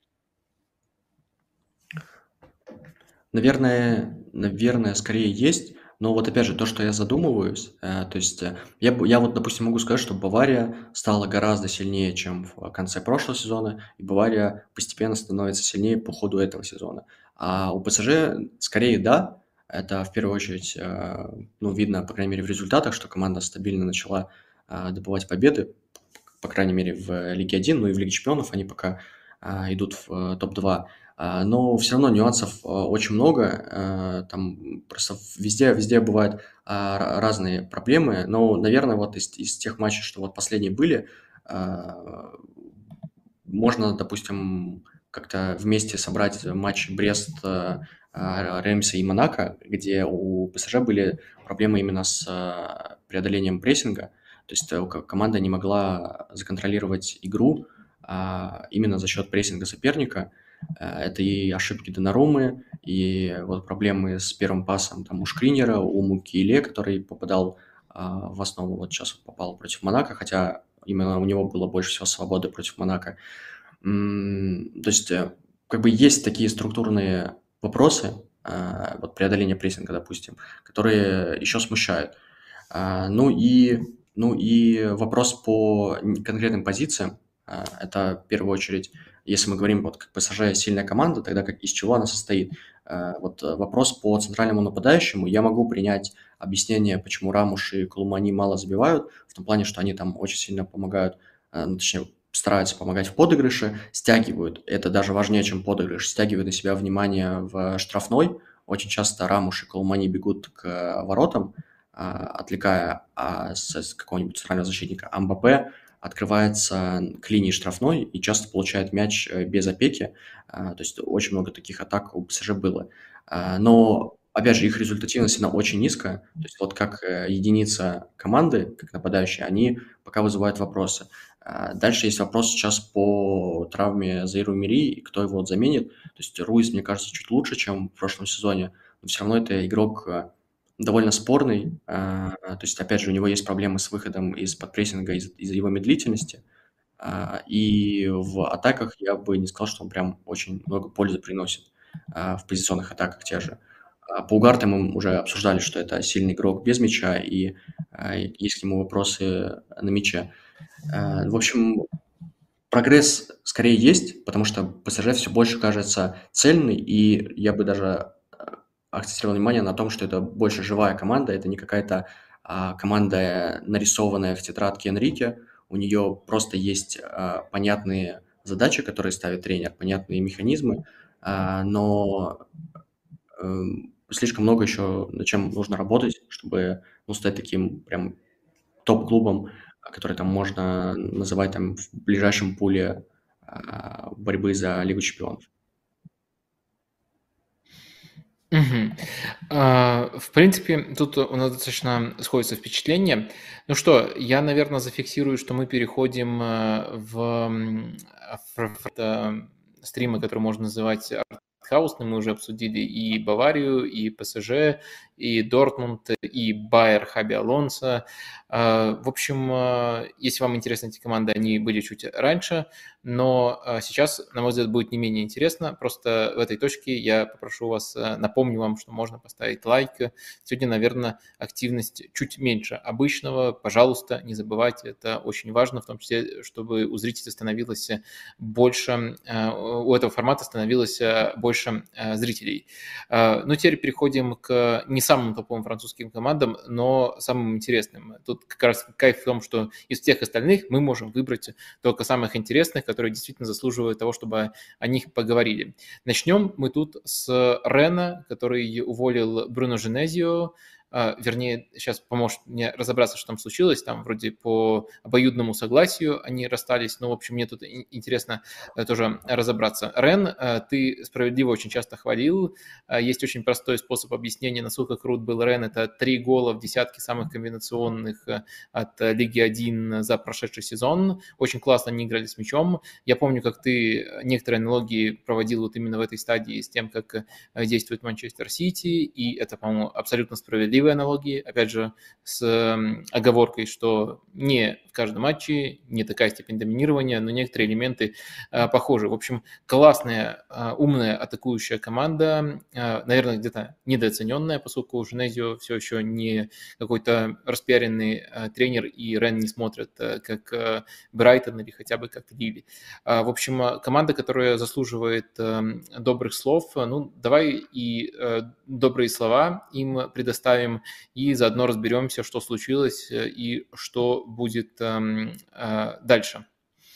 Наверное, наверное, скорее есть, но вот опять же то, что я задумываюсь, э, то есть э, я, б- я вот, допустим, могу сказать, что Бавария стала гораздо сильнее, чем в конце прошлого сезона, и Бавария постепенно становится сильнее по ходу этого сезона. А у ПСЖ скорее да, это в первую очередь, э, ну, видно, по крайней мере, в результатах, что команда стабильно начала э, добывать победы, по крайней мере, в Лиге один, ну и в Лиге чемпионов они пока а, идут в э, топ два. А, но все равно нюансов а, очень много. А, там просто везде, везде бывают а, ра- разные проблемы. Но, наверное, вот из, из тех матчей, что вот последние были, а, можно, допустим, как-то вместе собрать матч Брест, а, а, Реймса и Монако, где у ПСЖ были проблемы именно с а, преодолением прессинга. То есть э, ко- команда не могла законтролировать игру а, именно за счет прессинга соперника. Э, Это и ошибки Доннаруммы, и вот проблемы с первым пасом там, у Шкринера, у Мукиеле, который попадал а, в основу, вот сейчас вот попал против Монако, хотя именно у него было больше всего свободы против Монако. М, То есть, э, как бы есть такие структурные вопросы, а, вот преодоление прессинга, допустим, которые еще смущают. А, Ну и, ну и вопрос по н- конкретным позициям. А, Это в первую очередь, если мы говорим, вот как ПСЖ сильная команда, тогда как, из чего она состоит. А, Вот э, вопрос по центральному нападающему. Я могу принять объяснение, почему Рамуш и Колумани мало забивают, в том плане, что они там очень сильно помогают, а, ну, точнее, стараются помогать в подыгрыше, стягивают, это даже важнее, чем подыгрыш, стягивают на себя внимание в штрафной. Очень часто Рамуш и Колумани бегут к воротам, а, отвлекая а, с, с какого-нибудь центрального защитника. А Мбаппе открывается к линии штрафной и часто получает мяч э, без опеки. А, то есть очень много таких атак у ПСЖ было. А, но, опять же, их результативность, она очень низкая. То есть вот как э, единица команды, как нападающие, они пока вызывают вопросы. А, Дальше есть вопрос сейчас по травме Заиру Мири, и кто его вот заменит. То есть Руис, мне кажется, чуть лучше, чем в прошлом сезоне, но все равно это игрок э, довольно спорный. А, То есть, опять же, у него есть проблемы с выходом из-под прессинга из- из-за его медлительности. А, И в атаках я бы не сказал, что он прям очень много пользы приносит а, в позиционных атаках те же. А По Угарту мы уже обсуждали, что это сильный игрок без мяча, и а, есть к нему вопросы на мяче. А, В общем, прогресс скорее есть, потому что ПСЖ все больше кажется цельной, и я бы даже э, акцентировал внимание на том, что это больше живая команда, это не какая-то а, команда, нарисованная в тетрадке Энрике, у нее просто есть а, понятные задачи, которые ставит тренер, понятные механизмы, а, но эм, слишком много еще над чем нужно работать, чтобы ну, стать таким прям топ-клубом, а, который там можно называть там в ближайшем пуле а, борьбы за Лигу чемпионов.
Мгм. А, В принципе, тут у нас достаточно сходятся впечатления. Ну что, я, наверное, зафиксирую, что мы переходим э, в м, формат э, стрима, который можно называть артхаусным. Мы уже обсудили и Баварию, и ПСЖ, и Дортмунд, и Байер Хаби Алонсо. А, В общем, э, если вам интересны эти команды, они были чуть раньше, но э, сейчас, на мой взгляд, будет не менее интересно. Просто в этой точке я попрошу вас, э, напомню вам, что можно поставить лайк. Сегодня, наверное, активность чуть меньше обычного. Пожалуйста, не забывайте, это очень важно, в том числе, чтобы у зрителей становилось больше, э, у этого формата становилось э, больше э, зрителей. Э, Ну, теперь переходим к не самым топовым французским командам, но самым интересным. Тут как раз кайф в том, что из всех остальных мы можем выбрать только самых интересных, которые действительно заслуживают того, чтобы о них поговорили. Начнем мы тут с Рена, который уволил Бруно Женезио. а, вернее, сейчас поможет мне разобраться, что там случилось, там вроде по обоюдному согласию они расстались, но, в общем, мне тут интересно тоже разобраться. Рен, ты справедливо очень часто хвалил, есть очень простой способ объяснения, насколько крут был Рен, это три гола в десятке самых комбинационных от Лиги один за прошедший сезон, очень классно они играли с мячом, я помню, как ты некоторые аналогии проводил вот именно в этой стадии с тем, как действует Манчестер Сити, и это, по-моему, абсолютно справедливые аналогии, опять же, с оговоркой, что не в каждом матче не такая степень доминирования, но некоторые элементы а, похожи. В общем, классная, а, умная атакующая команда, а, наверное, где-то недооцененная, поскольку Женезио все еще не какой-то распиаренный а, тренер, и Рен не смотрят а, как а, Брайтон или хотя бы как Лили. А, в общем, команда, которая заслуживает а, добрых слов, ну, давай и а, добрые слова им предоставим, и заодно разберемся, что случилось и что будет а, а, дальше.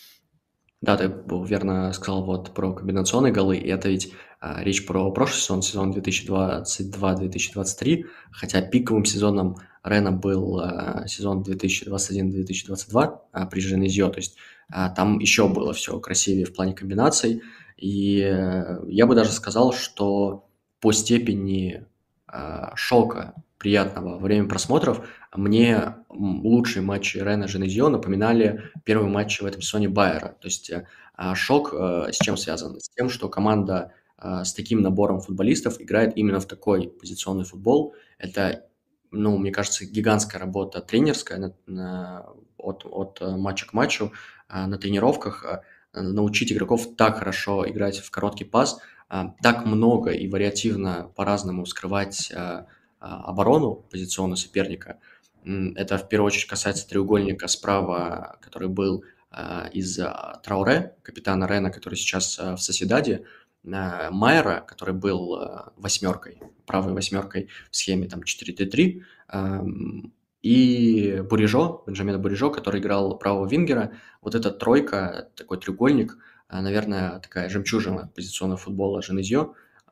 Да, ты верно сказал вот про комбинационные голы, и это ведь а, речь про прошлый сезон, сезон две тысячи двадцать два - две тысячи двадцать три, хотя пиковым сезоном Рена был а, сезон две тысячи двадцать один - две тысячи двадцать два а, при Женезио, то есть а, там еще было все красивее в плане комбинаций, и э, я бы даже сказал, что по степени а, шока приятного во время просмотров мне м, лучшие матчи Рена Женезио напоминали первые матчи в этом сезоне Байера. То есть э, а, шок э, с чем связан? С тем, что команда э, с таким набором футболистов играет именно в такой позиционный футбол. Это, ну, мне кажется, гигантская работа тренерская на- на- от, от э, матча к матчу э, на тренировках. э, Научить игроков так хорошо играть в короткий пас, э, так много и вариативно по-разному вскрывать э, а, оборону позиционного соперника. М, Это в первую очередь касается треугольника справа, который был а, из а, Трауре, капитана Рена, который сейчас а, в Соседаде, а, Майера, который был а, восьмеркой, правой восьмеркой в схеме там четыре три три, ам, и Бурижо, Бенджамина Бурижо, который играл правого вингера. Вот эта тройка, такой треугольник, а, наверное, такая жемчужина позиционного футбола Женезио.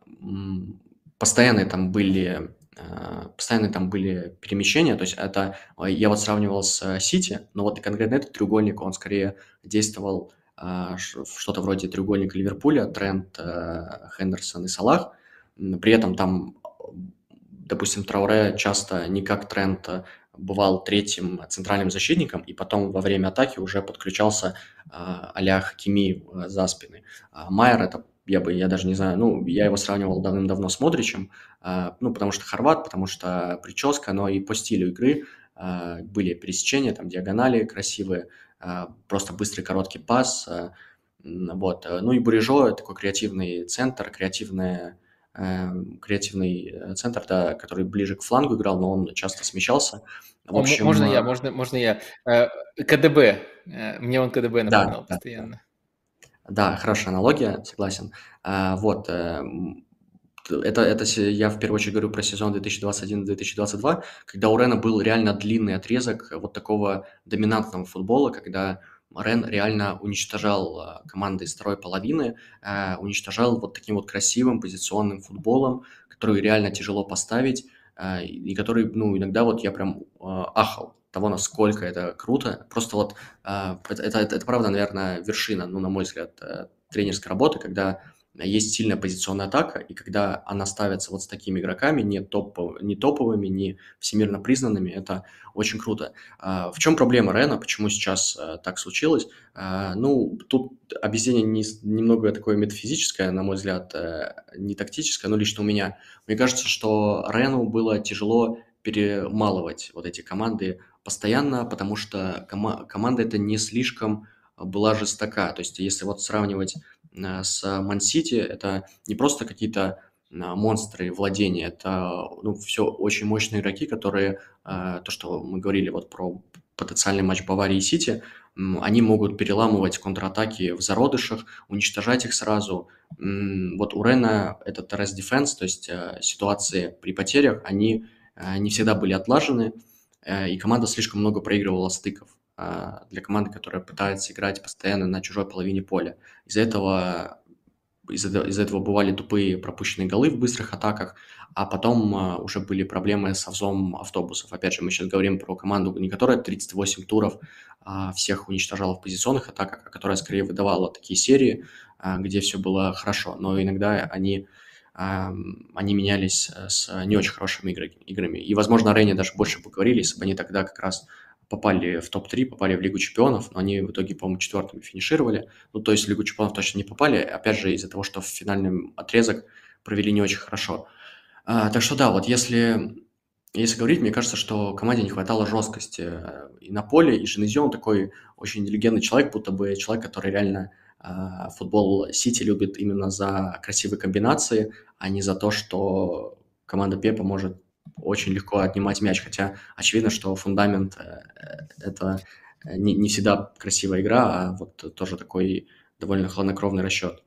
М, Постоянные там были а, постоянные там были перемещения, то есть это а, я вот сравнивал с э, Сити, но вот конкретно этот треугольник, он скорее действовал а, ш- в что-то вроде треугольника Ливерпуля, Трент, э, Хендерсон и Салах. М, При этом там, э, допустим, Трауре часто не как Трент э, бывал третьим центральным защитником, и потом во время атаки уже подключался а, а-ля Хакими э, за спины. А Майер это я бы, я даже не знаю, ну, я его сравнивал давным-давно с Модричем, а, ну, потому что хорват, потому что прическа, но и по стилю игры а, были пересечения, там, диагонали красивые, а, просто быстрый короткий пас, а, м, вот. э, Ну и Бурижо – такой креативный центр, креативная, э, креативный э, центр, да, который ближе к флангу играл, но он часто смещался. В
О, мо-
общем,
можно я,
э,
можно, можно я. Э, КДБ. Э, Мне он КДБ
да,
напоминал
да, да.
постоянно.
Да, хорошая аналогия, согласен. А, вот, э, м, т- это, это се- я в первую очередь говорю про сезон две тысячи двадцать один - две тысячи двадцать два, когда у Рена был реально длинный отрезок вот такого доминантного футбола, когда Рен реально уничтожал а, команды из второй половины, а, уничтожал вот таким вот красивым позиционным футболом, который реально тяжело поставить, а, и и который, ну, иногда вот я прям а, ахал того, насколько это круто. Просто вот а, это, это, это правда, наверное, вершина, ну, на мой взгляд, э, тренерской работы, когда есть сильная позиционная атака, и когда она ставится вот с такими игроками, не, топ, не топовыми, не всемирно признанными, это очень круто. А, в чем проблема Рена? Почему сейчас а, так случилось? А, ну, тут объяснение не, с- немного такое метафизическое, на мой взгляд, э, не тактическое, но лично у меня. Мне кажется, что Рену было тяжело перемалывать вот эти команды постоянно, потому что кома- команда эта не слишком была жестока. То есть, если вот сравнивать а, с Ман-Сити, это не просто какие-то а, монстры владения, это ну, все очень мощные игроки, которые, а, то, что мы говорили вот про потенциальный матч Баварии и Сити, м, они могут переламывать контратаки в зародышах, уничтожать их сразу. М, Вот у Рена этот rest defense, то есть а, ситуации при потерях, они а, не всегда были отлажены, э, и команда слишком много проигрывала стыков а, для команды, которая пытается играть постоянно на чужой половине поля. Из-за этого из-за из-за этого бывали тупые пропущенные голы в быстрых атаках, а потом а, уже были проблемы со взломом автобусов. Опять же, мы сейчас говорим про команду, не которая тридцать восемь туров а, всех уничтожала в позиционных атаках, а которая скорее выдавала такие серии, а, где все было хорошо, но иногда они, а, они менялись э, с не очень хорошими игры- играми. И, возможно, о Рене даже больше поговорили, если бы они тогда как раз попали в топ-три, попали в Лигу чемпионов, но они в итоге, по-моему, четвертыми финишировали. Ну, то есть в Лигу чемпионов точно не попали, опять же, из-за того, что в финальный отрезок провели не очень хорошо. А, так что да, вот если, если говорить, мне кажется, что команде не хватало жесткости э, и на поле, и Женезио, он такой очень интеллигентный человек, будто бы человек, который реально а, футбол Сити любит именно за красивые комбинации, а не за то, что команда Пепа может очень легко отнимать мяч, хотя очевидно, что фундамент э, это э, не, не всегда красивая игра, а вот тоже такой довольно хладнокровный расчет.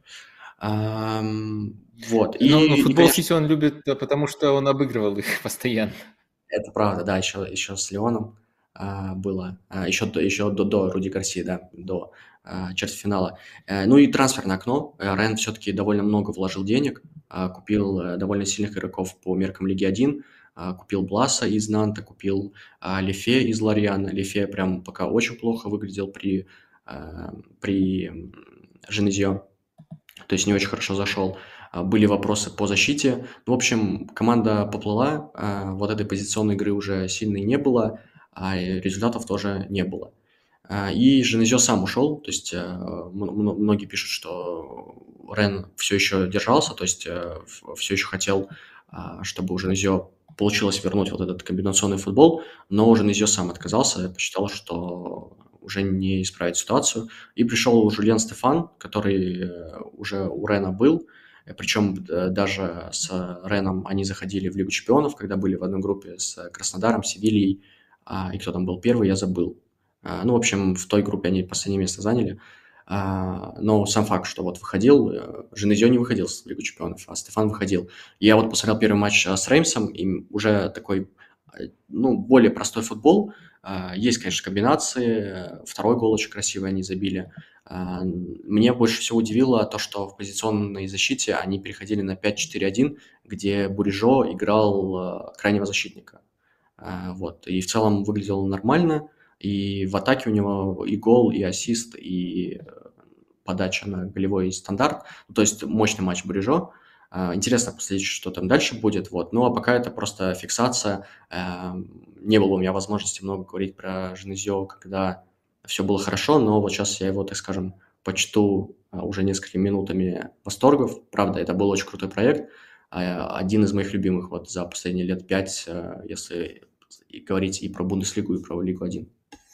Ам, вот,
Ну, ну,
и, и,
футбол
конечно,
Сити он любит, э, потому что он обыгрывал их постоянно.
это правда, да, еще, еще с Леоном а, было, а, еще, до, еще до, до Руди Гарсии, да, до а, четвертьфинала. Э, ну и трансферное окно. Э, Рен все-таки довольно много вложил денег, а, купил э, довольно сильных игроков по меркам Лиги один, а, купил Бласа из Нанта, купил а, Лефе из Лорьяна. Лефе прям пока очень плохо выглядел при, а, при м, Женезио, то есть не очень хорошо зашел. А, Были вопросы по защите. Ну, в общем, команда поплыла, а, вот этой позиционной игры уже сильной не было, а и результатов тоже не было. А, И Женезио сам ушел, то есть э, м- м- многие пишут, что Рен все еще держался, то есть все еще хотел, а, чтобы у Женезио получилось вернуть вот этот комбинационный футбол, но Женезио сам отказался, посчитал, что уже не исправить ситуацию. И пришел Жульен Стефан, который э, уже у Рена был, причем даже с Реном они заходили в Лигу чемпионов, когда были в одной группе с Краснодаром, Севильей, а, и кто там был первый, я забыл. А, Ну, в общем, в той группе они последнее место заняли. А, Но сам факт, что вот выходил, э, Женезио не выходил в Лигу чемпионов, а Стефан выходил. Я вот посмотрел первый матч а, с Реймсом, и уже такой, э, ну, более простой футбол. А, Есть, конечно, комбинации. э, Второй гол очень красивый они забили. А, Мне больше всего удивило то, что в позиционной защите они переходили на пять четыре один, где Бурижо играл э, крайнего защитника. А, Вот. И в целом выглядел нормально. И в атаке у него и гол, и ассист, и э, подача на голевой стандарт. Ну, то есть мощный матч Бурежо. А, Интересно посмотреть, что там дальше будет. Вот. Ну, а пока это просто фиксация. А, Не было у меня возможности много говорить про Женезио, когда все было хорошо, но вот сейчас я его, так скажем, почту а, уже несколькими минутами восторгов. Правда, это был очень крутой проект. А, Один из моих любимых вот за последние лет пять, а, если и говорить и про Бундеслигу, и про Лигу один.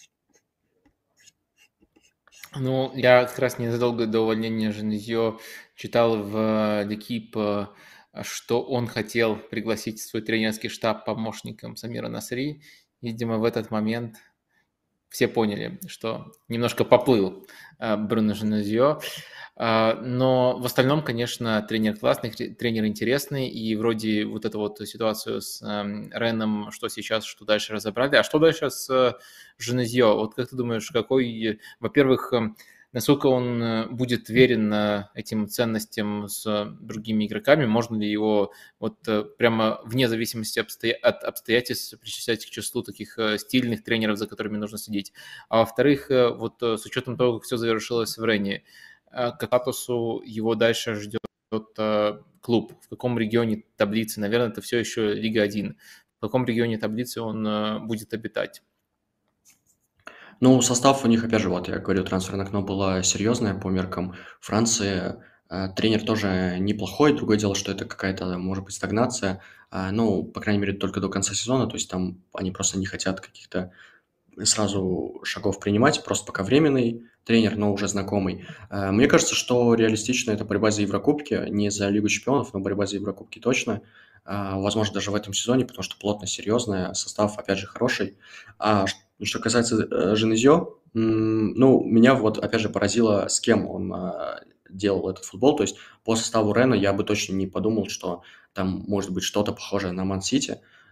Ну, я как раз незадолго до увольнения Женезио читал в Лекип, э, что он хотел пригласить в свой тренерский штаб помощником Самира Насри. Видимо, в этот момент все поняли, что немножко поплыл э, Бруно Женезио. А, Но в остальном, конечно, тренер классный, тре- тренер интересный, и вроде вот эту вот ситуацию с эм, Реном, что сейчас, что дальше разобрали. А что дальше с э, Женезио? Вот как ты думаешь, какой, э, во-первых, эм, насколько он э, будет верен э, этим ценностям с другими игроками? Можно ли его вот э, прямо вне зависимости обстоя- от обстоятельств причислять к числу таких э, стильных тренеров, за которыми нужно следить? А во-вторых, э, вот э, с учетом того, как все завершилось в Рене, э, к статусу его дальше ждет э, клуб? В каком регионе таблицы? Наверное, это все еще Лига один. В каком регионе таблицы он э, будет обитать?
Ну, состав у них, опять же, вот я говорю, трансферное окно было серьезное по меркам Франции. Э, Тренер тоже неплохой. Другое дело, что это какая-то, может быть, стагнация. А, Ну, по крайней мере, только до конца сезона. То есть там они просто не хотят каких-то сразу шагов принимать, просто пока временный тренер, но уже знакомый. Э, Мне кажется, что реалистично это борьба за Еврокубки, не за Лигу чемпионов, но борьба за Еврокубки точно. А, Возможно, даже в этом сезоне, потому что плотность серьезная, состав, опять же, хороший. А ш- что касается э, Женезио, м, ну, меня вот, опять же, поразило, с кем он а, делал этот футбол. То есть по составу Рена я бы точно не подумал, что там может быть что-то похожее на Ман-Сити.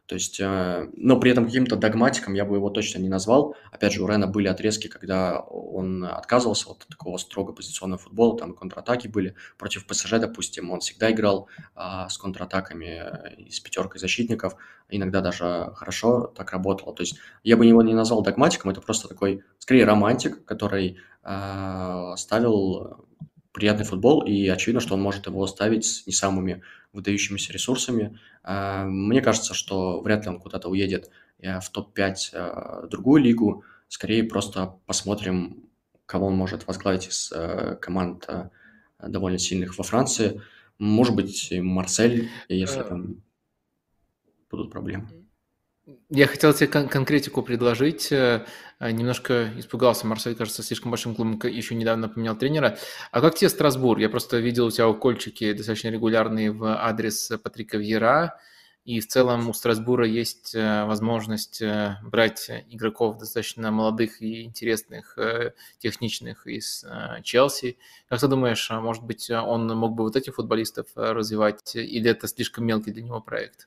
То есть, э, но при этом каким-то догматиком я бы его точно не назвал. Опять же, у Рена были отрезки, когда он отказывался от такого строго позиционного футбола, там контратаки были. Против ПСЖ, допустим, он всегда играл а, с контратаками э, и с пятеркой защитников. Иногда даже хорошо так работало. То есть я бы его не назвал догматиком, это просто такой, скорее, романтик, который а, ставил приятный футбол, и очевидно, что он может его ставить с не самыми выдающимися ресурсами. А, Мне кажется, что вряд ли он куда-то уедет э, в топ пять э, другую лигу. Скорее просто посмотрим, кого он может возглавить из э, команд э, довольно сильных во Франции. Может быть, и Марсель, если
Э,
там будут проблемы.
Я хотел тебе кон- конкретику предложить. э, а, Немножко испугался. Марсель, кажется, слишком большим клубом, к- еще недавно поменял тренера. А как тебе Страсбург? Я просто видел у тебя укольчики достаточно регулярные в адрес Патрика Вьера. И в целом у Страсбура есть э, возможность э, брать игроков достаточно молодых и интересных, э, техничных из э, Челси. Как ты думаешь, а может быть, он мог бы вот этих футболистов э, развивать, или это слишком мелкий для него проект?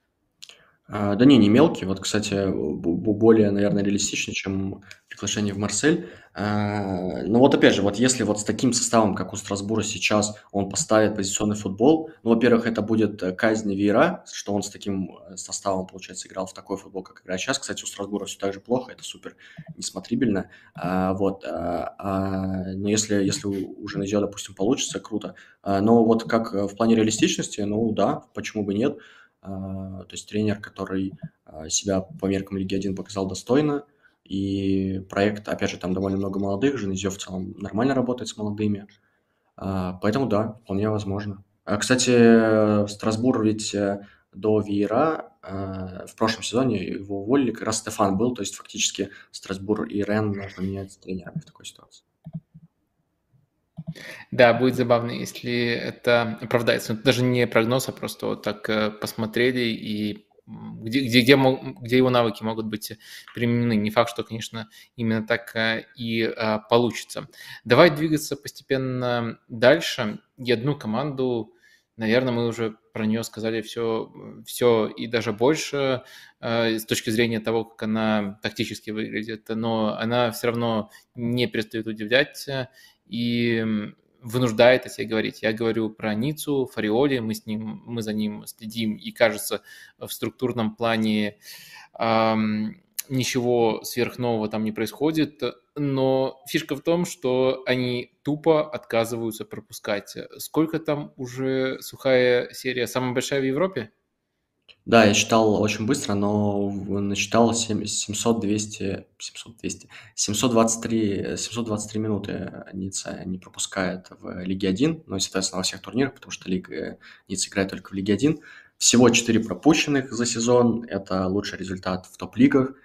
А, да не, не мелкий. Вот, кстати, б- б- более, наверное, реалистичный, чем приглашение в Марсель. А, Но вот опять же, вот если вот с таким составом, как у Страсбура сейчас, он поставит позиционный футбол, ну, во-первых, это будет э, казнь Вейра, что он с таким э, составом, получается, играл в такой футбол, как играет сейчас. Кстати, у Страсбура все так же плохо, это супер несмотрибельно. А, Вот, а, а, но если, если у у Женезио, допустим, получится, круто. А, Но вот как э, в плане реалистичности, ну да, почему бы нет. А, То есть тренер, который а, себя по меркам Лиги один показал достойно, и проект, опять же, там довольно много молодых, Женезio в целом нормально работает с молодыми, А, поэтому да, вполне возможно. А, Кстати, Страсбур ведь э, до Виера э, в прошлом сезоне его уволили, как раз Стефан был, то есть фактически Страсбур и Рен поменяются тренерами в такой ситуации.
Да, будет забавно, если это оправдается. Ну, это даже не прогноз, а просто вот так э, посмотрели и м, где, где, где, мог- где его навыки могут быть применены. Не факт, что, конечно, именно так э, и э, получится. Давай двигаться постепенно дальше. И одну команду, наверное, мы уже про нее сказали все, все и даже больше э, с точки зрения того, как она тактически выглядит, но она все равно не перестает удивлять. э, И вынуждает о себе говорить. Я говорю про Ниццу, Фариоли, мы, с ним, мы за ним следим, и кажется, в структурном плане эм, ничего сверхнового там не происходит, но фишка в том, что они тупо отказываются пропускать. Сколько там уже сухая серия? Самая большая в Европе?
Да, я читал очень быстро, но в- насчитал семь- семьсот, двести, семьсот, двести, семьсот двадцать три, семьсот двадцать три минуты Ницца не пропускает в Лиге один, ну и, соответственно, во всех турнирах, потому что Лига Ницца играет только в Лиге один. Всего четыре пропущенных за сезон, это лучший результат в топ-лигах.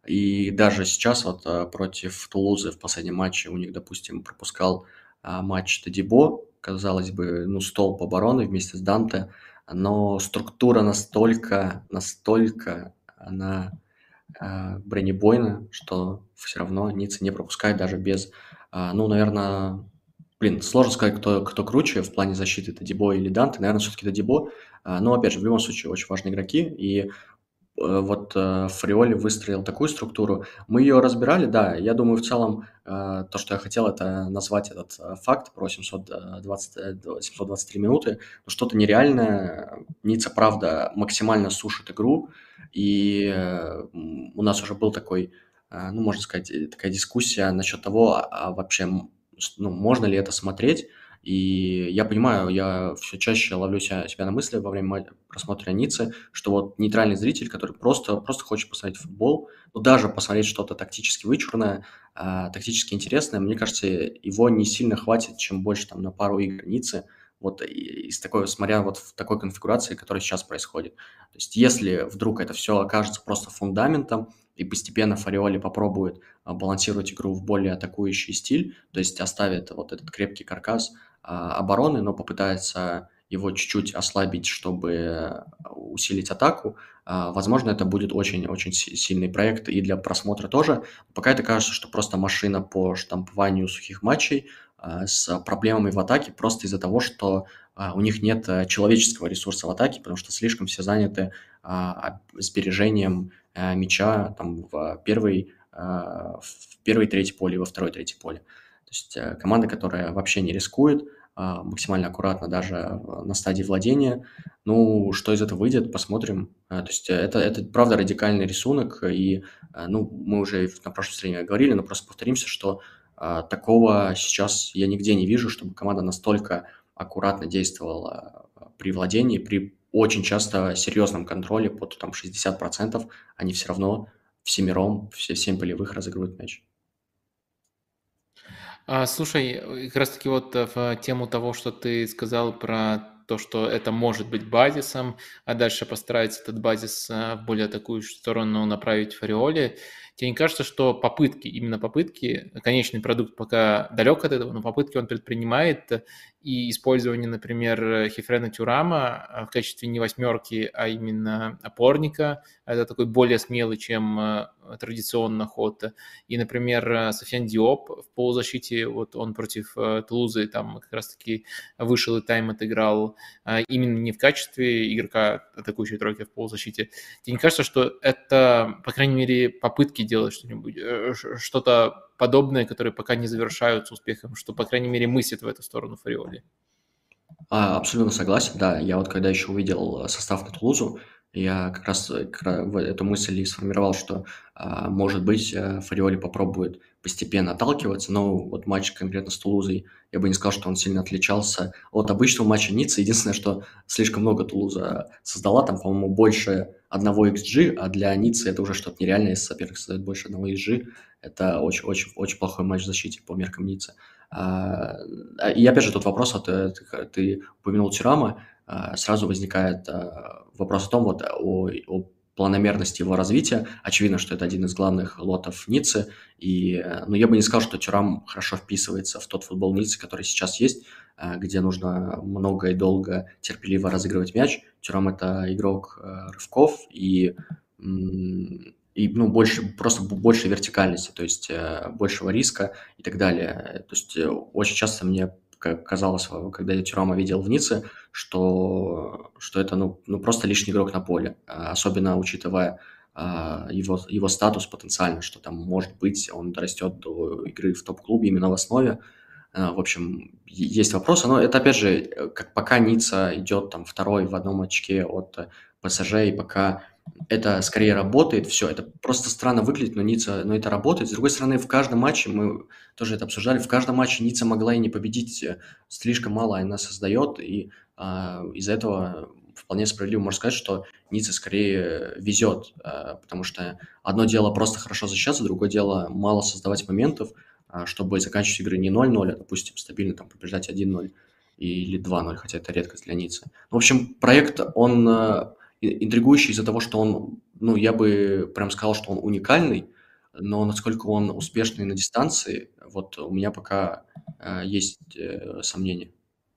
И даже сейчас вот а, против Тулузы в последнем матче у них, допустим, пропускал а, матч Тадибо, казалось бы, ну, столб обороны вместе с Данте, но структура настолько, настолько она а, бронебойна, что все равно Ницца не пропускает даже без, а, ну, наверное, блин, сложно сказать, кто, кто круче в плане защиты, Тадибо или Данте, наверное, все-таки Тадибо, а, но, опять же, в любом случае, очень важные игроки, и э, вот э, Фриоли выстроил такую структуру. Мы ее разбирали, да. Я думаю, в целом, э, то, что я хотел, это назвать этот э, факт про семьсот двадцать, э, семьсот двадцать три минуты. Ну, что-то нереальное. Ницца, правда, максимально сушит игру. И э, м, у нас уже был такой, э, ну, можно сказать, э, такая дискуссия насчет того, а, а вообще, м, с- ну, можно ли это смотреть. И я понимаю, я все чаще ловлю себя, себя на мысли во время ма- просмотра Ниццы, что вот нейтральный зритель, который просто, просто хочет посмотреть футбол, ну, даже посмотреть что-то тактически вычурное, а, тактически интересное, мне кажется, его не сильно хватит, чем больше там на пару игр Ниццы, вот и- из такой, смотря вот в такой конфигурации, которая сейчас происходит. То есть если вдруг это все окажется просто фундаментом, и постепенно Фариоли попробует а, балансировать игру в более атакующий стиль, то есть оставит вот этот крепкий каркас а, обороны, но попытается его чуть-чуть ослабить, чтобы усилить атаку. А, Возможно, это будет очень-очень сильный проект и для просмотра тоже. Пока это кажется, что просто машина по штампованию сухих матчей. с проблемами в атаке просто из-за того, что у них нет человеческого ресурса в атаке, потому что слишком все заняты сбережением мяча там, в первой, в первой трети поля и во второй трети поля. То есть команда, которая вообще не рискует, максимально аккуратно даже на стадии владения. Ну, что из этого выйдет, посмотрим. То есть это, это правда радикальный рисунок, и ну, мы уже на прошлой встрече говорили, но просто повторимся, что а, такого сейчас я нигде не вижу, чтобы команда настолько аккуратно действовала при владении, при очень часто серьезном контроле под там, шестьдесят процентов, они все равно всемиром, все семь полевых разыгрывают мяч.
А, слушай, как раз-таки вот э, в тему того, что ты сказал про то, что это может быть базисом, а дальше постарается этот базис э, в более такую сторону направить Фариоли. Тебе не кажется, что попытки, именно попытки, конечный продукт пока далек от этого, но попытки он предпринимает, э, и использование, например, Хефрена Тюрама э, в качестве не восьмерки, а именно опорника, это такой более смелый, чем э, традиционно ход. И, например, Софьян Диоп в полузащите, вот он против э, Тулузы там как раз-таки вышел и тайм отыграл, э, именно не в качестве игрока атакующей тройки, а в полузащите. Тебе не кажется, что это, по крайней мере, попытки делать что-нибудь, э, что-то подобное, которые пока не завершаются успехом, что, по крайней мере, мыслит в эту сторону Фариоли?
А, абсолютно согласен, да. Я вот когда еще увидел э, состав на Тулузу, я как раз э, как ра- в эту мысль и сформировал, что, а, может быть, э, Фариоли попробует постепенно отталкиваться, но вот матч конкретно с Тулузой, я бы не сказал, что он сильно отличался от обычного матча Ниццы. Единственное, что слишком много Тулуза создала, там, по-моему, больше одного икс джи, а для Ниццы это уже что-то нереальное, если соперник создает больше одного икс джи. Это очень-очень очень плохой матч в защите по меркам Ниццы. А, а, И опять же тот вопрос, вот э, ты, ты упомянул Тюрама, а, сразу возникает а, вопрос о том, вот о, о планомерности его развития. Очевидно, что это один из главных лотов Ниццы, и, э, ну, я бы не сказал, что Тюрам хорошо вписывается в тот футбол Ниццы, который сейчас есть, а, где нужно много и долго терпеливо разыгрывать мяч. Тюрам – это игрок э, рывков и м, и, ну, больше, просто б- больше вертикальности, то есть э, большего риска и так далее. То есть э, очень часто мне ка- казалось, э, когда я Тюрама видел в Ницце, что, что это, ну, ну, просто лишний игрок на поле, а, особенно учитывая а, его, его статус потенциально, что там, может быть, он дорастет до игры в топ-клубе именно в основе. А, В общем, е- есть вопросы, но это, опять же, э, как пока Ницца идет там второй в одном очке от э, ПСЖ, и пока это скорее работает, все, это просто странно выглядит, но Ницца, но это работает. С другой стороны, в каждом матче, мы тоже это обсуждали, в каждом матче Ницца могла и не победить, э, слишком мало она создает, и а, из-за этого вполне справедливо можно сказать, что Ницца скорее везет, а, потому что одно дело просто хорошо защищаться, другое дело мало создавать моментов, а, чтобы заканчивать игры не ноль ноль, а, допустим, стабильно там побеждать один ноль или два ноль, хотя это редкость для Ниццы. В общем, проект, он э, и- интригующий из-за того, что он, ну, я бы прям сказал, что он уникальный, но насколько он успешный на дистанции, вот у меня пока э, есть э, сомнения.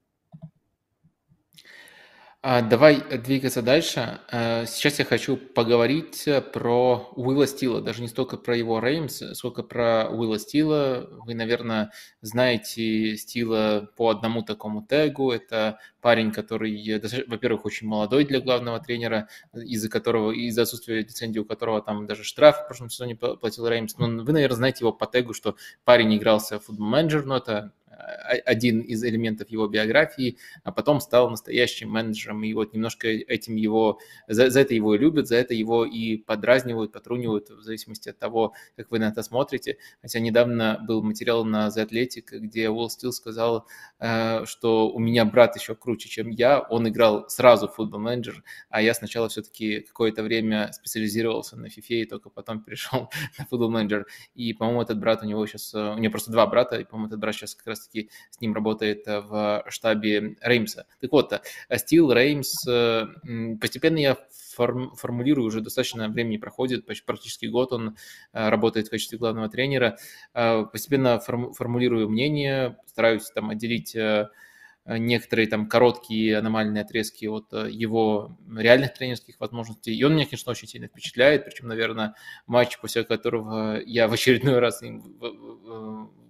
А, Давай двигаться дальше. Э, Сейчас я хочу поговорить э, про Уилла Стила, даже не столько про его Реймс, сколько про Уилла Стила. Вы, наверное, знаете Стила по одному такому тегу. Это парень, который, э, доста- во-первых, очень молодой для главного тренера, из-за которого, из-за отсутствия лицензии, у которого там даже штраф в прошлом сезоне пла- платил Реймс. Но вы, наверное, знаете его по тегу, что парень игрался в футбол менеджер, но это э, один из элементов его биографии, а потом стал настоящим менеджером, и вот немножко этим его, за, за это его и любят, за это его и подразнивают, потрунивают, в зависимости от того, как вы на это смотрите. Хотя недавно был материал на The Athletic, где Уилл Стил сказал, э, что у меня брат еще круче, чем я, он играл сразу в футбол менеджер, а я сначала все-таки какое-то время специализировался на FIFA и только потом перешел на футбол менеджер. И, по-моему, этот брат у него сейчас, у него просто два брата, и, по-моему, этот брат сейчас как раз-таки с ним работает в штабе Реймса. Так вот, Стил, Реймс, постепенно я форм, формулирую, уже достаточно времени проходит, почти практически год он работает в качестве главного тренера, постепенно форм, формулирую мнение, стараюсь там отделить некоторые там короткие аномальные отрезки от его реальных тренерских возможностей. И он меня, конечно, очень сильно впечатляет, причем, наверное, матч, после которого я в очередной раз им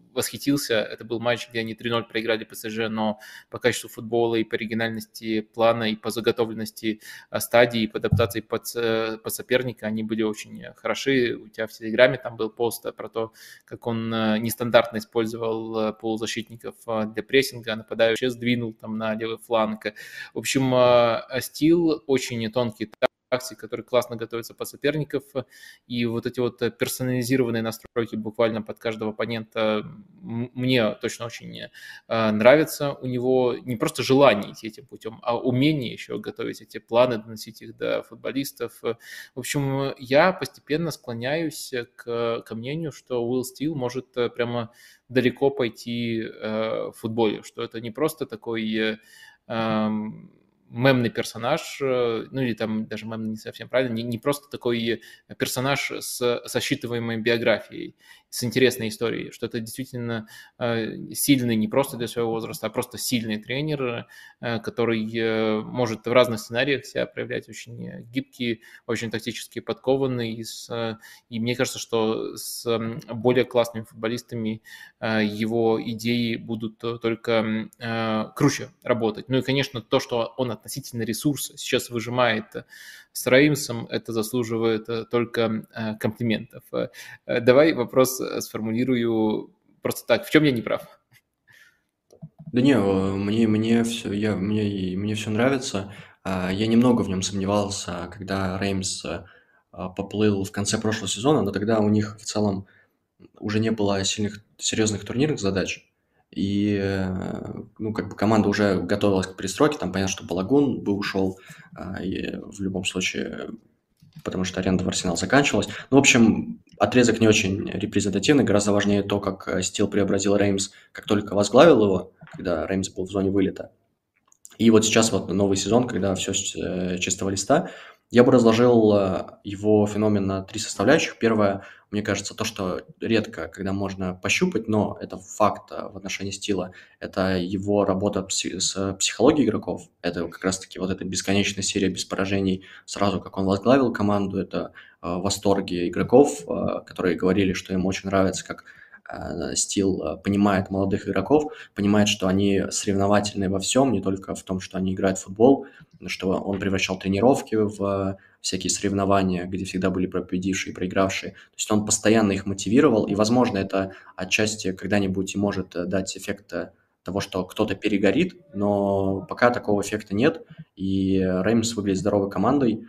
восхитился. Это был матч, где они три ноль проиграли ПСЖ, но по качеству футбола и по оригинальности плана, и по заготовленности стадии, и по адаптации под, под соперника они были очень хороши. У тебя в Телеграме там был пост про то, как он нестандартно использовал полузащитников для прессинга, нападающий сдвинул там на левый фланг. В общем, Стил очень тонкий тактик, который классно готовится под соперников, и вот эти вот персонализированные настройки буквально под каждого оппонента мне точно очень нравятся. У него не просто желание идти этим путем, а умение еще готовить эти планы, доносить их до футболистов. В общем, я постепенно склоняюсь к, к мнению, что Уилл Стил может прямо далеко пойти в футболе, что это не просто такой мемный персонаж, ну или там даже мемный не совсем правильно, не, не просто такой персонаж с, со считываемой биографией, с интересной историей, что это действительно сильный не просто для своего возраста, а просто сильный тренер, который может в разных сценариях себя проявлять, очень гибкий, очень тактически подкованный, и, с, и мне кажется, что с более классными футболистами его идеи будут только круче работать. Ну и, конечно, то, что он относительно ресурса сейчас выжимает с Реймсом, это заслуживает только комплиментов. Давай вопрос сформулирую просто так. В чем я не прав?
Да не, мне, мне все, я, мне, мне все нравится. Я немного в нем сомневался, когда Реймс поплыл в конце прошлого сезона, но тогда у них в целом уже не было сильных, серьезных турнирных задач. И, ну, как бы команда уже готовилась к перестройке. Там понятно, что Балагун бы ушел, и в любом случае, потому что аренда в Арсенал заканчивалась. Ну, в общем, отрезок не очень репрезентативный. Гораздо важнее то, как Стил преобразил Реймс, как только возглавил его, когда Реймс был в зоне вылета. И вот сейчас вот новый сезон, когда все с чистого листа, я бы разложил его феномен на три составляющих. Первое, мне кажется, то, что редко, когда можно пощупать, но это факт в отношении Стила, это его работа с психологией игроков. Это как раз-таки вот эта бесконечная серия без поражений сразу, как он возглавил команду. Это восторги игроков, которые говорили, что им очень нравится, как Стил понимает молодых игроков, понимает, что они соревновательные во всем, не только в том, что они играют в футбол, что он превращал тренировки в всякие соревнования, где всегда были победившие и проигравшие. То есть он постоянно их мотивировал, и, возможно, это отчасти когда-нибудь и может дать эффект того, что кто-то перегорит, но пока такого эффекта нет, и Реймс выглядит здоровой командой.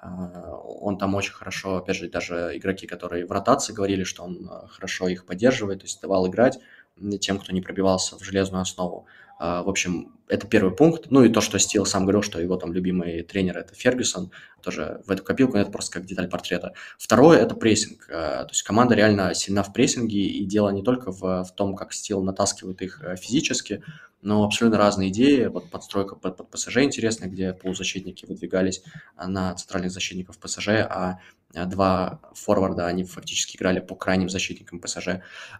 Он там очень хорошо, опять же, даже игроки, которые в ротации говорили, что он хорошо их поддерживает, то есть давал играть тем, кто не пробивался в железную основу. В общем, это первый пункт. Ну и то, что Стил сам говорил, что его там любимый тренер – это Фергюсон, тоже в эту копилку, это просто как деталь портрета. Второе – это прессинг. То есть команда реально сильна в прессинге, и дело не только в, в том, как Стил натаскивает их физически, но абсолютно разные идеи. Вот подстройка под, под ПСЖ интересная, где полузащитники выдвигались на центральных защитников ПСЖ, а два форварда, они фактически играли по крайним защитникам ПСЖ.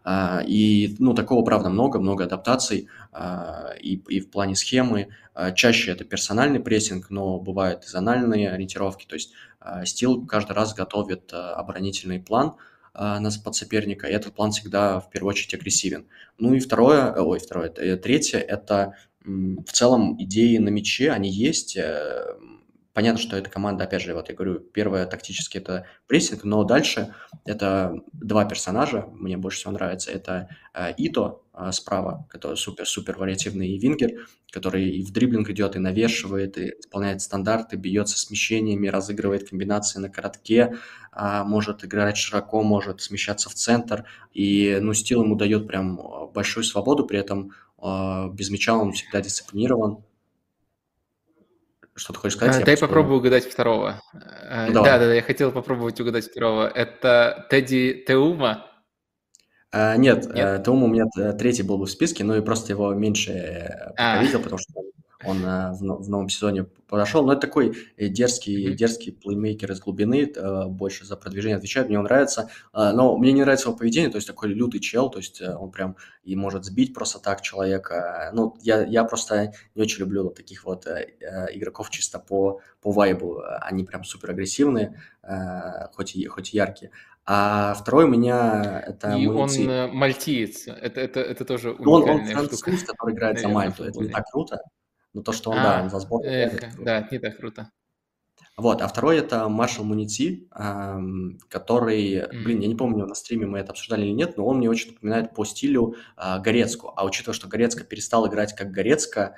И, ну, такого, правда, много, много адаптаций и, и в плане схемы. Чаще это персональный прессинг, но бывают и зональные ориентировки. То есть Стил каждый раз готовит оборонительный план под соперника, и этот план всегда в первую очередь агрессивен. Ну и второе, ой, второе, третье, это в целом идеи на мяче, они есть. Понятно, что эта команда, опять же, вот я говорю, первое тактически это прессинг, но дальше это два персонажа, мне больше всего нравится. Это Ито справа, который супер-супер вариативный вингер, который и в дриблинг идет, и навешивает, и исполняет стандарты, бьется смещениями, разыгрывает комбинации на коротке, может играть широко, может смещаться в центр. И, ну, Стил ему дает прям большую свободу, при этом без мяча он всегда дисциплинирован. Что ты хочешь сказать? Я
Дай
просто подумал.
попробую угадать второго.
Ну,
Да,
давай.
да, да, я хотел попробовать угадать второго. Это Тедди Теума?
А, нет,
Нет?
Теума у меня третий был бы в списке, ну и просто его меньше пока
А,
видел, потому что он в, в новом сезоне подошел. Но это такой дерзкий,
мгм.
дерзкий плеймейкер из глубины, больше за продвижение отвечает, мне он нравится. Но мне не нравится его поведение, то есть такой лютый чел, то есть он прям и может сбить просто так человека. Ну, я, я просто не очень люблю вот таких вот игроков чисто по, по вайбу. Они прям супер агрессивные, хоть и, хоть и яркие. А второй у меня это
И он
Муници.
э, мальтиец. Это, это, это тоже
Ну, он он
уникальная штука,
француз, который играет за
наверное, в
Мальту. Это не
футболе.
так круто, но то, что он, да, он
А,
за сборную играет,
эх,
это круто.
да, это не так круто.
Вот, а второй это Маршал Муници, ам, который, блин,
М.
я не помню, на стриме мы это обсуждали или нет, но он мне очень напоминает по стилю а, Горецку. А учитывая, что Горецко перестал играть как Горецко,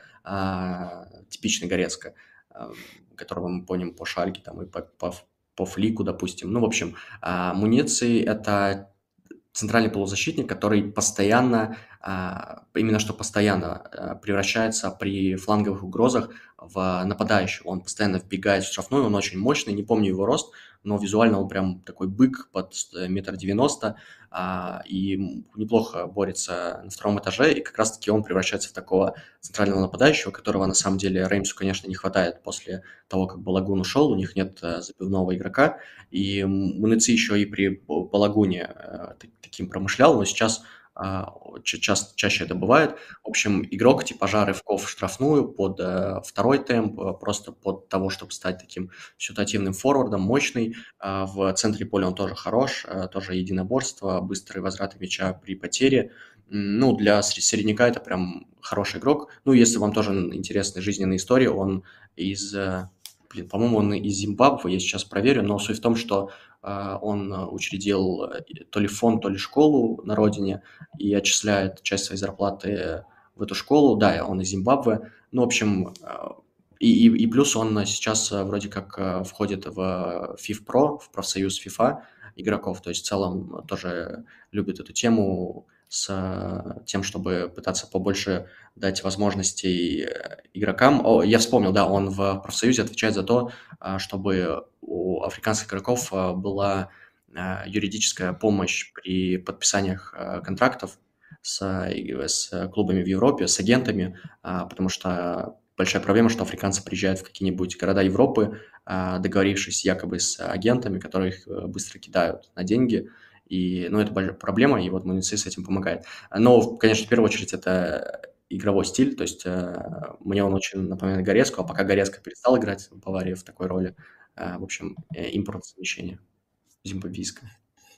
а, типичный Горецко, а, которого мы помним по Шальке там, и по, по, по Флику, допустим. Ну, в общем, а, Муници– это центральный полузащитник, который постоянно, а, именно что постоянно а, превращается при фланговых угрозах в нападающего. Он постоянно вбегает в штрафную, он очень мощный, не помню его рост, но визуально он прям такой бык под ст- метр девяносто, а, и м, неплохо борется на втором этаже, и как раз-таки он превращается в такого центрального нападающего, которого на самом деле Реймсу, конечно, не хватает после того, как Балагун ушел, у них нет э, забивного игрока, и Муныци еще и при Б- Балагуне э, та- таким промышлял, но сейчас а, ча- час- чаще это бывает. В общем, игрок типажа рывков в штрафную под э, второй темп, э, просто под того, чтобы стать таким ситуативным форвардом, мощный. А в центре поля он тоже хорош, э, тоже единоборство, быстрые возвраты мяча при потере. М, Ну, для сре- середняка это прям хороший игрок. Ну, если вам тоже интересны жизненные истории, он из... э, Блин, по-моему, он из Зимбабве, я сейчас проверю, но суть в том, что а, он э, учредил э, то ли фонд, то ли школу на родине и отчисляет часть своей зарплаты в эту школу. Да, он из Зимбабве. Ну, в общем, э, и, и, и плюс он сейчас э, вроде как э, входит в FIFPro, в профсоюз FIFA игроков, то есть в целом тоже любит эту тему с э, тем, чтобы пытаться побольше дать возможностей э, игрокам. О, я вспомнил, да, он в профсоюзе отвечает за то, а, чтобы у африканских игроков а, была а, юридическая помощь при подписаниях а, контрактов с, а, и- с клубами в Европе, с агентами, а, потому что большая проблема, что африканцы приезжают в какие-нибудь города Европы, а, договорившись якобы с агентами, которые их э, быстро кидают на деньги. И, ну, это большая проблема, и вот Муници с этим помогает. Но, конечно, в первую очередь это игровой стиль, то есть э, мне он очень напоминает Горецку, а пока Горецко перестал играть в Баварии в такой роли, э, в общем, э, импортозамещение зимбабвийское.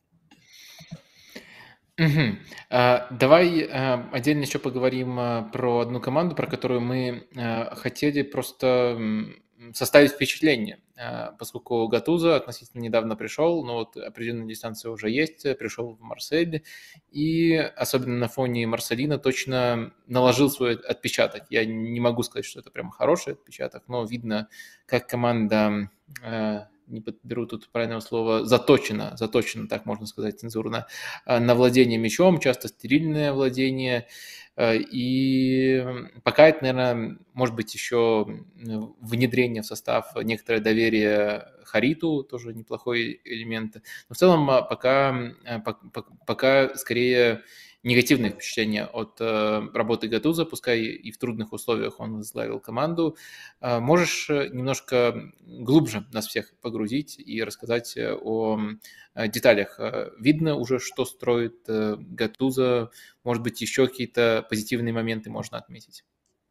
Мгм. А, Давай а, отдельно еще поговорим а, про одну команду, про которую мы а, хотели просто м, составить впечатление, А, поскольку Гатузо относительно недавно пришел, но вот определенная дистанция уже есть, э, пришел в Марсель, и особенно на фоне Марселина точно наложил свой отпечаток. Я не могу сказать, что это прям хороший отпечаток, но видно, как команда, э, не подберу тут правильного слова, заточена, заточена, так можно сказать цензурно, э, на владение мячом, часто стерильное владение. Э, И пока это, наверное, может быть еще внедрение в состав, некоторое доверие Хариту, тоже неплохой элемент. Но в целом а, пока, а, пок- пок- пока скорее негативные впечатления от э, работы Гатуза, пускай и в трудных условиях он возглавил команду. А Можешь э, немножко глубже нас всех погрузить и рассказать э, о э, деталях? Э, Видно уже, что строит э, Гатуза, может быть, еще какие-то позитивные моменты можно отметить.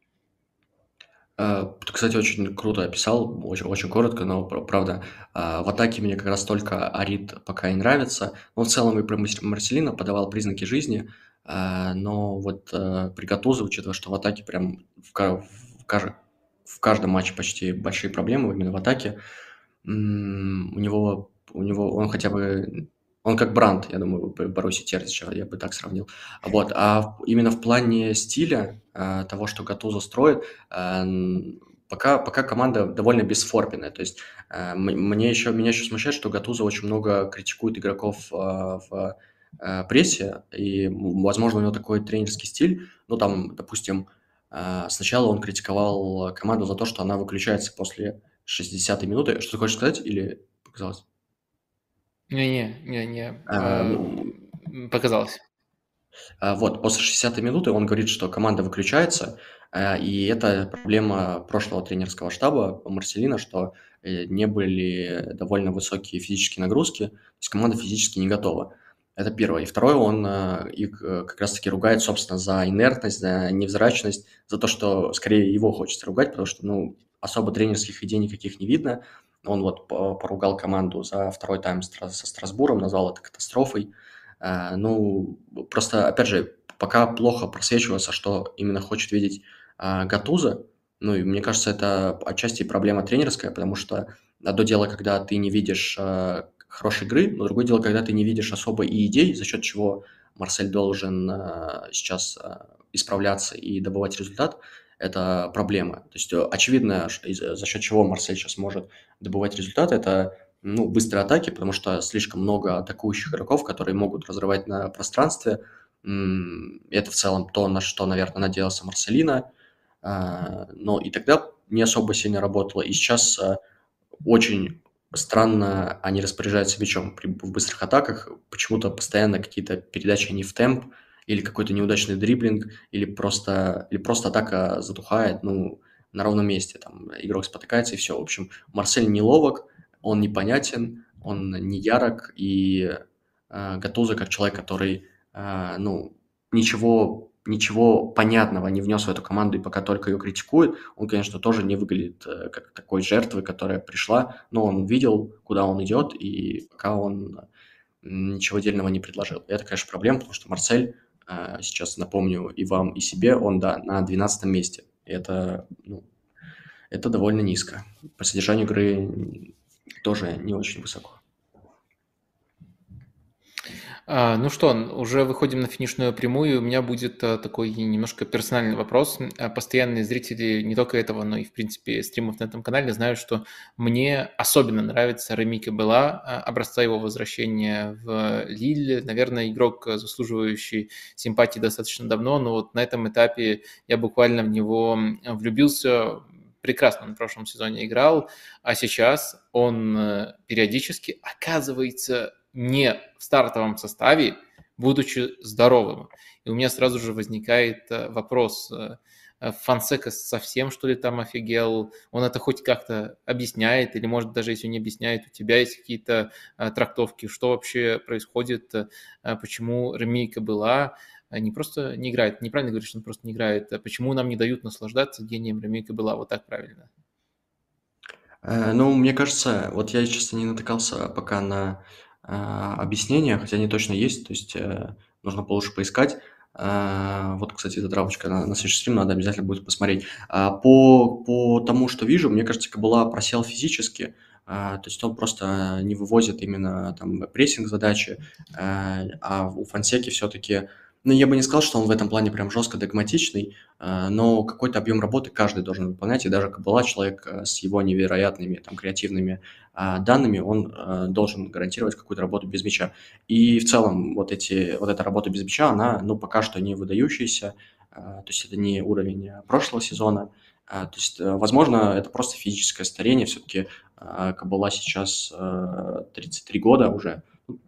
Э, Ты, кстати, очень круто описал, очень, очень коротко, но пр- правда, а, в атаке мне как раз только Арит пока и нравится. Он в целом и про Марс- Марселино подавал признаки жизни, а, но вот э, при Гатузо, учитывая, что в атаке прям в, ка- в, каж- в каждом матче почти большие проблемы именно в атаке, м, у него, у него он хотя бы, он как Брандт, я думаю, Б- Боруссии Терзича, я бы так сравнил. Вот, а в- именно в плане стиля, а, того, что Гатузо строит, а, н- пока, пока команда довольно бесформенная. То есть а, м- мне еще, меня еще смущает, что Гатузо очень много критикует игроков а, в а, прессе, и, м, возможно, у него такой тренерский стиль. Ну, там, допустим, а, сначала он критиковал команду за то, что она выключается после шестидесятой минуты. Что ты хочешь сказать или показалось?
Не-не, не-не,
А, ну,
э, показалось.
А, Вот, после шестидесятой минуты он говорит, что команда выключается, а, и это проблема прошлого тренерского штаба Марселина, что э, не были довольно высокие физические нагрузки, то есть команда физически не готова. Это первое. И второе, он э, их э, как раз-таки ругает, собственно, за инертность, за невзрачность, за то, что скорее его хочется ругать, потому что, ну, особо тренерских идей никаких не видно. Он вот по- поругал команду за второй тайм Стра- со Страсбуром, назвал это катастрофой. Э, Ну, просто, опять же, пока плохо просвечивается, что именно хочет видеть а, Гатузо. Ну, и мне кажется, это отчасти проблема тренерская, потому что одно дело, когда ты не видишь а, хорошей игры, но другое дело, когда ты не видишь особо и идей, за счет чего Марсель должен а, сейчас а, исправляться и добывать результат. Это проблема. То есть, э, очевидно, ш- из- за счет чего Марсель сейчас может добывать результат, это ну, быстрые атаки, потому что слишком много атакующих игроков, которые могут разрывать на пространстве. М, Это в целом то, на что, наверное, надеялся Марселино. А, Но и тогда не особо сильно работало. И сейчас а, очень странно они распоряжаются мячом при, в быстрых атаках. Почему-то постоянно какие-то передачи не в темп, или какой-то неудачный дриблинг, или просто, или просто атака затухает, ну, на ровном месте. Там игрок спотыкается, и все. В общем, Марсель неловок, он непонятен, он не ярок, и э, Гатузо, как человек, который, э, ну, ничего, ничего понятного не внес в эту команду, и пока только ее критикует, он, конечно, тоже не выглядит э, как такой жертвы, которая пришла, но он видел, куда он идет, и пока он м, ничего дельного не предложил. И это, конечно, проблема, потому что Марсель, э, сейчас напомню и вам, и себе, он, да, на двенадцатом месте. И это, ну, это довольно низко. По содержанию игры м, тоже не очень высоко.
А, Ну что, н- уже выходим на финишную прямую. У меня будет а, такой немножко персональный вопрос. А, Постоянные зрители не только этого, но и, в принципе, стримов на этом канале знают, что мне особенно нравится Реми Кабела, а, образца его возвращения в Лиль. Наверное, игрок, а, заслуживающий симпатии достаточно давно, но вот на этом этапе я буквально в него м, влюбился. Прекрасно он в прошлом сезоне играл, а сейчас он э, периодически оказывается не в стартовом составе, будучи здоровым. И у меня сразу же возникает э, вопрос, э, э, Фонсека совсем, что ли, там офигел? Он это хоть как-то объясняет? Или, может, даже если не объясняет, у тебя есть какие-то э, трактовки? Что вообще происходит? э, Почему Реми Кабела не просто не играет, неправильно говоришь, что он просто не играет, а почему нам не дают наслаждаться гением Реми Кабела? Вот так правильно.
Э, Ну, мне кажется, вот я, честно, не натыкался пока на а, объяснения, хотя они точно есть, то есть э, нужно получше поискать. А, Вот, кстати, эта травочка на, на следующий стрим надо обязательно будет посмотреть. А, По, по тому, что вижу, мне кажется, Кабыла просел физически, а, то есть он просто не вывозит именно там прессинг-задачи, а а у Фонсеки все-таки, ну, я бы не сказал, что он в этом плане прям жестко догматичный, а, но какой-то объем работы каждый должен выполнять, и даже Кабала, человек э, с его невероятными там, креативными а, данными, он а, должен гарантировать какую-то работу без мяча. И в целом вот, эти, вот эта работа без мяча, она ну, пока что не выдающаяся, а, то есть это не уровень а, прошлого сезона, а, то есть, э, возможно, это просто физическое старение, все-таки Кабала сейчас э, тридцать три года уже.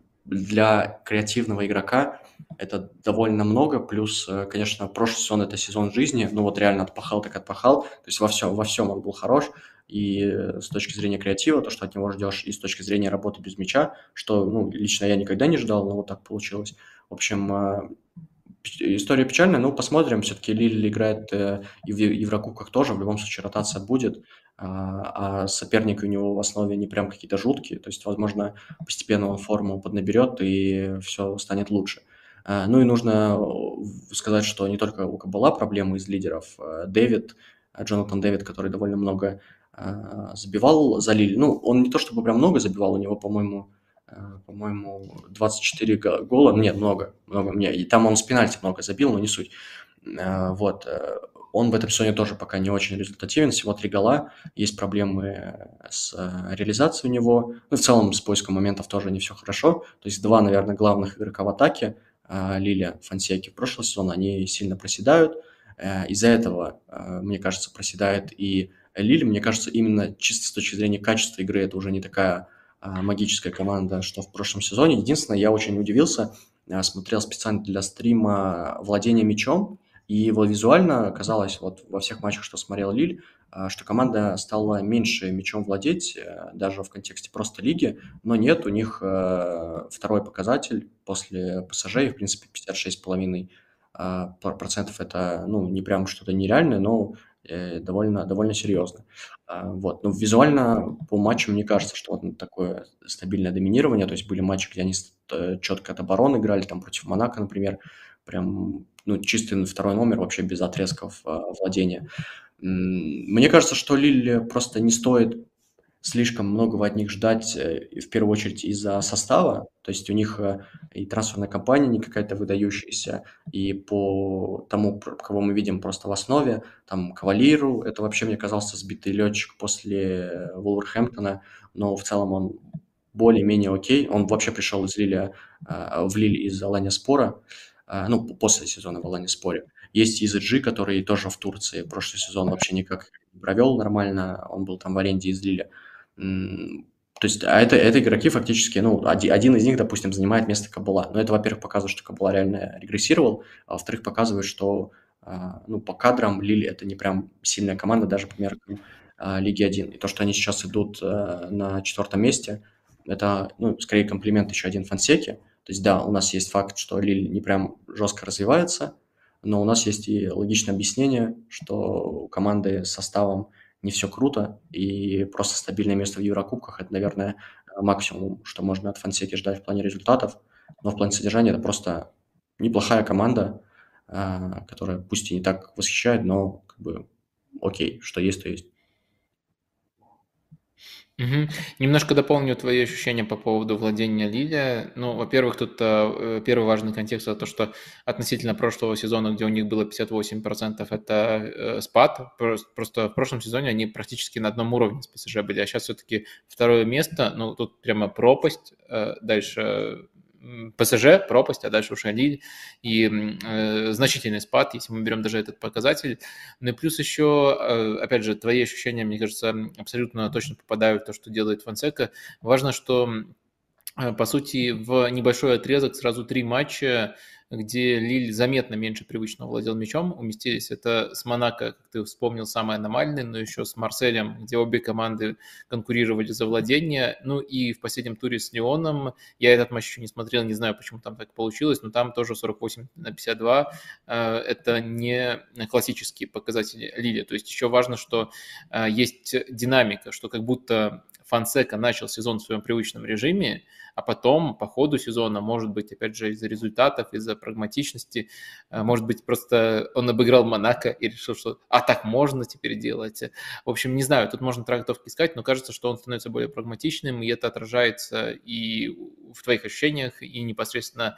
Для креативного игрока это довольно много, плюс, э, конечно, прошлый сезон – это сезон жизни, ну вот реально отпахал так отпахал, то есть во всем, во всем он был хорош, и э, с точки зрения креатива, то, что от него ждешь, и с точки зрения работы без мяча, что, ну, лично я никогда не ждал, но вот так получилось. В общем, э, п- история печальная, но посмотрим, все-таки Лиль играет э, и в Еврокубках тоже, в любом случае ротация будет, а а соперники у него в основе не прям какие-то жуткие, то есть, возможно, постепенно он форму поднаберет и все станет лучше. А, Ну и нужно э, сказать, что не только у Кабала проблемы из лидеров. э, Дэвид, э, Джонатан Дэвид, который довольно много а, забивал за Лиль. Ну, он не то чтобы прям много забивал, у него, по-моему, э, по-моему, двадцать четыре го- гола. Нет, много, много. Мне. И там он с пенальти много забил, но не суть. А, Вот. э, Он в этом сезоне тоже пока не очень результативен, всего три гола. Есть проблемы э, с э, реализацией у него. Ну, в целом, с поиском моментов тоже не все хорошо. То есть два, наверное, главных игрока в атаке, а, Лиля, Фонсеки, прошлого сезона, они сильно проседают. Э, Из-за этого, э, мне кажется, проседает и Лиль. Мне кажется, именно чисто с точки зрения качества игры это уже не такая а, магическая команда, что в прошлом сезоне. Единственное, я очень удивился, а, смотрел специально для стрима владение мячом, и вот визуально казалось, вот во всех матчах, что смотрел Лиль, а, что команда стала меньше мячом владеть, э, даже в контексте просто лиги, но нет, у них э, второй показатель после ПСЖ, и, в принципе, пятьдесят шесть целых пять десятых а, пр- процентов это, ну, не прям что-то нереальное, но э, довольно, довольно серьезно. А, Вот. Но визуально по матчам мне кажется, что вот такое стабильное доминирование, то есть были матчи, где они с- э, четко от обороны играли, там против Монако, например, прям ну, чистый второй номер, вообще без отрезков а, владения. М, Мне кажется, что Лилле просто не стоит слишком многого от них ждать, э, и в первую очередь из-за состава. То есть у них э, и трансферная кампания не какая-то выдающаяся, и по тому, пр- кого мы видим просто в основе, там Кавалиру, это вообще, мне казался, сбитый летчик после Вулверхэмптона, но в целом он более-менее окей. Он вообще пришел из Лиля, а, в Лиль из Аланьяспора, а, ну, п- после сезона в Аланьяспоре. Есть Изыджи, который тоже в Турции прошлый сезон вообще никак не провел нормально, он был там в аренде из Лиля. М, То есть, а это, это игроки фактически, ну, оди- один из них, допустим, занимает место Кабула. Но это, во-первых, показывает, что Кабула реально регрессировал, а во-вторых, показывает, что, а, ну, по кадрам Лили это не прям сильная команда даже по меркам а, Лиги один. И то, что они сейчас идут а, на четвертом месте, это, ну, скорее комплимент еще один Фонсеке. То есть, да, у нас есть факт, что Лиль не прям жестко развивается, но у нас есть и логичное объяснение, что у команды с составом не все круто, и просто стабильное место в Еврокубках – это, наверное, максимум, что можно от Фонсеки ждать в плане результатов. Но в плане содержания это просто неплохая команда, а, которая пусть и не так восхищает, но как бы окей, что есть, то есть.
Мгм. Немножко дополню твои ощущения по поводу владения Лилия. Ну, во-первых, тут э, первый важный контекст – это то, что относительно прошлого сезона, где у них было пятьдесят восемь процентов, это э, спад. Просто, просто в прошлом сезоне они практически на одном уровне с ПСЖ были, а сейчас все-таки второе место. Ну, тут прямо пропасть. Э, дальше м, ПСЖ пропасть, а дальше уже Лиль. И м, э, значительный спад, если мы берем даже этот показатель. Ну и плюс еще, э, опять же, твои ощущения, мне кажется, абсолютно точно попадают в то, что делает Фонсека. Важно, что э, по сути, в небольшой отрезок сразу три матча, где Лиль заметно меньше привычно владел мячом, уместились. Это с Монако, как ты вспомнил, самый аномальный, но еще с Марселем, где обе команды конкурировали за владение. Ну и в последнем туре с Лионом, я этот матч еще не смотрел, не знаю, почему там так получилось, но там тоже сорок восемь на пятьдесят два. Э, Это не классические показатели Лили. То есть еще важно, что э, есть динамика, что как будто Фонсека начал сезон в своем привычном режиме, а потом по ходу сезона, может быть, опять же, из-за результатов, из-за прагматичности, э, может быть, просто он обыграл Монако и решил, что «а так можно теперь делать». В общем, не знаю, тут можно трактовки искать, но кажется, что он становится более прагматичным, и это отражается и в твоих ощущениях, и непосредственно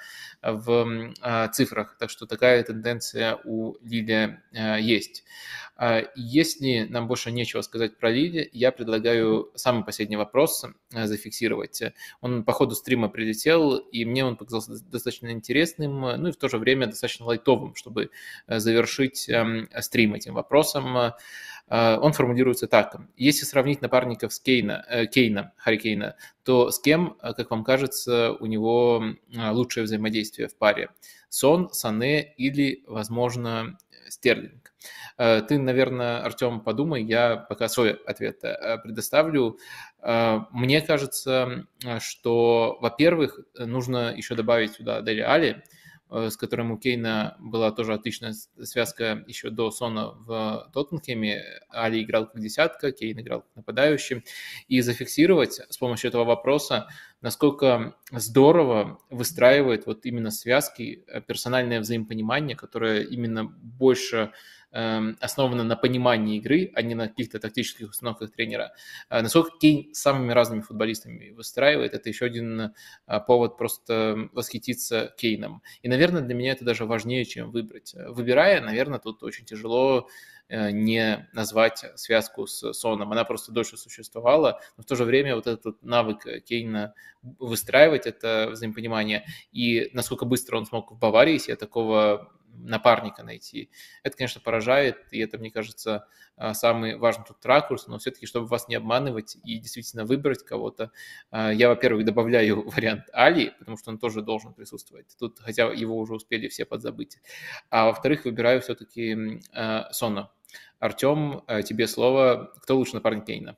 в э, цифрах. Так что такая тенденция у Лиля э, есть. А, Если нам больше нечего сказать про Лили, я предлагаю самый последний вопрос э, зафиксировать. Он по ходу стрима прилетел, и мне он показался достаточно интересным, э, ну и в то же время достаточно лайтовым, чтобы э, завершить эм, стрим этим вопросом. Э, Он формулируется так. Если сравнить напарников с Кейна, э, Кейна, Харри Кейна, то с кем, э, как вам кажется, у него э, лучшее взаимодействие в паре? Сон, Сане или, возможно, Стерлинг? Э, Ты, наверное, Артем, подумай, я пока свой ответ э, предоставлю. Э, Мне кажется, э, что, во-первых, нужно еще добавить сюда Дели Али, э, с которым у Кейна была тоже отличная связка еще до Сона в Тоттенхеме. Али играл как десятка, Кейн играл как нападающий. И зафиксировать с помощью этого вопроса, насколько здорово выстраивает вот именно связки, э, персональное взаимопонимание, которое именно больше эм, основана на понимании игры, а не на каких-то тактических установках тренера. А Насколько Кейн с самыми разными футболистами выстраивает, это еще один а, повод просто восхититься Кейном. И, наверное, для меня это даже важнее, чем выбрать. Выбирая, наверное, тут очень тяжело э, не назвать связку с Соном. Она просто дольше существовала, но в то же время вот этот вот навык Кейна выстраивать это взаимопонимание и насколько быстро он смог в Баварии себе такого напарника найти. Это, конечно, поражает, и это, мне кажется, а, самый важный тут ракурс, но все-таки, чтобы вас не обманывать и действительно выбрать кого-то, а, я, во-первых, добавляю вариант Али, потому что он тоже должен присутствовать тут, хотя его уже успели все подзабыть. А во-вторых, выбираю все-таки Сона. Артем, э, тебе слово. Кто лучше напарник Кейна?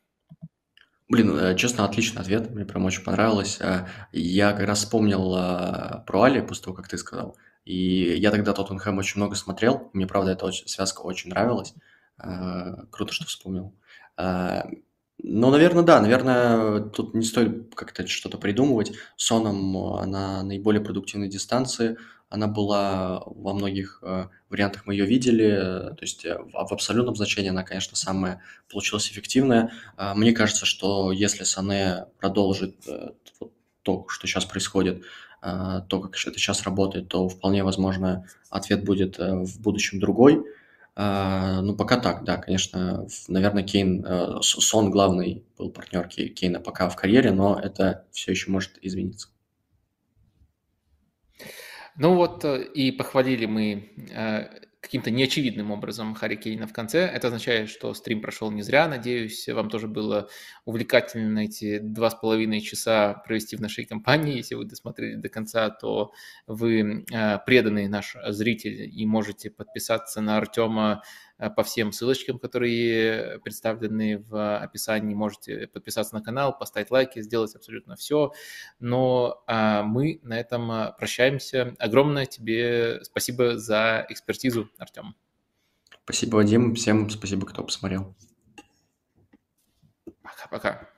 Блин, э, честно, отличный ответ, мне прям очень понравилось. Э, Я как раз вспомнил э, про Али после того, как ты сказал. И я тогда Тоттенхэм очень много смотрел. Мне, правда, эта очень- связка очень нравилась. А, Круто, что вспомнил. А, Ну, наверное, да, наверное, тут не стоит как-то что-то придумывать. Соном э, она наиболее продуктивной дистанции. Она была во многих э, вариантах, мы ее видели. э, То есть э, в в абсолютном значении она, конечно, самая получилась эффективная. А, Мне кажется, что если Сане продолжит э, вот то, что сейчас происходит, а, то, как это сейчас работает, то вполне возможно ответ будет э, в будущем другой. А, ну, пока так, да, конечно, в наверно, Кейн, э, С Сон главный был партнер Кей Кейна пока в карьере, но это все еще может измениться.
Ну вот э, и похвалили мы э, каким-то неочевидным образом Харри Кейна в конце. Это означает, что стрим прошел не зря. Надеюсь, вам тоже было увлекательно эти два с половиной часа провести в нашей компании. Если вы досмотрели до конца, то вы э, преданный наш зритель и можете подписаться на Артема э, по всем ссылочкам, которые представлены в описании. Можете подписаться на канал, поставить лайки, сделать абсолютно все. Но а, мы на этом а, прощаемся. Огромное тебе спасибо за экспертизу, Артем.
Спасибо, Вадим. Всем спасибо, кто посмотрел.
Пока-пока.